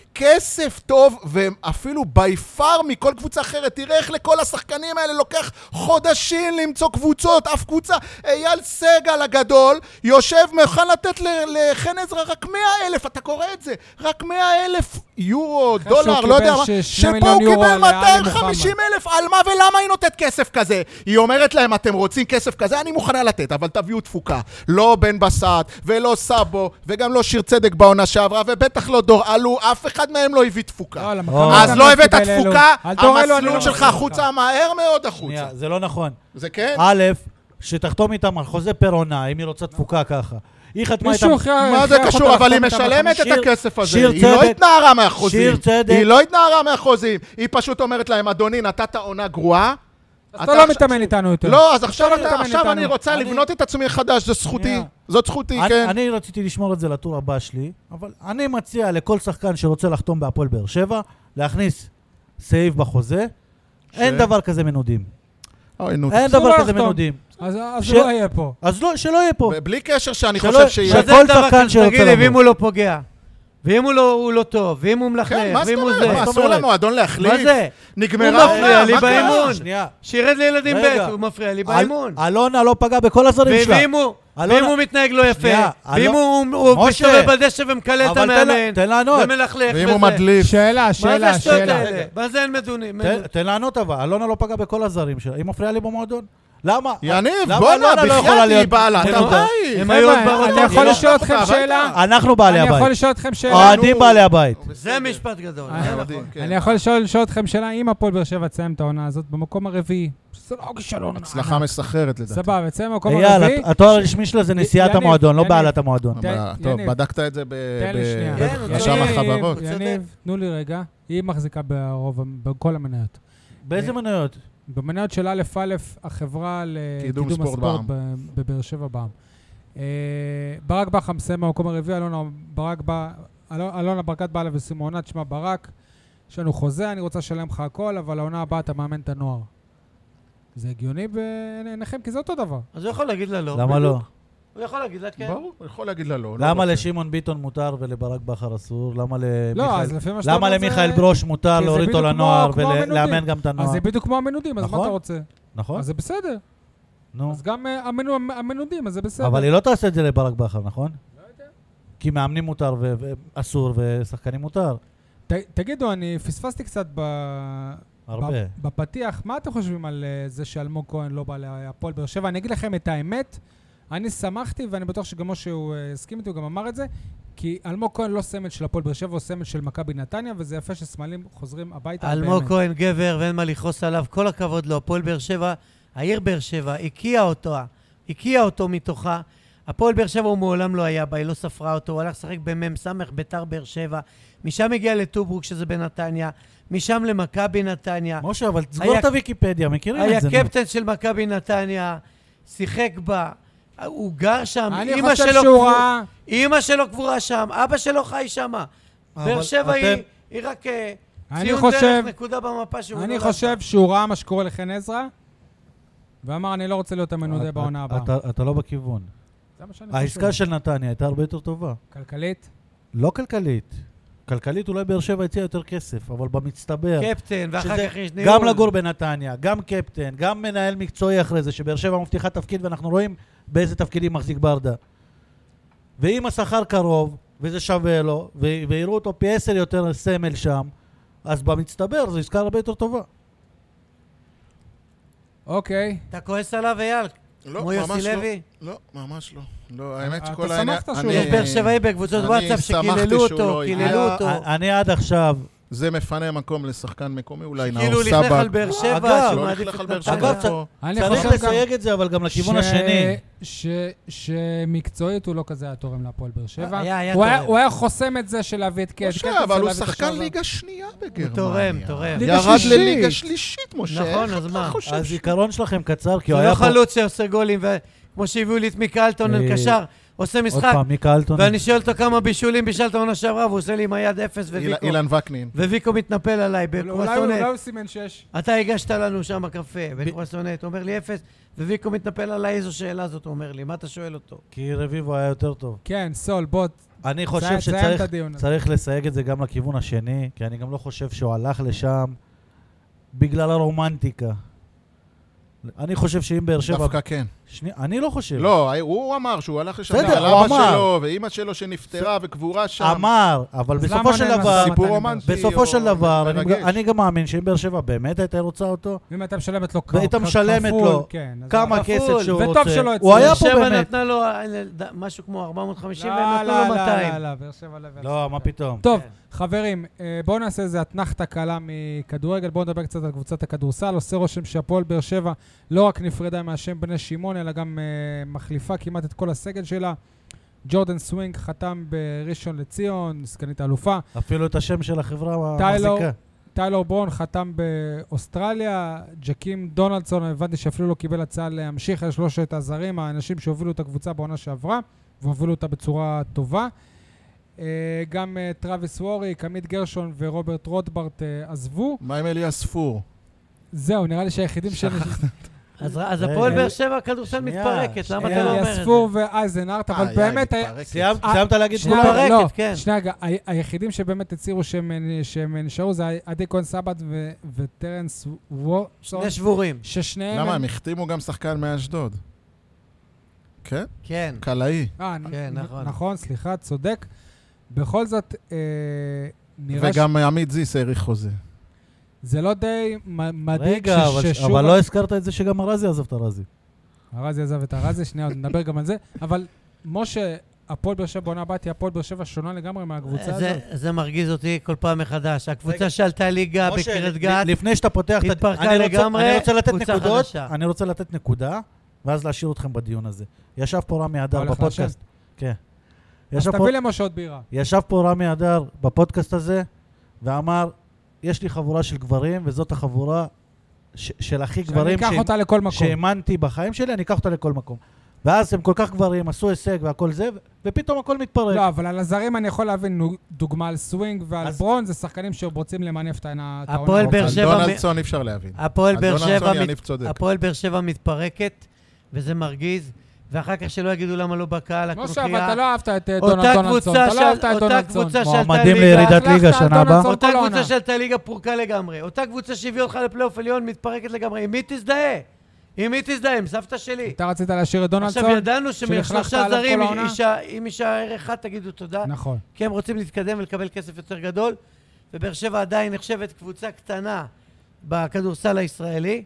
כסף טוב, ואפילו ביפר מכל קבוצה אחרת. תראה איך לכל השחקנים האלה לוקח חודשים למצוא קבוצות, אף קבוצה. אייל סגל הגדול יושב, מוכן לתת לחן עזרא רק 100,000, אתה קורא את זה, רק 100,000 יורו, דולר, לא יודע מה, שפה הוא קיבל 250,000, על מה ולמה היא נותנת כסף כזה? היא אומרת להם, אתם רוצים כסף כזה? אני מוכנה לתת, אבל תביאו תפוקה. לא בן בסט, ולא סאבו, וגם לא שיר צדק בעונה שעברה, ובטח לא דור אלו, אף אחד מהם לא הביא תפוקה. אז לא הבאת תפוקה, המסלול שלך החוצה מהר מאוד החוצה. זה לא נכון. זה כן? א', שתחתום איתם על חוזה פרעונה, אם היא רוצה תפוקה ככה. היא חתמה איתם... מה זה קשור? אבל היא משלמת את הכסף הזה. היא לא התנערה מהחוזים. היא לא התנערה מהחוזים. היא פשוט אומרת להם, אדוני, נתת עונה גרועה. אז אתה לא מתאמן איתנו יותר. לא, אז עכשיו אני רוצה לבנות את עצמי חדש, זו זכותי. זאת זכותי, כן. אני רציתי לשמור את זה לטור הבא שלי, אבל אני מציע לכל שחקן שרוצה לחתום בהפועל באר שבע, להכניס סעיף בחוזה. אין דבר כזה מנודים. אין דבר כזה מנודים. אז לא יהיה פה. אז שלא יהיה פה. בלי קשר שאני חושב שיהיה... שכל שחקן שרוצה תגיד לי, ואם הוא לא פוגע, ואם הוא לא טוב, ואם הוא מלכלך, ואם הוא זה... מה אסור למועדון להחליט? מה זה? נגמרה? הוא מפריע לי באימון. שנייה. שירד לילדים ב', הוא מפריע לי באימון. אלונה לא פגע בכל הזרים שלה. ואם הוא מתנהג לא יפה, ואם הוא מסתובב בדשא ומקלל את המאמן, ומלכלך ואם הוא מדליף. שאלה. מה זה השטות האלה? מה זה אין מדונים? תן לענות אבל, אלונה לא פגע בכל הזרים שלה. היא מפריעה לי במועדון. למה? יניב, בוא'נה, בחייאת היא בעלת הבית. אני יכול לשאול אתכם שאלה? אנחנו בעלי הבית. אני יכול לשאול אתכם שאלה? אוהדים בעלי הבית. זה משפט גדול. אני יכול לשאול אתכם שאלה, אם הפועל באר שבע תסיים את העונה הזאת במקום הרביעי, זה לא כישלון. הצלחה מסחררת לדעתי. סבבה, תסיים במקום הרביעי. אייל, התואר הרשמי שלה זה נשיאת המועדון, לא בעלת המועדון. טוב, בדקת את זה ברשם החברות. יניב, תנו לי רגע, היא מחזיקה בכל המניות. באיזה מניות? במניות של א', החברה לקידום הספורט בבאר שבע בע"מ. ברק בכר מסיים במקום הרביעי, אלונה ברקת באה ושימו עונה, תשמע ברק, יש לנו חוזה, אני רוצה לשלם לך הכל, אבל העונה הבאה אתה מאמן את הנוער. זה הגיוני בעיניכם, כי זה אותו דבר. אז הוא יכול להגיד לה לא. למה לא? הוא יכול להגיד לה כן. ברור, הוא יכול להגיד לה לא. למה לשמעון ביטון מותר ולברק בכר אסור? לא, אז לפי מה שאתה למה למיכאל ברוש מותר להוריד אותו לנוער ולאמן גם את הנוער? אז זה בדיוק כמו המנודים, אז מה אתה רוצה? נכון. אז זה בסדר. נו. אז גם המנודים, אז זה בסדר. אבל היא לא תעשה את זה לברק בכר, נכון? לא יודע. כי מאמנים מותר ואסור ושחקנים מותר. תגידו, אני פספסתי קצת הרבה. בפתיח, מה אתם חושבים על זה שאלמוג כהן לא בא להפועל באר שבע? אני אגיד לכם את האמת, אני שמחתי ואני בטוח שגם כמו שהוא הסכים איתי, הוא גם אמר את זה, כי אלמוג כהן לא סמל של הפועל באר שבע, הוא סמל של מכבי נתניה, וזה יפה שסמלים חוזרים הביתה. אלמוג כהן גבר ואין מה לכעוס עליו, כל הכבוד לו, הפועל באר שבע, העיר באר שבע, הקיאה אותו מתוכה. הפועל באר שבע הוא מעולם לא היה בה, היא לא ספרה אותו, הוא הלך לשחק במ"ם סמך ביתר באר שבע, משם הגיע לטוברוק שזה בנתניה, משם למכבי נתניה. משה, אבל תסגור את הוויקיפדיה, מכירים את זה. היה קפטן של מכבי נתניה, שיחק בה, הוא גר שם, אמא שלו קבורה שם, אבא שלו חי שם. באר שבע היא רק ציון דרך, נקודה במפה שהוא אני חושב שהוא ראה מה שקורה לחן עזרא, ואמר, אני לא רוצה להיות המנודה בעונה הבאה. אתה לא בכיוון. העסקה של נתניה הייתה הרבה יותר טובה. כלכלית? לא כלכלית. כלכלית אולי באר שבע הציע יותר כסף, אבל במצטבר. קפטן, ואחר כך יש ניהול. גם לגור בנתניה, גם קפטן, גם מנהל מקצועי אחרי זה, שבאר שבע מבטיחה תפקיד, ואנחנו רואים באיזה תפקידים מחזיק ברדה. ואם השכר קרוב, וזה שווה לו, ויראו אותו פי 10 יותר סמל שם, אז במצטבר זו עסקה הרבה יותר טובה. אוקיי. אתה כועס עליו, אייל? כמו יוסי לוי? לא, ממש לא. לא, האמת שכל העניין... יש באר שבעי בקבוצות וואטסאפ שקיללו אותו. אני עד עכשיו... זה מפנה מקום לשחקן מקומי, אולי נאור כאילו סבא. לכלך על באר שבע, שמעדיף את נתניה. צריך לסייג את זה, אבל גם לכיוון השני. שמקצועית הוא לא כזה היה תורם להפועל באר שבע. הוא היה חוסם את זה של להביא את קטע. אבל הוא שחקן ליגה שנייה בגרמניה. הוא תורם. ירד לליגה שלישית, משה. נכון, אז מה? הזיכרון שלכם קצר, כי הוא הוא היה לא חלוץ שעושה גולים, וכמו שהביאו לי את מיקה אלטונן קשר, עושה משחק, עוד פעם, מיקה אלטונן. ואני שואל אותו כמה בישולים בישלת עונה שעברה, והוא עושה לי עם היד 0 וויקו. אילן וקנין. וויקו מתנפל עליי בקרואסונט. אולי הוא סימן 6. אתה הגשת לנו שם קפה בקרואסונט, הוא אומר לי 0, וויקו מתנפל עליי, איזו שאלה זאת, הוא אומר לי, מה אתה שואל אותו? כי רביבו היה יותר טוב. כן, סול, בוט. אני חושב שצריך לסייג את זה גם לכיוון השני, כי אני גם לא חושב שהוא הלך לשם בגלל הרומנטיקה. אני חושב שאם באר שבע... דווקא כן. אני לא חושב. לא, הוא אמר שהוא הלך לשם על אבא שלו, ואמא שלו שנפטרה וקבורה שם. אמר, אבל בסופו של דבר... סיפור רומנטי. בסופו של דבר, אני גם מאמין שאם באר שבע באמת הייתה רוצה אותו... אם הייתה משלמת לו והייתה משלמת לו כמה כסף שהוא רוצה. וטוב שלא הוא היה פה באר שבע באמת. נתנה לו משהו כמו 450 והם נתנו לו 200. לא, באר שבע לא. לא, מה פתאום. טוב, חברים, בואו נעשה איזה התנחתה קלה מכדורגל, בואו נדבר קצת על קבוצת הכדורסל. עושה רושם שהפועל באר שבע לא רק נפרדה מהשם בני שמעון, אלא גם מחליפה כמעט את כל הסגל שלה. ג'ורדן סווינג חתם בראשון לציון, סגנית האלופה. אפילו את השם של החברה המחזיקה. טיילור ברון חתם באוסטרליה. ג'קים דונלדסון, הבנתי שאפילו לא קיבל הצעה להמשיך על שלושת הזרים, האנשים שהובילו את הקבוצה בעונה שעברה, והובילו אותה בצורה טובה. גם טרוויס ווריק, עמית גרשון ורוברט רוטברט עזבו. מה עם אליאס פור? זהו, נראה לי שהיחידים אז הפועל באר שבע הכדורסל מתפרקת, למה אתה לא אומר את זה? אליאס פור ואייזנארט, אבל באמת... סיימת להגיד מתפרקת, כן. שנייה, היחידים שבאמת הצהירו שהם נשארו זה עדי כהן סבט וטרנס וורסון. שני שבורים. ששניהם... למה? הם החתימו גם שחקן מאשדוד. כן? כן. קלעי. נכון, סליחה, צודק. בכל זאת, נראה וגם עמית זיס העריך חוזה. זה לא די מדאיג ששוב... אבל לא הזכרת את זה שגם הרזי עזב את הרזי. הרזי עזב את הרזי, שנייה, עוד נדבר גם על זה. אבל משה, הפועל באר שבע בעונה הבאה תהיה הפועל באר שבע שונה לגמרי מהקבוצה הזאת. זה מרגיז אותי כל פעם מחדש. הקבוצה שעלתה ליגה בקריית גת, לפני שאתה פותח... התפרקה לגמרי, אני רוצה לתת נקודה, ואז להשאיר אתכם בדיון הזה. ישב פה רמי אדר בפודקאסט. כן. אז תביא למשה עוד בירה. ישב פה רמי אדר בפודקאסט הזה, ואמר, יש לי חבורה של גברים, וזאת החבורה של הכי גברים שאני אקח אותה לכל מקום. שהאמנתי בחיים שלי, אני אקח אותה לכל מקום. ואז הם כל כך גברים, עשו הישג והכל זה, ופתאום הכל מתפרק. לא, אבל על הזרים אני יכול להבין דוגמה על סווינג ועל ברון, זה שחקנים שרוצים למנף את העונה. הפועל באר שבע... על דונלדסון אפשר להבין. הפועל באר שבע מתפרקת, וזה מרגיז, ואחר כך שלא יגידו למה לא בקהל הקונחייה. משה, אבל אתה לא אהבת את דונלדסון. אתה לא אהבת את דונלדסון. מועמדים לירידת ליגה שנה הבאה. אותה קבוצה שעלתה ליגה פורקה לגמרי. אותה קבוצה שהביאה אותך לפלייאוף עליון מתפרקת לגמרי. עם מי תזדהה? עם מי תזדהה? עם סבתא שלי. אתה רצית להשאיר את דונלדסון? עכשיו ידענו שמ3 זרים, אם יישאר אחד, תגידו תודה. נכון. כי הם רוצים להתקדם ולקבל כסף יותר גדול, ובאר שבע עדיין נחשבת קבוצה קטנה בכדורסל הישראלי,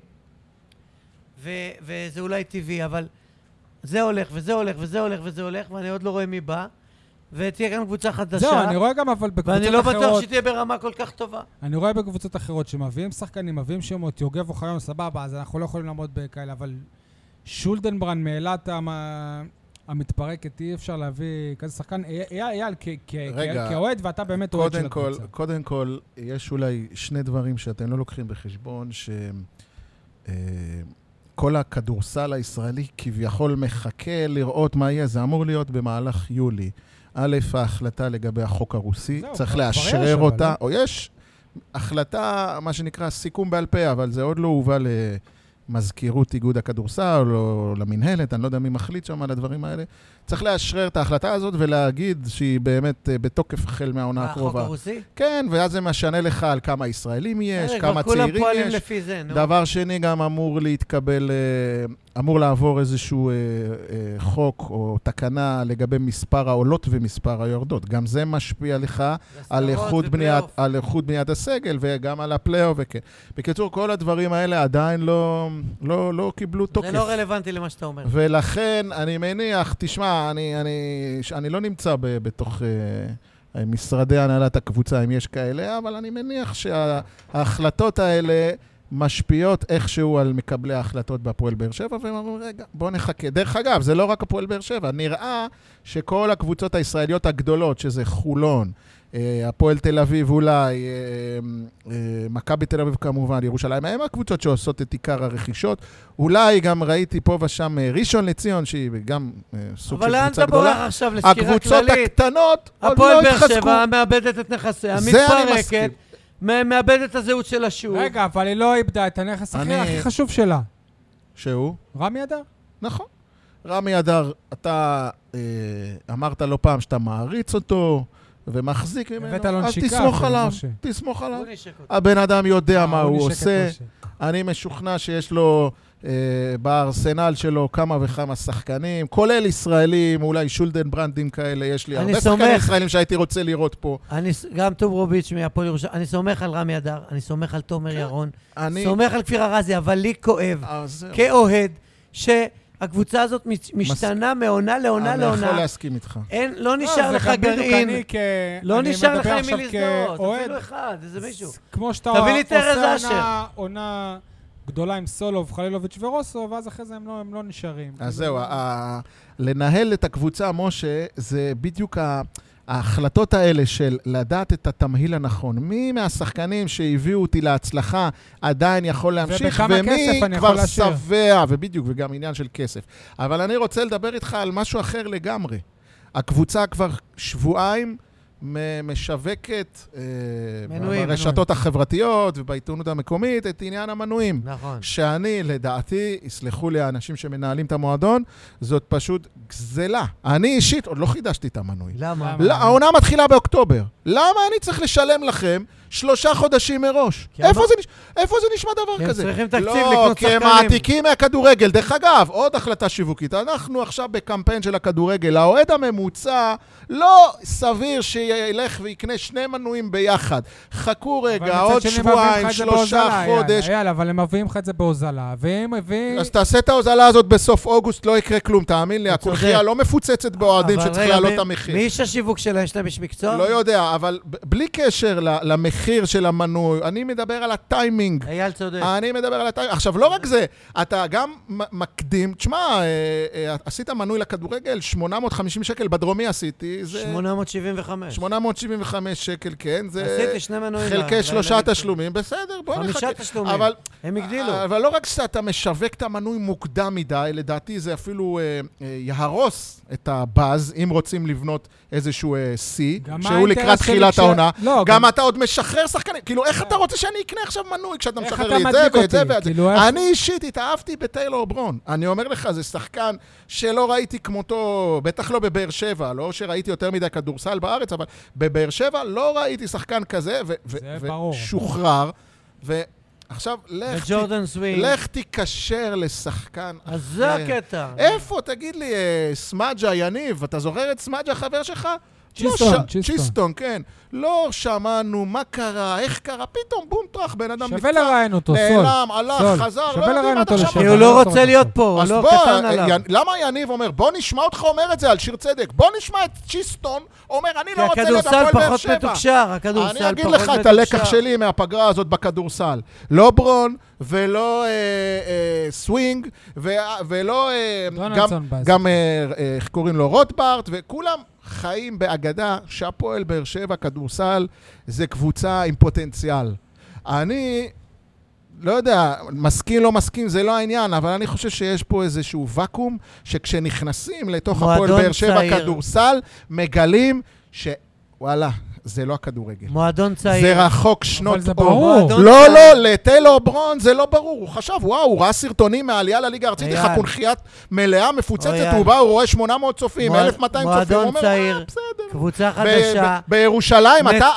וזה אולי טבעי, אבל זה הולך, וזה הולך, וזה הולך, וזה הולך, ואני עוד לא רואה מי בא, ותהיה כאן קבוצה חדשה. זהו, אני רואה גם אבל בקבוצות אחרות. ואני לא בטוח שתהיה ברמה כל כך טובה. אני רואה בקבוצות אחרות שמביאים שחקנים, מביאים שמות, יוגב אוחיון, סבבה, אז אנחנו לא יכולים לעמוד בכאלה, אבל שולדנברן מאילת המתפרקת, אי אפשר להביא כזה שחקן. אייל, כאוהד, ואתה באמת אוהד של הקבוצה. קודם כל, יש אולי שני דברים שאתם לא לוקחים בחשבון, כל הכדורסל הישראלי כביכול מחכה לראות מה יהיה, זה אמור להיות במהלך יולי. א', ההחלטה לגבי החוק הרוסי, צריך לאשרר אותה, או יש החלטה, מה שנקרא סיכום בעל פה, אבל זה עוד לא הובא למזכירות איגוד הכדורסל, או למנהלת, אני לא יודע מי מחליט שם על הדברים האלה. צריך לאשרר את ההחלטה הזאת ולהגיד שהיא באמת בתוקף החל מהעונה הקרובה. החוק הרוסי? כן, ואז זה משנה לך על כמה ישראלים יש, כמה צעירים יש. דבר שני גם אמור להתקבל, אמור לעבור איזשהו חוק או תקנה לגבי מספר העולות ומספר היורדות. גם זה משפיע לך על איכות בניית הסגל וגם על הפלייאוף. בקיצור, כל הדברים האלה עדיין לא קיבלו תוקף. זה לא רלוונטי למה שאתה אומר. ולכן אני מניח, תשמע, אני לא נמצא בתוך משרדי הנהלת הקבוצה, אם יש כאלה, אבל אני מניח שההחלטות האלה משפיעות איכשהו על מקבלי ההחלטות בהפועל באר שבע, והם אמרו, רגע, בוא נחכה. דרך אגב, זה לא רק הפועל באר שבע, נראה שכל הקבוצות הישראליות הגדולות, שזה חולון, הפועל תל אביב אולי, מכבי תל אביב כמובן, ירושלים, הם הקבוצות שעושות את עיקר הרכישות. אולי גם ראיתי פה ושם ראשון לציון, שהיא גם סוג של קבוצה גדולה. אבל לאן אתה בורח עכשיו לסקירה כללית? הקבוצות הקטנות עוד לא התחזקו. הפועל באר שבע מאבדת את נכסיה, מתפרקת, מאבדת את הזהות של השוק. רגע, אבל היא לא איבדה את הנכס הכי חשוב שלה. שהוא? רמי אדר. נכון. רמי אדר, אתה אמרת לא פעם שאתה מעריץ אותו, ומחזיק ממנו, אז תסמוך עליו, תסמוך עליו. הבן אדם יודע מה הוא עושה. אני משוכנע שיש לו בארסנל שלו כמה וכמה שחקנים, כולל ישראלים, אולי שולדן ברנדים כאלה, יש לי הרבה שחקנים ישראלים שהייתי רוצה לראות פה. גם טוברוביץ' מהפועל ירושלים, אני סומך על רמי אדר, אני סומך על תומר ירון, סומך על כפיר ארזי, אבל לי כואב, כאוהד, הקבוצה הזאת משתנה מעונה לעונה לעונה. אני יכול להסכים איתך. לא נשאר לך גרעין. לא נשאר לך למי להזדהות. אפילו אחד, איזה מישהו. כמו שאתה עושה עונה גדולה עם סולוב, חלילוביץ' ורוסו, ואז אחרי זה הם לא נשארים. אז זהו, לנהל את הקבוצה, משה, זה בדיוק ההחלטות האלה של לדעת את התמהיל הנכון. מי מהשחקנים שהביאו אותי להצלחה עדיין יכול להמשיך, ומי כבר שבע, ובדיוק, וגם עניין של כסף. אבל אני רוצה לדבר איתך על משהו אחר לגמרי. הקבוצה כבר שבועיים משווקת ברשתות החברתיות ובעיתונות המקומית את עניין המנויים. נכון. שאני, לדעתי, יסלחו לי האנשים שמנהלים את המועדון, זאת פשוט גזלה. אני אישית עוד לא חידשתי את המנוי. למה? העונה מתחילה באוקטובר. למה אני צריך לשלם לכם 3 חודשים מראש? איפה זה נשמע דבר כזה? הם צריכים תקציב לקנות שחקנים. לא, כי הם מעתיקים מהכדורגל. דרך אגב, עוד החלטה שיווקית. אנחנו עכשיו בקמפיין של הכדורגל. האוהד הממוצע לא סביר שילך ויקנה 2 מנויים ביחד. חכו רגע, עוד שבועיים, 3 חודש. יאללה, אבל הם מביאים לך את זה בהוזלה, והם מביאים... אז תעשה את ההוזלה הזאת בסוף אוגוסט, לא יקרה כלום, תאמין לי, הקולחייה לא מפוצצת באוהדים שצריך לעלות את המחיר. מי איש השיווק שלהם? יש להם איש מקצוע? לא יודע, אבל בלי קשר למחיר, המחיר של המנוי, אני מדבר על הטיימינג. אייל צודק. אני מדבר על הטיימינג. עכשיו, לא רק זה, אתה גם מקדים, תשמע, עשית מנוי לכדורגל, 850 שקל, בדרומי עשיתי, זה... 875. 875 שקל, כן, זה... עשיתי 2 מנויים. חלקי 3 תשלומים, בסדר, בוא נחכה. 5 תשלומים, הם הגדילו. אבל לא רק שאתה משווק את המנוי מוקדם מדי, לדעתי זה אפילו יהרוס את הבאז, אם רוצים לבנות איזשהו C, שהוא לקראת תחילת העונה. גם אתה עוד משחרר שחקנים, כאילו איך אתה רוצה שאני אקנה עכשיו מנוי כשאתה משחרר לי את זה ואת זה ואת זה? אני אישית התאהבתי בטיילור ברון. אני אומר לך, זה שחקן שלא ראיתי כמותו, בטח לא בבאר שבע, לא שראיתי יותר מדי כדורסל בארץ, אבל בבאר שבע לא ראיתי שחקן כזה, ושוחרר, עכשיו, לך תיקשר לשחקן אחר. אז זה הקטע. איפה, תגיד לי, סמאג'ה, יניב, אתה זוכר את סמאג'ה, חבר שלך? צ'יסטון, כן. לא שמענו מה קרה, איך קרה, פתאום בום טוח, בן אדם נפצע. שווה לראיין אותו, סול. נעלם, הלך, חזר, שווה לראיין אותו לשם. הוא לא רוצה להיות פה, הוא לא קטן עליו. למה יניב אומר, בוא נשמע אותך אומר את זה על שיר צדק, בוא נשמע את צ'יסטון, אומר, אני לא רוצה להיות הפועל באר שבע. הכדורסל פחות מתוקשר, הכדורסל פחות מתוקשר. אני אגיד לך את הלקח שלי מהפגרה הזאת בכדורסל. לא ברון ולא סווינג, ולא גם, איך קוראים לו, רוטברט, וכולם חיים באגדה שהפועל באר שבע כדורסל זה קבוצה עם פוטנציאל. אני לא יודע, מסכים לא מסכים זה לא העניין, אבל אני חושב שיש פה איזשהו וקום שכשנכנסים לתוך הפועל באר שבע כדורסל מגלים שוואלה, זה לא הכדורגל. מועדון צעיר. זה רחוק שנות... אבל זה ברור. לא, לטיילור ברון זה לא ברור. הוא חשב, וואו, הוא ראה סרטונים מהעלייה לליגה הארצית, איך הקונחיית מלאה מפוצצת, הוא בא, הוא רואה 800 צופים, 1200 צופים, הוא אומר, בסדר. קבוצה חדשה. בירושלים, אתה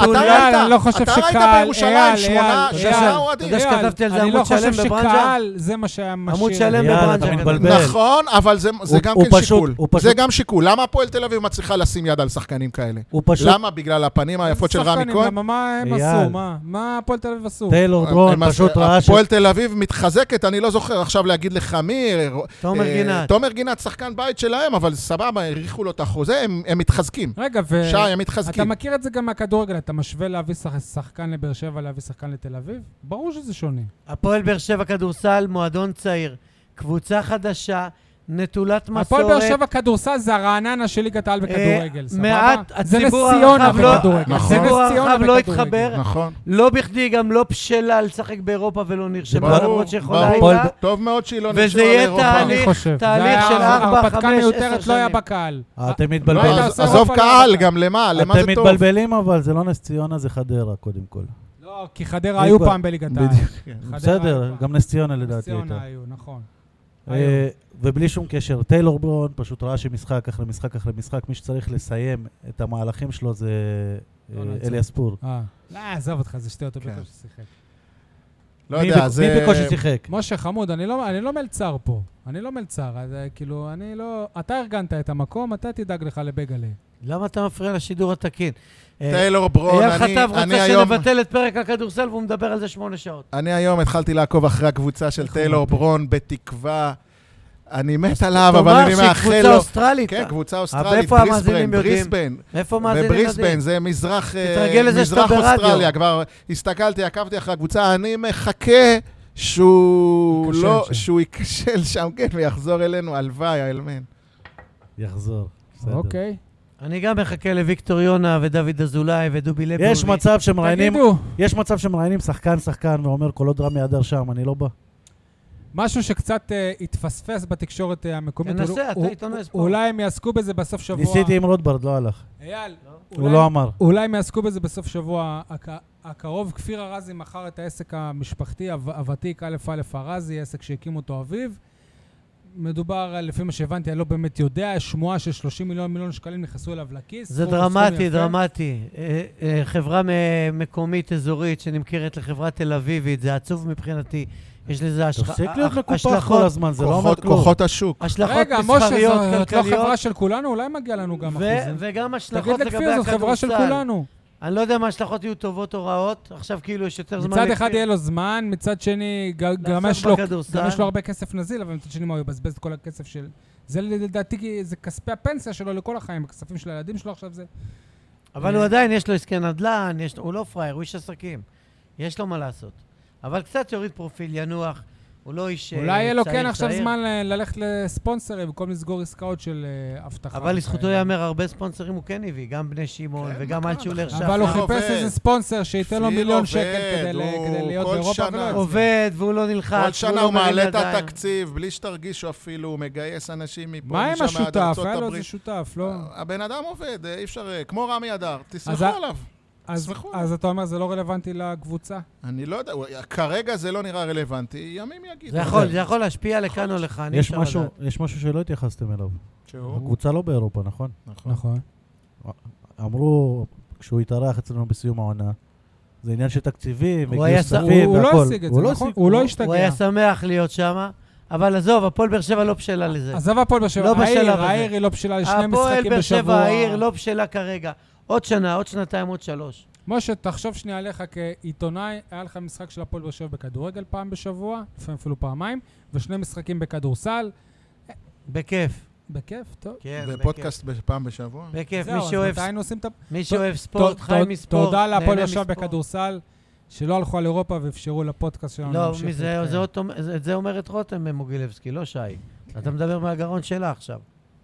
ראית בירושלים 8 אוהדים. אתה יודע שכתבתי על זה עמוד שלם בברנז'ה? אני לא חושב שקהל זה מה שהיה משאיר. עמוד שלם בברנז'ה. נכון, אבל זה גם כן שיקול. זה גם שיקול. למה הפועל תל אביב מצליחה לשים יד על שחקנים כאלה? למה? בגלל הפנים היפות של רמי כהן? מה הם עשו? מה הפועל תל אביב עשו? טיילור ברון פשוט ראה הפועל תל אביב מתחזקת, אני לא זוכר עכשיו להגיד לך מי, תומר גינת, שחקן בית שלהם, אבל סבבה, הריחו לו את החוזה, הם מתחזקים. רגע, שי, הם מתחזקים. אתה מכיר את זה גם מהכדורגל, אתה משווה להביא שחקן לבאר שבע, להביא שחקן לתל אביב? ברור שזה שונה. הפועל באר שבע כדורסל, מועדון צעיר, קבוצה חדשה, נטולת מסורת. הפועל באר שבע כדורסל זה הרעננה של ליגת העל בכדורגל, סבבה? מעט, זה נס ציונה בכדורגל. הציבור הרחב לא התחבר, לא בכדי גם לא בשלה לשחק באירופה ולא נרשמה, למרות שיכולה הייתה. טוב מאוד שהיא לא נרשמה לאירופה. וזה יהיה תהליך של 4, 5, 10 שנים. מיותרת לא היה בקהל. אתם מתבלבלים. עזוב קהל, גם למה? למה זה טוב? אתם מתבלבלים, אבל זה לא נס ציונה, זה חדרה קודם כל. לא, כי חדרה היו פעם בליגת העל. בסדר, גם נס ציונה לדעתי. נס ציונה היו, נכון. ובלי שום קשר, טיילור ברון פשוט ראה שמשחק אחרי משחק אחרי משחק, מי שצריך לסיים את המהלכים שלו זה אליאס פור. לא, עזוב אותך, זה שתי אותו בקושי שיחק. לא יודע, זה... מי בקושי שיחק? משה חמוד, אני לא מלצר פה. אני לא מלצר, כאילו, אני לא... אתה ארגנת את המקום, אתה תדאג לך לבגלה. למה אתה מפריע לשידור התקין? טיילור ברון, אייל חטב רוצה שנבטל את פרק הכדורסל והוא מדבר על זה 8 שעות. אני היום התחלתי לעקוב אחרי הקבוצה של טיילור ברון בתקווה. אני מת עליו, אבל אני מאחל לו... תאמר שהיא קבוצה אוסטרלית. כן, קבוצה אוסטרלית, בריסבן. איפה מאזינים יודעים? ובריסבן, זה מזרח אוסטרליה. כבר הסתכלתי, עקבתי אחרי הקבוצה, אני מחכה שהוא ייכשל שם, כן, ויחזור אלינו, הלוואי, האלמן. יחזור, בסדר. אוקיי. אני גם מחכה לוויקטור יונה ודוד אזולאי ודובי לוי. יש מצב שמראיינים שחקן ואומר כל עוד רמי אדר שם, אני לא בא. משהו שקצת התפספס בתקשורת המקומית. תנסה, אתה עיתונאי ספורט. אולי הם יעסקו בזה בסוף שבוע. ניסיתי עם רוטברד, לא הלך. אייל, הוא לא אמר. אולי הם יעסקו בזה בסוף שבוע הקרוב. כפיר ארזי מכר את העסק המשפחתי, הוותיק א' ארזי, עסק שהקים אותו אביו. מדובר, לפי מה שהבנתי, אני לא באמת יודע, שמועה של 30 מיליון שקלים נכנסו אליו לכיס. זה דרמטי. חברה מקומית אזורית שנמכרת לחברה תל אביבית, זה עצוב מבחינתי. יש לזה תפסיק להיות מקופח כל הזמן, זה לא אומר כלום. כוחות השוק. השלכות מסחריות, כלכליות. זאת לא חברה של כולנו, אולי מגיע לנו גם אחוזים. וגם השלכות לגבי הכדורסל. תגיד לכפיר, זאת חברה של כולנו. אני לא יודע מה השלכות יהיו טובות או רעות, עכשיו כאילו יש יותר זמן... מצד אחד יהיה לו זמן, מצד שני גם יש לו הרבה כסף נזיל, אבל מצד שני מה הוא יבזבז את כל הכסף של... זה לדעתי, זה כספי הפנסיה שלו לכל החיים, הכספים של הילדים שלו עכשיו זה... אבל הוא עדיין, יש לו עסקי נדל"ן, הוא לא פרייר, הוא איש עסקים. יש לו מה לעשות. אבל קצת יוריד פרופיל, ינוח, הוא לא איש צעיר. אולי יהיה לו כן עכשיו זמן ללכת לספונסרים, במקום לסגור עסקאות של הבטחה. אבל לזכותו יאמר, הרבה ספונסרים הוא כן הביא, גם בני שמעון וגם אלצ'ולר שחר. אבל הוא חיפש איזה ספונסר שייתן לו $1,000,000 כדי להיות באירופה ולא יצא. עובד והוא לא נלחץ. כל שנה הוא מעלה את התקציב, בלי שתרגישו אפילו, הוא מגייס אנשים מפה, מה עם השותף? היה לו איזה שותף, לא? הבן אדם עובד, אי אפשר, כמו רמי אדר, תסמכו עליו. אז אתה אומר, זה לא רלוונטי לקבוצה? אני לא יודע, כרגע זה לא נראה רלוונטי, ימים יגיד. זה יכול להשפיע לכאן או לכאן, יש משהו שלא התייחסתם אליו. שהוא? הקבוצה לא באירופה, נכון? נכון. אמרו, כשהוא התארח אצלנו בסיום העונה, זה עניין של תקציבים, הוא לא השיג את זה, נכון? הוא לא השתגע. הוא היה שמח להיות שם, אבל עזוב, הפועל באר שבע לא בשלה לזה. עזוב הפועל באר שבע, העיר היא לא בשלה לשני משחקים בשבוע. הפועל באר שבע, העיר לא בשלה כרגע. עוד שנה, עוד שנתיים, עוד 3. משה, תחשוב שנייה עליך כעיתונאי, היה לך משחק של הפועל באר שבע בכדורגל פעם בשבוע, לפעמים אפילו פעמיים, ו2 משחקים בכדורסל. בכיף. בכיף, טוב. כן, ופודקאסט פעם בשבוע? בכיף, מי שאוהב ספורט, חי מספורט, תודה להפועל באר שבע בכדורסל, שלא הלכו על אירופה ואפשרו לפודקאסט שלנו להמשיך. לא, את זה אומרת רותם מוגילבסקי, לא שי. אתה מדבר מהגרון שלה עכשיו.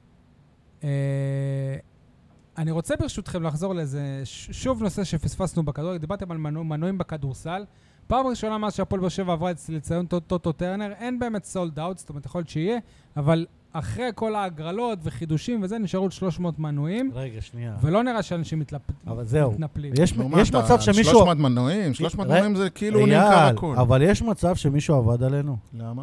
אני רוצה ברשותכם לחזור לאיזה שוב נושא שפספסנו בכדורגל. דיברתם על מנויים בכדורסל. פעם ראשונה מאז שהפועל באר שבע עברה לציון טוטו טרנר, אין באמת סולד אאוט, זאת אומרת יכול להיות שיהיה, אבל אחרי כל ההגרלות וחידושים וזה נשארו 300 מנויים. רגע, שנייה. ולא נראה שאנשים מתנפלים. יש מצב שמישהו... 300 מנויים? 300 מנויים זה כאילו נמכר הכל. אבל יש מצב שמישהו עבד עלינו. למה?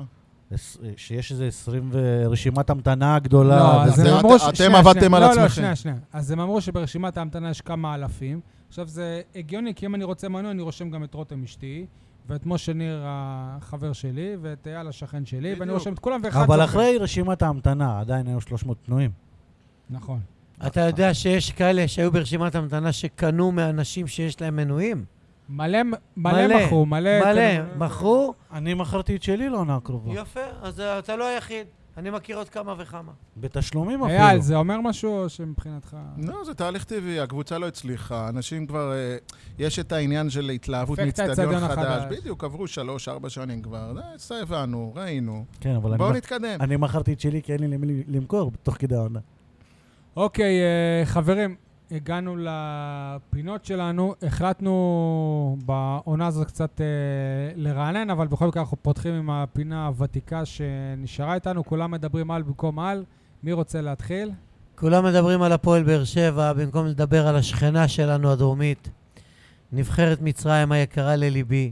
שיש איזה 20 ורשימת המתנה גדולה. לא, אז הם אמרו... אתם עבדתם על עצמכם. לא, שנייה. אז הם אמרו שברשימת ההמתנה יש כמה אלפים. עכשיו זה הגיוני, כי אם אני רוצה מנוי, אני רושם גם את רותם אשתי, ואת משה ניר החבר שלי, ואת אייל השכן שלי, ואני רושם את כולם ואחד... אבל אחרי רשימת ההמתנה עדיין היו 300 פנויים. נכון. אתה יודע שיש כאלה שהיו ברשימת המתנה שקנו מאנשים שיש להם מנויים? מלא מכרו, מלא מכרו. אני מכרתי את שלי לעונה הקרובה. יפה, אז אתה לא היחיד. אני מכיר עוד כמה וכמה. בתשלומים אפילו. אייל, זה אומר משהו שמבחינתך... לא, זה תהליך טבעי, הקבוצה לא הצליחה. אנשים כבר... יש את העניין של התלהבות מאצטדיון חדש. בדיוק, עברו 3-4 שנים כבר. הבנו, ראינו. כן, אבל בואו נתקדם. אני מכרתי את שלי כי אין לי למי למכור תוך כדי העונה. אוקיי, חברים, הגענו לפינות שלנו. החלטנו בעונה הזאת קצת לרענן, אבל בכל זאת אנחנו פותחים עם הפינה הוותיקה שנשארה איתנו. כולם מדברים על במקום על. מי רוצה להתחיל? כולם מדברים על הפועל באר שבע, במקום לדבר על השכנה שלנו הדרומית. נבחרת מצרים היקרה לליבי,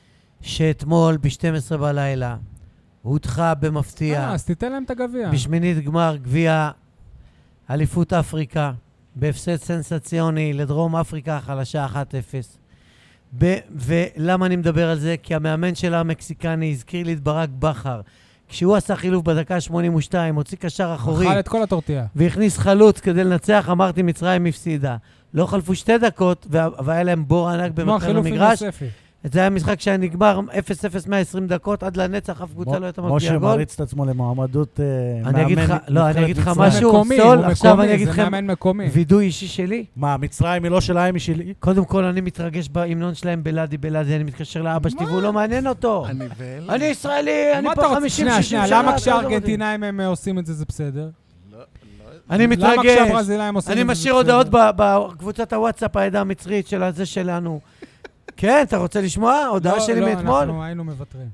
שאתמול ב-12 בלילה הודחה במפתיע. אז תיתן להם את הגביע. בשמינית גמר גביע אליפות אפריקה. בהפסד סנסציוני לדרום אפריקה החלשה 1-0. ולמה אני מדבר על זה? כי המאמן שלה המקסיקני הזכיר לי את ברק בכר. כשהוא עשה חילוף בדקה 82, הוציא קשר אחורי. אכל את כל התורתיה. והכניס חלוץ כדי לנצח, אמרתי מצרים הפסידה. לא חלפו 2 דקות, והיה להם בור ענק במרכז המגרש. זה היה משחק שהיה נגמר 0-0 120 דקות, עד לנצח אף קבוצה לא הייתה מבקיעה גול. משה מריץ את עצמו למועמדות מאמן. לא, אני אגיד לך משהו, סול, עכשיו אני אגיד לכם, וידוי אישי שלי. מה, מצרים היא לא שלהם, היא שלי? קודם כל, אני מתרגש בהמנון שלהם בלאדי, אני מתקשר לאבא שלי, והוא לא מעניין אותו. אני ישראלי, אני פה 50-60 שנה. למה כשהארגנטינאים הם עושים את זה, זה בסדר? אני מתרגש. אני משאיר הודעות בקבוצת הוואטסאפ, העדה המצרית של הזה שלנו. כן, אתה רוצה לשמוע? הודעה שלי מאתמול? לא, אנחנו היינו מבטרים.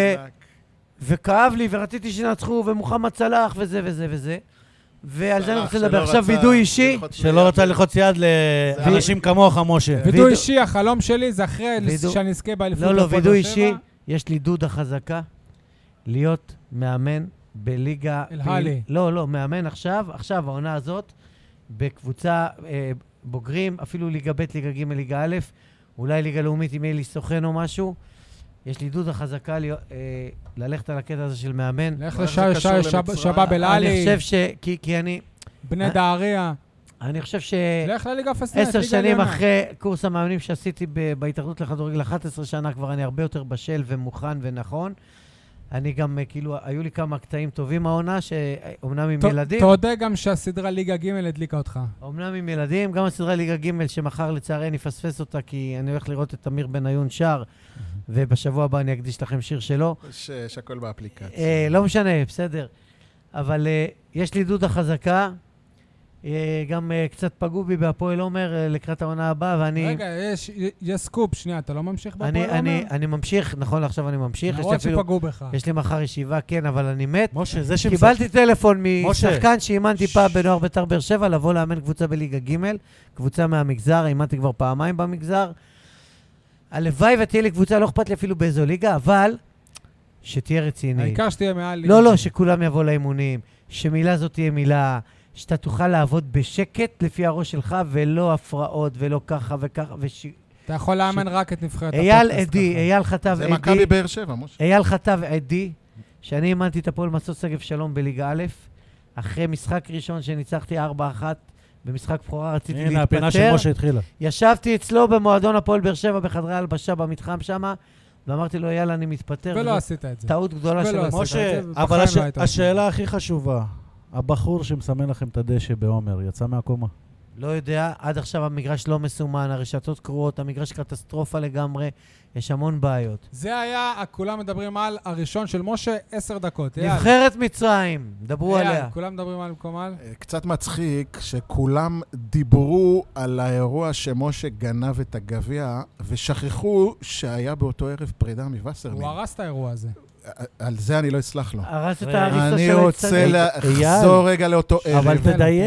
וכאב לי, ורציתי שנצחו, ומוחמד צלח, וזה. ועל זה אני רוצה לדבר. עכשיו וידוי אישי. שלא רצה לחוץ יד לאנשים כמוך, משה. וידוי אישי, החלום שלי זה אחרי שאני אזכה באליפות. לא, וידוי אישי. יש לי דודה חזקה להיות מאמן בליגה... אל-הלי. לא, מאמן עכשיו, העונה הזאת, בקבוצה בוגרים, אפילו ליגה ב', ליגה ג', ליגה א', אולי ליגה לאומית, אם יהיה לי סוכן או משהו. יש לי דודה חזקה ללכת על הקטע הזה של מאמן. לך לשבאב אל-עלי. אני חושב כי אני... בני דהריה. אני חושב לך לליגה פסטנט. 10 שנים אחרי קורס המאמנים שעשיתי בהתאחדות לכדורגל, 11 שנה כבר אני הרבה יותר בשל ומוכן ונכון. אני גם, כאילו, היו לי כמה קטעים טובים מהעונה, שאומנם עם ילדים... תודה גם שהסדרה ליגה ג' הדליקה אותך. אומנם עם ילדים, גם הסדרה ליגה ג' שמחר לצערי אני אפספס אותה, כי אני הולך לראות את אמיר בניון שר, ובשבוע הבא אני אקדיש לכם שיר שלו. שקול באפליקציה. לא משנה, בסדר. אבל יש לי דודה חזקה, גם קצת פגעו בי בהפועל עומר לקראת העונה הבאה, ואני... רגע, יש סקופ, שנייה, אתה לא ממשיך בהפועל עומר? אני ממשיך, נכון, עכשיו אני ממשיך. למרות שפגעו בך. יש לי מחר ישיבה, כן, אבל אני מת. משה, זה קיבלתי טלפון משחקן שאימנתי פעם בנוער בית"ר באר שבע, לבוא לאמן קבוצה בליגה ג', קבוצה מהמגזר, אימנתי כבר פעמיים במגזר. הלוואי ותהיה לי קבוצה, לא אכפת לי אפילו באיזו ליגה, אבל שתהיה רציני. העיקר שתהיה מעל... לא, שכולם יבואו לאימונים, שמילה זאת תהיה מילה, שאתה תוכל לעבוד בשקט לפי הראש שלך, ולא הפרעות, ולא ככה וככה, אתה יכול לאמן רק את נבחרת הפודקאסט. אייל חטב עדי. זה מכבי באר שבע, משה. אייל חטב עדי, שאני אימנתי את הפועל מצות שגב שלום בליגה א', אחרי משחק ראשון שניצחתי 4-1, במשחק בחורה רציתי להתפטר. הנה, הפינה של משה התחילה. ישבתי אצלו במועדון הפועל באר שבע בחדרי הלבשה במתחם שמה, ואמרתי לו, יאללה, אני מתפטר. ולא עשית את זה. טעות גדולה שלו. משה, אבל השאלה הכי חשובה, הבחור שמסמן לכם את הדשא בעומר, יצא מהקומה? לא יודע, עד עכשיו המגרש לא מסומן, הרשתות קרועות, המגרש קטסטרופה לגמרי, יש המון בעיות. זה היה, כולם מדברים על הראשון של משה, 10 דקות. נבחרת מצרים, דברו עליה. כולם מדברים על קומל? קצת מצחיק שכולם דיברו על האירוע שמשה גנב את הגביע, ושכחו שהיה באותו ערב פרידה מווסרמיל. הוא הרס את האירוע הזה. על זה אני לא אסלח לו. הרס את ההריסה של אני רוצה לחזור רגע לאותו ערב. אבל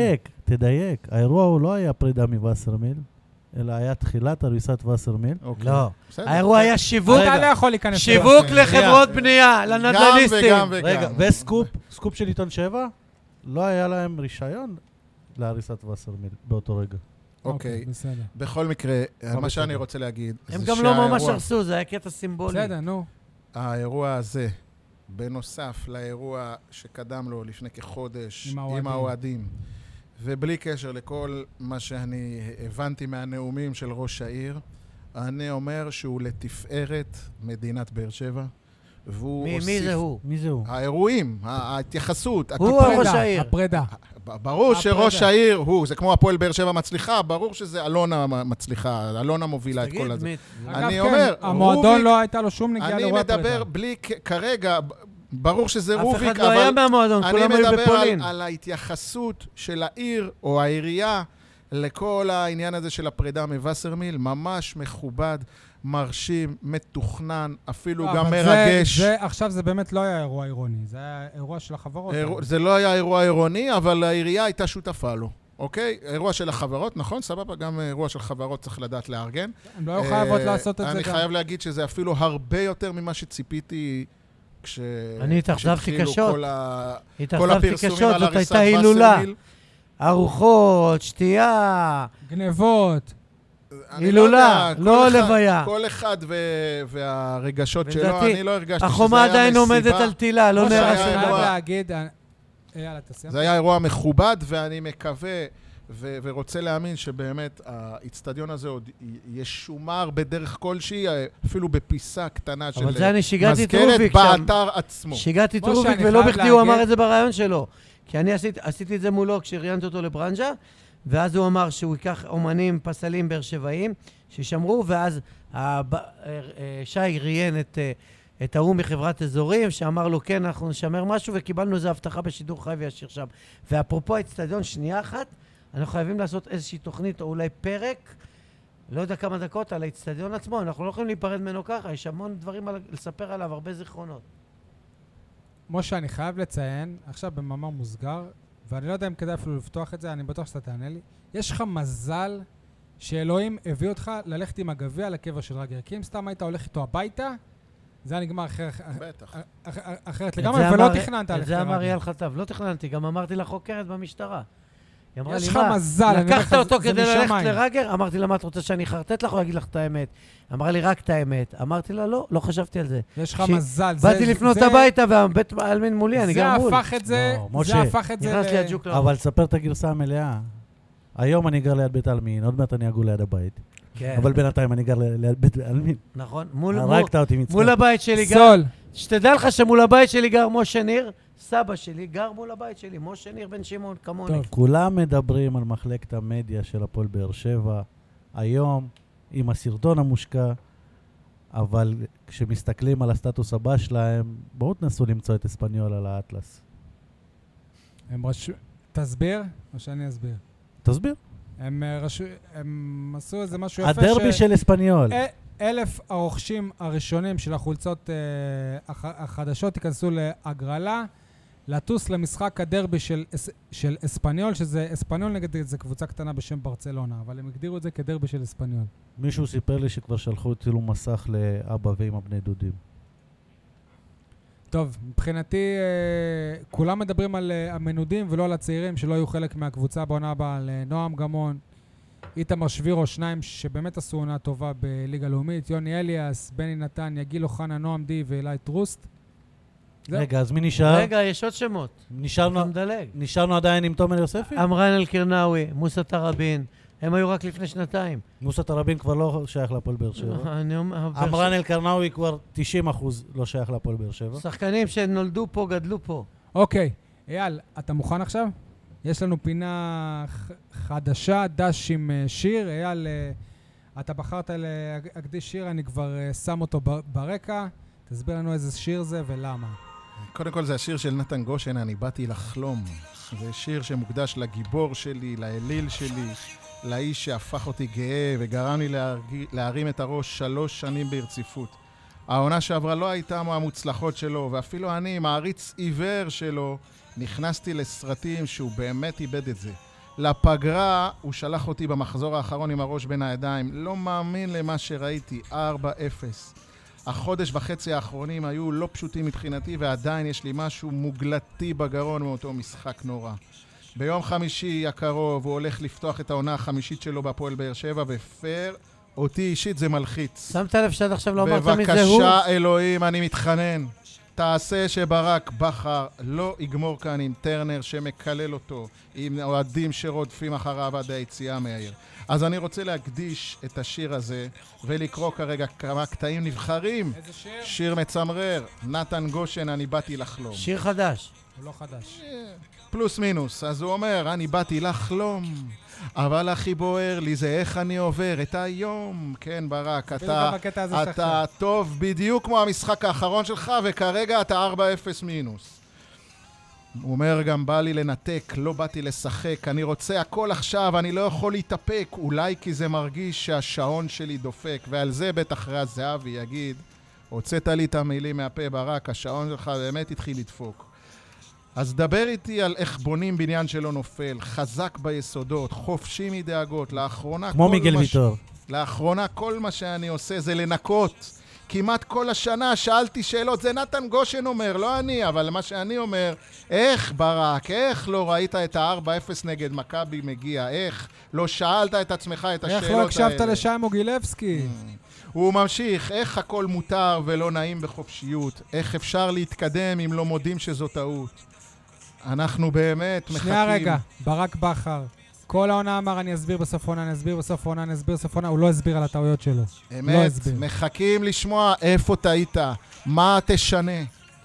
תדייק. האירוע הוא לא היה פרידה מווסרמיל, אלא היה תחילת הריסת ווסרמיל. לא. האירוע היה שיווק. אתה לא יכול להיכנס. שיווק לחברות בנייה, לנדל"ניסטים. גם וגם. רגע, וסקופ של עיתון 7, לא היה להם רישיון להריסת ווסרמיל באותו רגע. אוקיי. בכל מקרה, מה שאני רוצה להגיד, הם גם לא ממש הרסו, זה היה קטע סימבולי. בסדר, נו. האירוע הזה, בנוסף לאירוע שקדם לו לפני כחודש עם האוהדים, ובלי קשר לכל מה שאני הבנתי מהנאומים של ראש העיר, אני אומר שהוא לתפארת מדינת באר שבע, והוא הוסיף... מי זה הוא? האירועים, ההתייחסות, הוא ראש העיר. הפרידה. ברור שראש העיר הוא, זה כמו הפועל באר שבע מצליחה, ברור שזה אלונה מצליחה, אלונה מובילה את כל הזה. אני אומר, המועדון לא הייתה לו שום נגיעה לאירוע הפרידה. אני מדבר בלי, כרגע, ברור שזה רוביק, אבל... אף אחד לא היה מהמועדון, כולם היו בפולין. אני מדבר על ההתייחסות של העיר או העירייה לכל העניין הזה של הפרידה מווסרמיל, ממש מכובד, מרשים, מתוכנן, אפילו גם מרגש. עכשיו זה באמת לא היה אירוע עירוני, זה היה אירוע של החברות. זה לא היה אירוע עירוני, אבל העירייה הייתה שותפה לו. אוקיי? אירוע של החברות, נכון? סבבה, גם אירוע של חברות צריך לדעת לארגן. הם לא היו חייבות לעשות את זה גם. אני חייב להגיד שזה אפילו הרבה יותר ממה שציפיתי אני התאכזבתי קשות. כל הפרסומים על זאת הריסת הייתה הילולה. וסרמיל. ארוחות, שתייה. גנבות. הילולה, לא לוויה. כל אחד והרגשות שלו, אני לא הרגשתי שזה היה מסיבה. החומה עדיין עומדת על תילה, לא נראה שאני חייב להגיד, יאללה, תסיים. זה היה אירוע מכובד, ואני מקווה ורוצה להאמין שבאמת האצטדיון הזה עוד ישומר בדרך כלשהי, אפילו בפיסה קטנה של מזכרת באתר עצמו. שיגעתי את רוביק ולא בכדי הוא אמר את זה ברעיון שלו. כי אני עשיתי את זה מולו כשראיינתי אותו לברנז'ה, ואז הוא אמר שהוא ייקח אומנים, פסלים, באר שבעים, שישמרו, ואז שי ראיין את ההוא מחברת אזורים, שאמר לו, כן, אנחנו נשמר משהו, וקיבלנו איזו הבטחה בשידור חי וישיר שם. ואפרופו האצטדיון, שנייה אחת, אנחנו חייבים לעשות איזושהי תוכנית, או אולי פרק, לא יודע כמה דקות, על האצטדיון עצמו. אנחנו לא יכולים להיפרד ממנו ככה, יש המון דברים לספר עליו, הרבה זיכרונות. משה, אני חייב לציין, עכשיו במאמר מוסגר, ואני לא יודע אם כדאי אפילו לפתוח את זה, אני בטוח שאתה תענה לי. יש לך מזל שאלוהים הביא אותך ללכת עם הגביע לקבר של רגר. כי אם סתם היית הולך איתו הביתה, זה היה נגמר אחרת לגמרי, ולא תכננת ללכת. את זה אמר אייל חטב, לא תכננתי, גם אמרתי לחוקרת במשטרה. יש לך מזל. לקחת אותו כדי ללכת לרגר? אמרתי לה, מה את רוצה שאני אחרטט לך או אגיד לך את האמת? אמרה לי, רק את האמת. אמרתי לה, לא חשבתי על זה. יש לך מזל. באתי לפנות הביתה והבית העלמין מולי, אני גם מול. זה הפך את זה, זה הפך את זה. נכנס לי הג'וק. אבל ספר את הגרסה המלאה. היום אני גר ליד בית העלמין, עוד מעט אני אגור ליד הבית. כן. אבל בינתיים אני גר ליד בית העלמין. נכון. הרגת אותי מצחוק. מול הבית שלי גר... סול. שתדע לך שמול הבית שלי גר משה ניר, סבא שלי גר מול הבית שלי, משה ניר בן שמעון, כמוני. טוב. כולם מדברים על מחלקת המדיה של הפועל באר שבע, היום, עם הסרטון המושקע, אבל כשמסתכלים על הסטטוס הבא שלהם, בואו תנסו למצוא את אספניול על האטלס. תסביר, או שאני אסביר? תסביר. הם עשו איזה משהו יפה הדרבי של אספניול. 1,000 הרוכשים הראשונים של החולצות החדשות ייכנסו להגרלה, לטוס למשחק הדרבי של אספניול, שזה אספניול נגד איזו קבוצה קטנה בשם ברצלונה, אבל הם הגדירו את זה כדרבי של אספניול. מישהו סיפר לי שכבר שלחו צילום מסך לאבא ועם הבני דודים. טוב, מבחינתי כולם מדברים על המנודים ולא על הצעירים שלא היו חלק מהקבוצה בעונה הבאה, על נועם גמון, איתמר שבירו, שניים שבאמת עשו עונה טובה בליגה לאומית, יוני אליאס, בני נתן, יגיל אוחנה, נועם די ואילי טרוסט. רגע, אז מי נשאר? רגע, יש עוד שמות. נשארנו עדיין עם תומר יוספי? אמרן אל-קרנאווי, מוסא תראבין. הם היו רק לפני שנתיים. מוסא תראבין כבר לא שייך להפועל באר שבע. אמרן אל-קרנאווי כבר 90% לא שייך להפועל באר שבע. שחקנים שנולדו פה, גדלו פה. אוקיי, אייל, אתה מוכן עכשיו? יש לנו פינה חדשה, דש עם שיר. אייל, אתה בחרת להקדיש שיר, אני כבר שם אותו ברקע. תסביר לנו איזה שיר זה ולמה. קודם כל זה השיר של נתן גושן, אני באתי לחלום. זה שיר שמוקדש לגיבור שלי, לאליל שלי, לאיש שהפך אותי גאה וגרם לי להרים את הראש 3 שנים ברציפות. העונה שעברה לא הייתה מהמוצלחות שלו, ואפילו אני, מעריץ עיוור שלו, נכנסתי לסרטים שהוא באמת איבד את זה. לפגרה הוא שלח אותי במחזור האחרון עם הראש בין הידיים. לא מאמין למה שראיתי, 4-0. החודש וחצי האחרונים היו לא פשוטים מבחינתי, ועדיין יש לי משהו מוגלתי בגרון מאותו משחק נורא. ביום חמישי הקרוב הוא הולך לפתוח את העונה החמישית שלו בהפועל באר שבע, ופר אותי אישית זה מלחיץ. שמת לב שעד עכשיו לא אמרת מי זה הוא? בבקשה אלוהים, אני מתחנן. תעשה שברק בכר לא יגמור כאן עם טרנר שמקלל אותו, עם אוהדים שרודפים אחריו עד היציאה מהעיר. אז אני רוצה להקדיש את השיר הזה ולקרוא כרגע כמה קטעים נבחרים. איזה שיר? שיר מצמרר, נתן גושן, אני באתי לחלום. שיר חדש. הוא לא חדש. פלוס מינוס. אז הוא אומר, אני באתי לחלום, אבל הכי בוער לי זה איך אני עובר את היום. כן, ברק, אתה טוב בדיוק כמו המשחק האחרון שלך, וכרגע אתה 4-0 מינוס. הוא אומר גם, בא לי לנתק, לא באתי לשחק, אני רוצה הכל עכשיו, אני לא יכול להתאפק, אולי כי זה מרגיש שהשעון שלי דופק, ועל זה בטח רז זהבי יגיד, הוצאת לי את המילים מהפה ברק, השעון שלך באמת התחיל לדפוק. אז דבר איתי על איך בונים בניין שלא נופל, חזק ביסודות, חופשי מדאגות, לאחרונה... כמו מיגל ויטור. לאחרונה כל מה שאני עושה זה לנקות. כמעט כל השנה שאלתי שאלות, זה נתן גושן אומר, לא אני, אבל מה שאני אומר, איך ברק, איך לא ראית את ה-4-0 נגד מכבי מגיע, איך לא שאלת את עצמך את השאלות האלה. איך לא הקשבת לשי מוגילבסקי? הוא ממשיך, איך הכל מותר ולא נעים בחופשיות, איך אפשר להתקדם אם לא מודים שזו טעות. אנחנו באמת מחכים. שנייה רגע, ברק בכר. כל העונה אמר, אני אסביר בסוף עונה, אני אסביר בסוף עונה, אני אסביר בסוף עונה, הוא לא הסביר על הטעויות שלו. אמת, מחכים לשמוע איפה טעית, מה תשנה.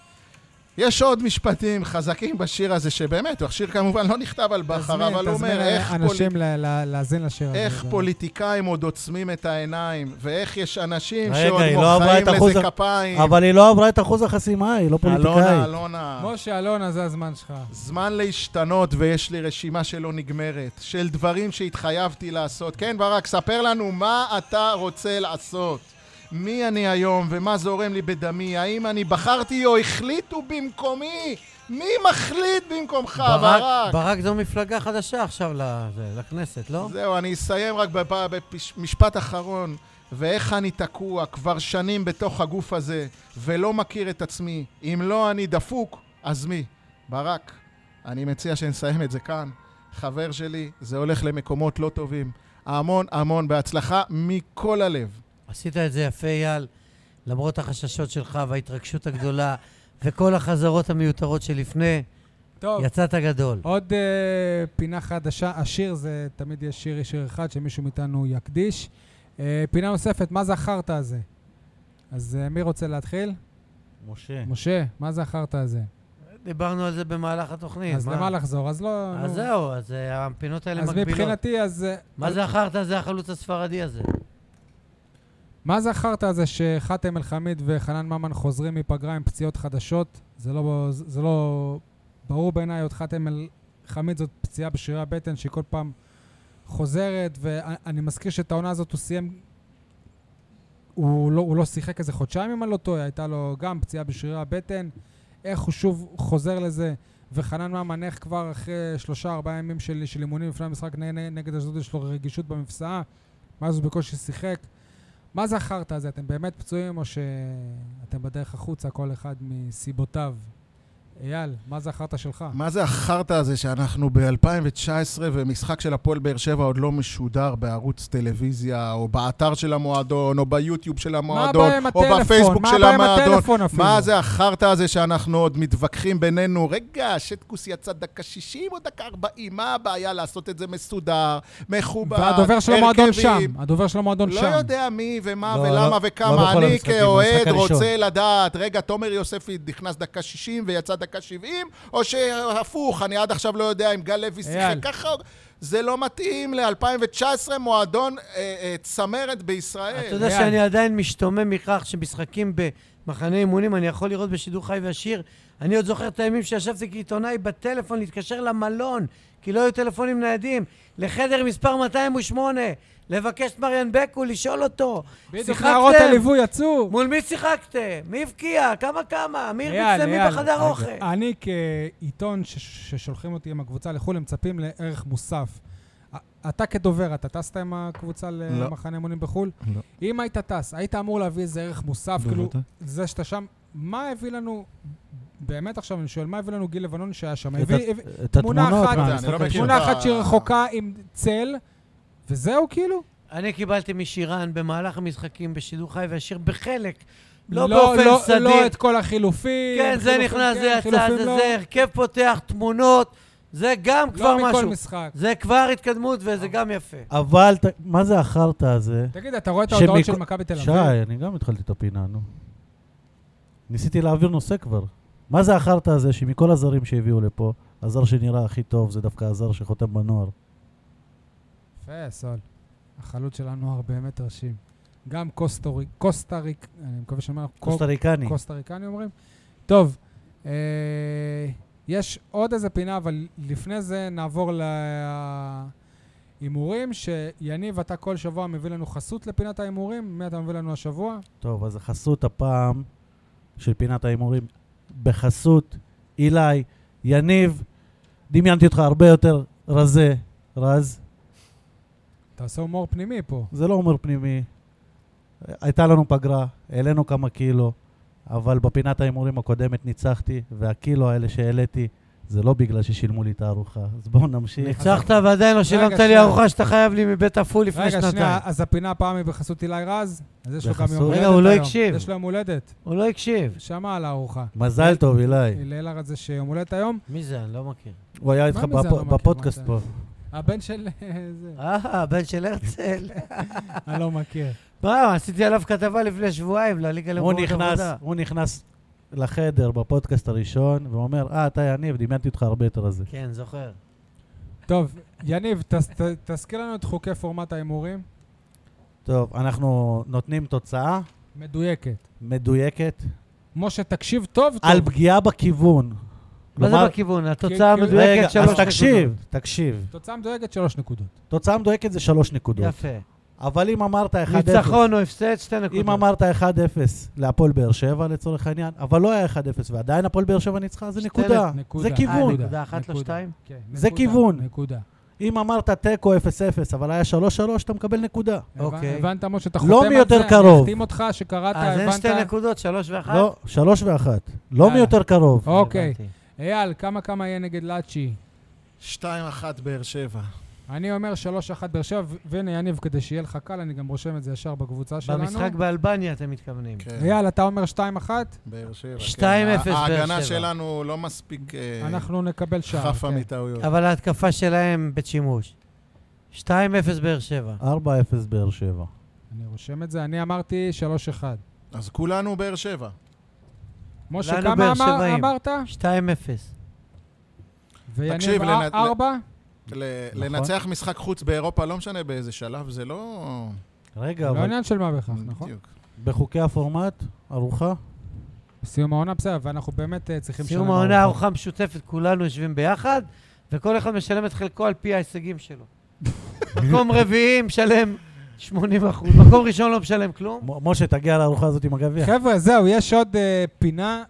יש עוד משפטים חזקים בשיר הזה, שבאמת, השיר כמובן לא נכתב על בכר, אבל הוא אומר איך אנשים להאזין לשיר הזה. איך פוליטיקאים עוד עוצמים את העיניים, ואיך יש אנשים שעוד מוחאים לזה כפיים. אבל היא לא עברה את אחוז החסימה, היא לא פוליטיקאית. אלונה. משה, אלונה, זה הזמן שלך. זמן להשתנות, ויש לי רשימה שלא נגמרת, של דברים שהתחייבתי לעשות. כן, ברק, ספר לנו מה אתה רוצה לעשות. מי אני היום ומה זורם לי בדמי? האם אני בחרתי או החליטו במקומי? מי מחליט במקומך, ברק? ברק זו מפלגה חדשה עכשיו לכנסת, לא? זהו, אני אסיים רק במשפט אחרון. ואיך אני תקוע כבר שנים בתוך הגוף הזה ולא מכיר את עצמי. אם לא אני דפוק, אז מי? ברק, אני מציע שנסיים את זה כאן. חבר שלי, זה הולך למקומות לא טובים. המון המון בהצלחה מכל הלב. עשית את זה יפה, אייל, למרות החששות שלך וההתרגשות הגדולה וכל החזרות המיותרות שלפני. טוב. יצאת גדול. עוד פינה חדשה. השיר זה תמיד יש שיר אחד שמישהו מאיתנו יקדיש. פינה נוספת, מה זה החרטא הזה? אז מי רוצה להתחיל? משה. משה, מה זה החרטא הזה? דיברנו על זה במהלך התוכנית. אז למה לחזור? אז לא... אז זהו, אז הפינות האלה אז מקבילות. מבחינתי, אז... מה זה החרטא? זה החלוץ הספרדי הזה. מה זה החרטא הזה שחאתם אל-חמיד וחנן ממן חוזרים מפגרה עם פציעות חדשות? זה לא ברור בעיניי, עוד חאתם אל-חמיד זאת פציעה בשרירי הבטן שהיא כל פעם חוזרת, ואני מזכיר שאת העונה הזאת הוא סיים, הוא לא שיחק איזה חודשיים אם אני לא טועה, הייתה לו גם פציעה בשרירי הבטן, איך הוא שוב חוזר לזה, וחנן ממן איך כבר אחרי 3-4 ימים של אימונים לפני המשחק נגד אשדוד יש לו רגישות במפסעה, מה זה בקושי שיחק. מה זה החרטא הזה? אתם באמת פצועים או שאתם בדרך החוצה כל אחד מסיבותיו? אייל, מה זה החרטא שלך? מה זה החרטא הזה שאנחנו ב-2019 ומשחק של הפועל באר שבע עוד לא משודר בערוץ טלוויזיה או באתר של המועדון או ביוטיוב של המועדון או בפייסבוק של המועדון? מה זה החרטא הזה שאנחנו עוד מתווכחים בינינו? רגע, שטקוס יצא דקה 60 או דקה 40, מה הבעיה לעשות את זה מסודר, מכובד, והדובר של המועדון שם, הדובר של המועדון שם. לא יודע מי ומה ולמה וכמה, אני כאוהד רוצה לדעת, רגע, תומר יוספי נכנס דקה 60 ויצא דקה 70, או שהפוך, אני עד עכשיו לא יודע אם גל לוי שיחק ככה, זה לא מתאים ל-2019 מועדון צמרת בישראל. אתה יודע שאני עדיין משתומם מכך שמשחקים במחנה אימונים, אני יכול לראות בשידור חי וישיר, אני עוד זוכר את הימים שישבתי כעיתונאי בטלפון להתקשר למלון, כי לא היו טלפונים ניידים, לחדר מספר 208, לבקש את מריאן בקו, לשאול אותו. בדיוק נערות הליווי יצאו. מול מי שיחקתם? מי הבקיע? כמה? מי הרביץ למי בחדר אוכל? אני כעיתון ששולחים אותי עם הקבוצה לחו"ל, הם מצפים לערך מוסף. אתה כדובר, אתה טסת עם הקבוצה למחנה אימונים בחו"ל? לא. אם היית טס, היית אמור להביא איזה ערך מוסף, כאילו, זה שאתה שם, מה הביא לנו... באמת עכשיו אני שואל, מה הביא לנו גיל לבנון שהיה שם? את התמונות. תמונה אחת שהיא רחוקה עם צל, וזהו כאילו? אני קיבלתי משירן במהלך המשחקים בשידור חי והשיר בחלק, לא באופן סדיר. לא את כל החילופים. כן, זה נכנס, זה יצא, זה הרכב פותח, תמונות, זה גם כבר משהו. לא מכל משחק. זה כבר התקדמות וזה גם יפה. אבל מה זה החרטא הזה? תגיד, אתה רואה את ההודעות של מכבי תל אביב? שי, אני גם התחלתי את הפינה, נו. ניסיתי להעביר נושא כבר. מה זה החרטא הזה שמכל הזרים שהביאו לפה, הזר שנראה הכי טוב זה דווקא הזר שחותם בנוער? יפה, סול. החלוץ של הנוער באמת תרשים. גם אני מקווה שאומר... קוסטריקני. קוסטריקני אומרים. טוב, יש עוד איזה פינה, אבל לפני זה נעבור להימורים, שיניב, אתה כל שבוע מביא לנו חסות לפינת ההימורים. מי אתה מביא לנו השבוע? טוב, אז החסות הפעם של פינת ההימורים, בחסות אילי, יניב, דמיינתי אותך הרבה יותר רזה, רז. אתה עושה הומור פנימי פה. זה לא הומור פנימי. הייתה לנו פגרה, העלינו כמה קילו, אבל בפינת ההימורים הקודמת ניצחתי, והקילו האלה שהעליתי, זה לא בגלל ששילמו לי את הארוחה. אז בואו נמשיך. ניצחת ועדיין לא שילמת לי ארוחה שאתה חייב לי מבית אפול לפני שנתיים. רגע, שנייה, אז הפינה הפעם היא בחסות אילי רז, אז יש לו גם יום הולדת. רגע, הוא לא הקשיב. יש לו יום הולדת. הוא לא הקשיב. שמע על הארוחה. מזל טוב, אילי. אילי רז זה שיום הולדת היום. מי זה? אני לא מכיר. הוא היה איתך בפודקאסט פה. הבן של... הבן של הרצל. אני לא מכיר. מה, עשיתי עליו כתבה לפני שבועיים, לליגה למקומות עבודה. הוא נכנס לחדר בפודקאסט הראשון, ואומר, אתה יניב, דמיינתי אותך הרבה יותר רזה. כן, זוכר. טוב, יניב, תזכיר לנו את חוקי פורמט ההימורים. טוב, אנחנו נותנים תוצאה. מדויקת. משה, תקשיב טוב. על פגיעה בכיוון. מה זה בכיוון? התוצאה מדויקת 3 נקודות. תקשיב. תוצאה מדויקת 3 נקודות. תוצאה מדויקת זה 3 נקודות. יפה. אבל אם אמרת 1-0... ניצחון או הפסד, 2 נקודות. אם אמרת 1-0 להפועל באר שבע לצורך העניין, אבל לא היה 1-0 ועדיין הפועל באר שבע ניצחה, זה נקודה. זה כיוון. נקודה, 1 לא 2? זה כיוון. נקודה. אם אמרת טקו 0-0, אבל היה 3-3, אתה מקבל נקודה. אוקיי. הבנת משה, שאתה חותם על זה, לא מיותר קרוב. אני אחתים אותך שקראת, הבנת... אז אין 2 נקודות, 3 ו-1? לא, 3 ו-1. לא מיותר קרוב. אוקיי. אייל, כמה יהיה נגד לאצ'י? 2-1 באר שבע. אני אומר 3-1 באר שבע, והנה יניב, כדי שיהיה לך קל, אני גם רושם את זה ישר בקבוצה שלנו. במשחק באלבניה אתם מתכוונים. אייל, אתה אומר 2-1? באר שבע, 2-0 באר שבע. ההגנה שלנו לא מספיק אנחנו נקבל שער. חפה מטעויות. אבל ההתקפה שלהם בית שימוש. 2-0 באר שבע. 4-0 באר שבע. רושם את זה. אני אמרתי 3-1. אז כולנו באר שבע. משה, לנו כמה באר שבעים. אמרת? 2-0. ויניב תקשיב, 4? לנצח משחק חוץ באירופה, לא משנה באיזה שלב, זה לא... רגע, לא אבל עניין של מה בכך, נכון? בדיוק. בחוקי הפורמט, ארוחה? בסיום העונה בסדר, ואנחנו באמת צריכים... סיום העונה ארוחה משותפת, כולנו יושבים ביחד, וכל אחד משלם את חלקו על פי ההישגים שלו. מקום רביעי משלם 80%, מקום ראשון לא משלם כלום. משה, תגיע לארוחה הזאת עם הגביע. חבר'ה, זהו, יש עוד פינה.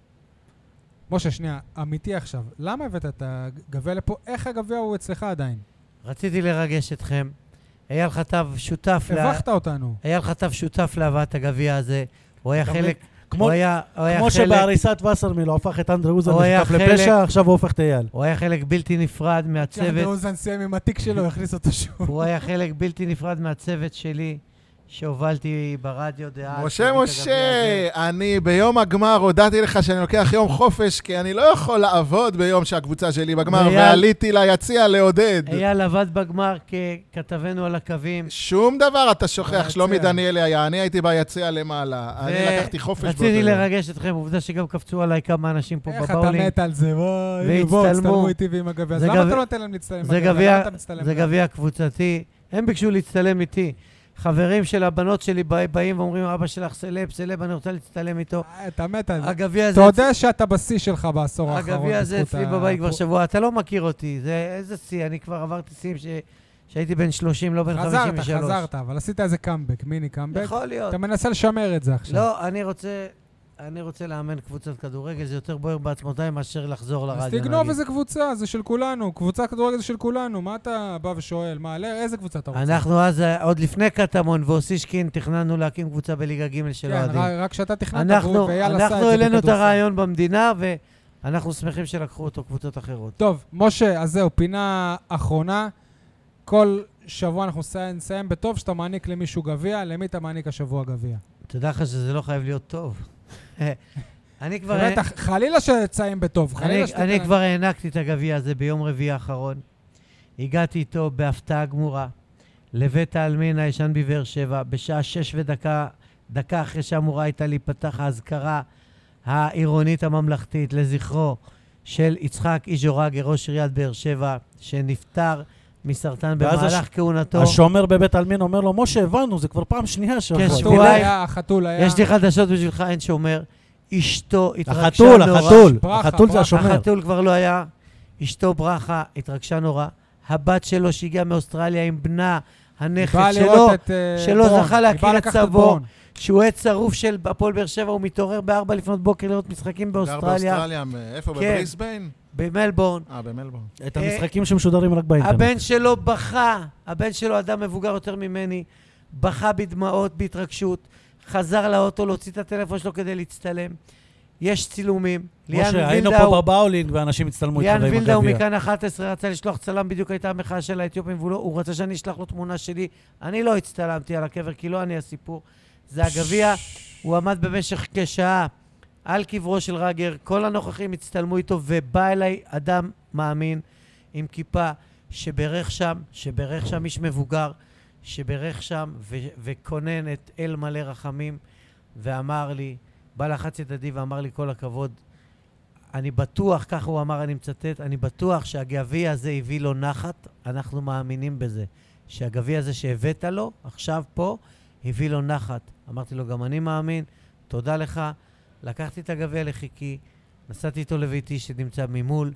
משה, שנייה, אמיתי עכשיו. למה הבאת את הגביע לפה? איך הגביע הוא אצלך עדיין? רציתי לרגש אתכם. אייל חטב שותף הבכת אותנו. אייל חטב שותף להבאת הגביע הזה. הוא היה חלק... כמו שבהריסת וסרמיל הוא הפך את אנדרי אוזן לשותף לפשע, עכשיו הוא הופך את אייל. הוא היה חלק בלתי נפרד מהצוות. אנדרי אוזן סיים עם התיק שלו, הכניס אותו שוב. הוא היה חלק בלתי נפרד מהצוות שלי, שהובלתי ברדיו דאז. משה, אני ביום הגמר הודעתי לך שאני לוקח יום חופש, כי אני לא יכול לעבוד ביום שהקבוצה שלי בגמר, ועליתי ליציע לעודד. אייל עבד בגמר ככתבנו על הקווים. שום דבר, אתה שוכח, שלומי דניאלי היה, אני הייתי ביציע למעלה, אני לקחתי חופש. רציתי לרגש אתכם, עובדה שגם קפצו עליי כמה אנשים פה בבאולינג. איך אתה מת על זה, בוא, הצטלמו איתי ועם הגביע. אז למה אתה לא נותן להם להצטלם? זה גביע קבוצתי, הם ביקשו להצטלם איתי. חברים של הבנות שלי באים ואומרים, אבא שלך סלב, אני רוצה להצטלם איתו. אתה מת על זה. אתה יודע שאתה בשיא שלך בעשור האחרון. הגביע הזה אצלי בבית כבר שבוע, אתה לא מכיר אותי, זה איזה שיא, אני כבר עברתי שיאים שהייתי בן 30, לא בן 53. חזרת, אבל עשית איזה קאמבק, מיני קאמבק. יכול להיות. אתה מנסה לשמר את זה עכשיו. לא, אני רוצה לאמן קבוצת כדורגל, זה יותר בוער בעצמותיי מאשר לחזור לרדיו. אז תגנוב איזה קבוצה, זה של כולנו. קבוצה כדורגל זה של כולנו. מה אתה בא ושואל? מה, איזה קבוצה אתה רוצה? אנחנו אז, עוד לפני קטמון ואוסישקין, תכננו להקים קבוצה בליגה ג' של אוהדים. כן, רק שאתה תכננת, ואייל עשה את זה אנחנו העלינו את הרעיון במדינה, ואנחנו שמחים שלקחו אותו קבוצות אחרות. טוב, משה, אז זהו, פינה אחרונה. כל שבוע אנחנו נסיים בטוב שאתה מעניק למישהו גביע. למי אתה מעניק השבוע גביע? תדע לך שזה לא חייב להיות טוב. אני כבר... חלילה שצאים בטוב. אני כבר הענקתי את הגביע הזה ביום רביעי האחרון. הגעתי איתו בהפתעה גמורה לבית העלמין הישן בבאר שבע, בשעה 6:01 אחרי שאמורה הייתה להיפתח האזכרה העירונית הממלכתית לזכרו של יצחק איז'ורגה, ראש עיריית באר שבע, שנפטר מסרטן במהלך כהונתו. השומר בבית העלמין אומר לו, משה, הבנו, זה כבר פעם שנייה שבוע. כן, שבועיים. יש לי חדשות בשבילך, אין שומר. אשתו התרגשה נורא. החתול זה השומר. החתול כבר לא היה. אשתו ברכה התרגשה נורא. הבת שלו שהגיעה מאוסטרליה עם בנה, הנכד שלו זכה להכיר את סבו, שהוא עץ שרוף של הפועל באר שבע, הוא מתעורר ב-4 לפנות בוקר לראות משחקים באוסטרליה. באוסטרליה, איפה? בבריסביין? במלבורן. במלבורן. את המשחקים שמשודרים רק באינטרנט. הבן שלו בכה, הבן שלו אדם מבוגר יותר ממני, בכה בדמעות, בהתרגשות, חזר לאוטו להוציא את הטלפון שלו כדי להצטלם. יש צילומים. משה, היינו פה בבאולינג ואנשים הצטלמו איתך עם הגביע. ליאן וילדאו מכאן 11 רצה לשלוח צלם, בדיוק הייתה המחאה של האתיופים, הוא רצה שאני אשלח לו תמונה שלי. אני לא הצטלמתי על הקבר, כי לא אני הסיפור. זה הגביע, הוא עמד במשך כשעה על קברו של רגר, כל הנוכחים הצטלמו איתו, ובא אליי אדם מאמין עם כיפה שברך שם איש מבוגר, שברך שם וכונן את אל מלא רחמים, ואמר לי, בא לחץ ידי ואמר לי כל הכבוד, אני בטוח, ככה הוא אמר, אני מצטט, אני בטוח שהגביע הזה הביא לו נחת, אנחנו מאמינים בזה, שהגביע הזה שהבאת לו, עכשיו פה, הביא לו נחת. אמרתי לו, גם אני מאמין, תודה לך. לקחתי את הגביע לחיקי, נסעתי איתו לביתי שנמצא ממול,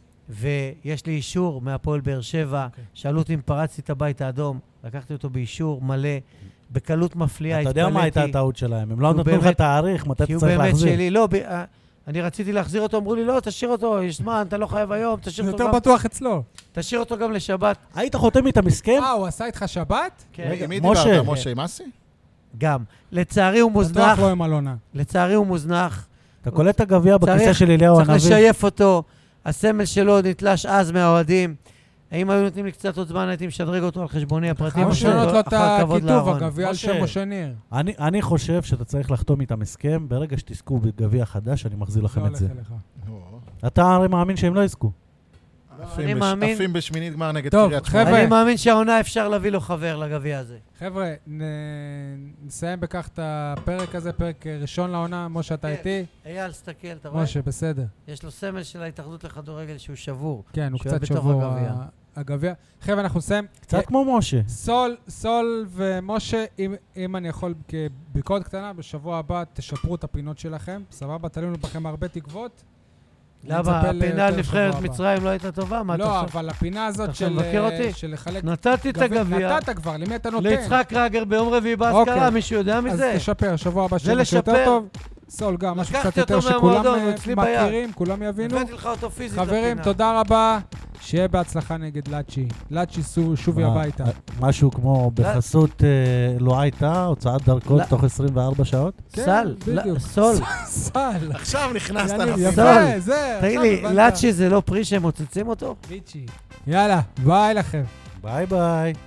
ויש לי אישור מהפועל באר שבע, שאלו אותי אם פרצתי את הבית האדום, לקחתי אותו באישור מלא, בקלות מפליאה, התפלאתי. אתה יודע מה הייתה הטעות שלהם? הם לא נתנו לך תאריך, מתי אתה צריך להחזיר. שלי, לא, אני רציתי להחזיר אותו, אמרו לי, לא, תשאיר אותו, יש זמן, אתה לא חייב היום, תשאיר אותו גם... יותר בטוח אצלו. תשאיר אותו גם לשבת. היית חותם איתם הסכם? הוא עשה איתך שבת? כן. מי דיברת? משה עם אסי? גם. לצערי הוא מוזנח. בטוח לא עם אלונה. לצערי הוא מוזנח. אתה קולט את הגביע בכיסא של אליהו הנביא? צריך לשייף אותו. הסמל שלו נתלש אז מהאוהדים. האם היו נותנים לי קצת עוד זמן, הייתי משדרג אותו על חשבוני הפרטים. משנות לו את הכיתוב, הגביע על שם משה ניר. אני חושב שאתה צריך לחתום איתם הסכם, ברגע שתזכו בגביע חדש, אני מחזיר לכם את זה. אתה הרי מאמין שהם לא יזכו. אני מאמין... עפים בשמינית גמר נגד טוב, קריית שמונה. חבר'ה. אני מאמין שהעונה אפשר להביא לו חבר לגביע הזה. חבר'ה, נסיים בכך את הפרק הזה, פרק ראשון לעונה. משה, אתה איתי? אייל, סתכל, אתה רואה? משה, בסדר. יש לו סמל של ההתאחדות לכדורגל שהוא שבור. כן, הוא שהוא קצת בתוך שבור. הגביע. הגביע. חבר'ה, אנחנו נסיים. קצת כמו משה. סול ומשה, אם אני יכול כביקורת קטנה, בשבוע הבא תשפרו את הפינות שלכם. סבבה, תלינו בכם הרבה תקוות. למה? הפינה על נבחרת מצרים לא הייתה טובה? לא, אבל הפינה הזאת של לחלק... נתתי את הגביע. נתת כבר, למי אתה נותן? ליצחק רגר ביום רביעי באזכרה, מישהו יודע מזה? אז תשפר, שבוע הבא שיהיה משהו יותר טוב. סול גם, משהו קצת יותר שכולם מכירים, כולם יבינו. הבאתי לך אותו פיזית. חברים, תודה רבה. שיהיה בהצלחה נגד לאצ'י. לאצ'י שובי הביתה. משהו כמו בחסות לא הייתה, הוצאת דרכון תוך 24 שעות? סל, סול. סל. עכשיו נכנסת יפה, זה. תגיד לי, לאצ'י זה לא פרי שהם מוצצים אותו? ביצ'י. יאללה, ביי לכם. ביי ביי.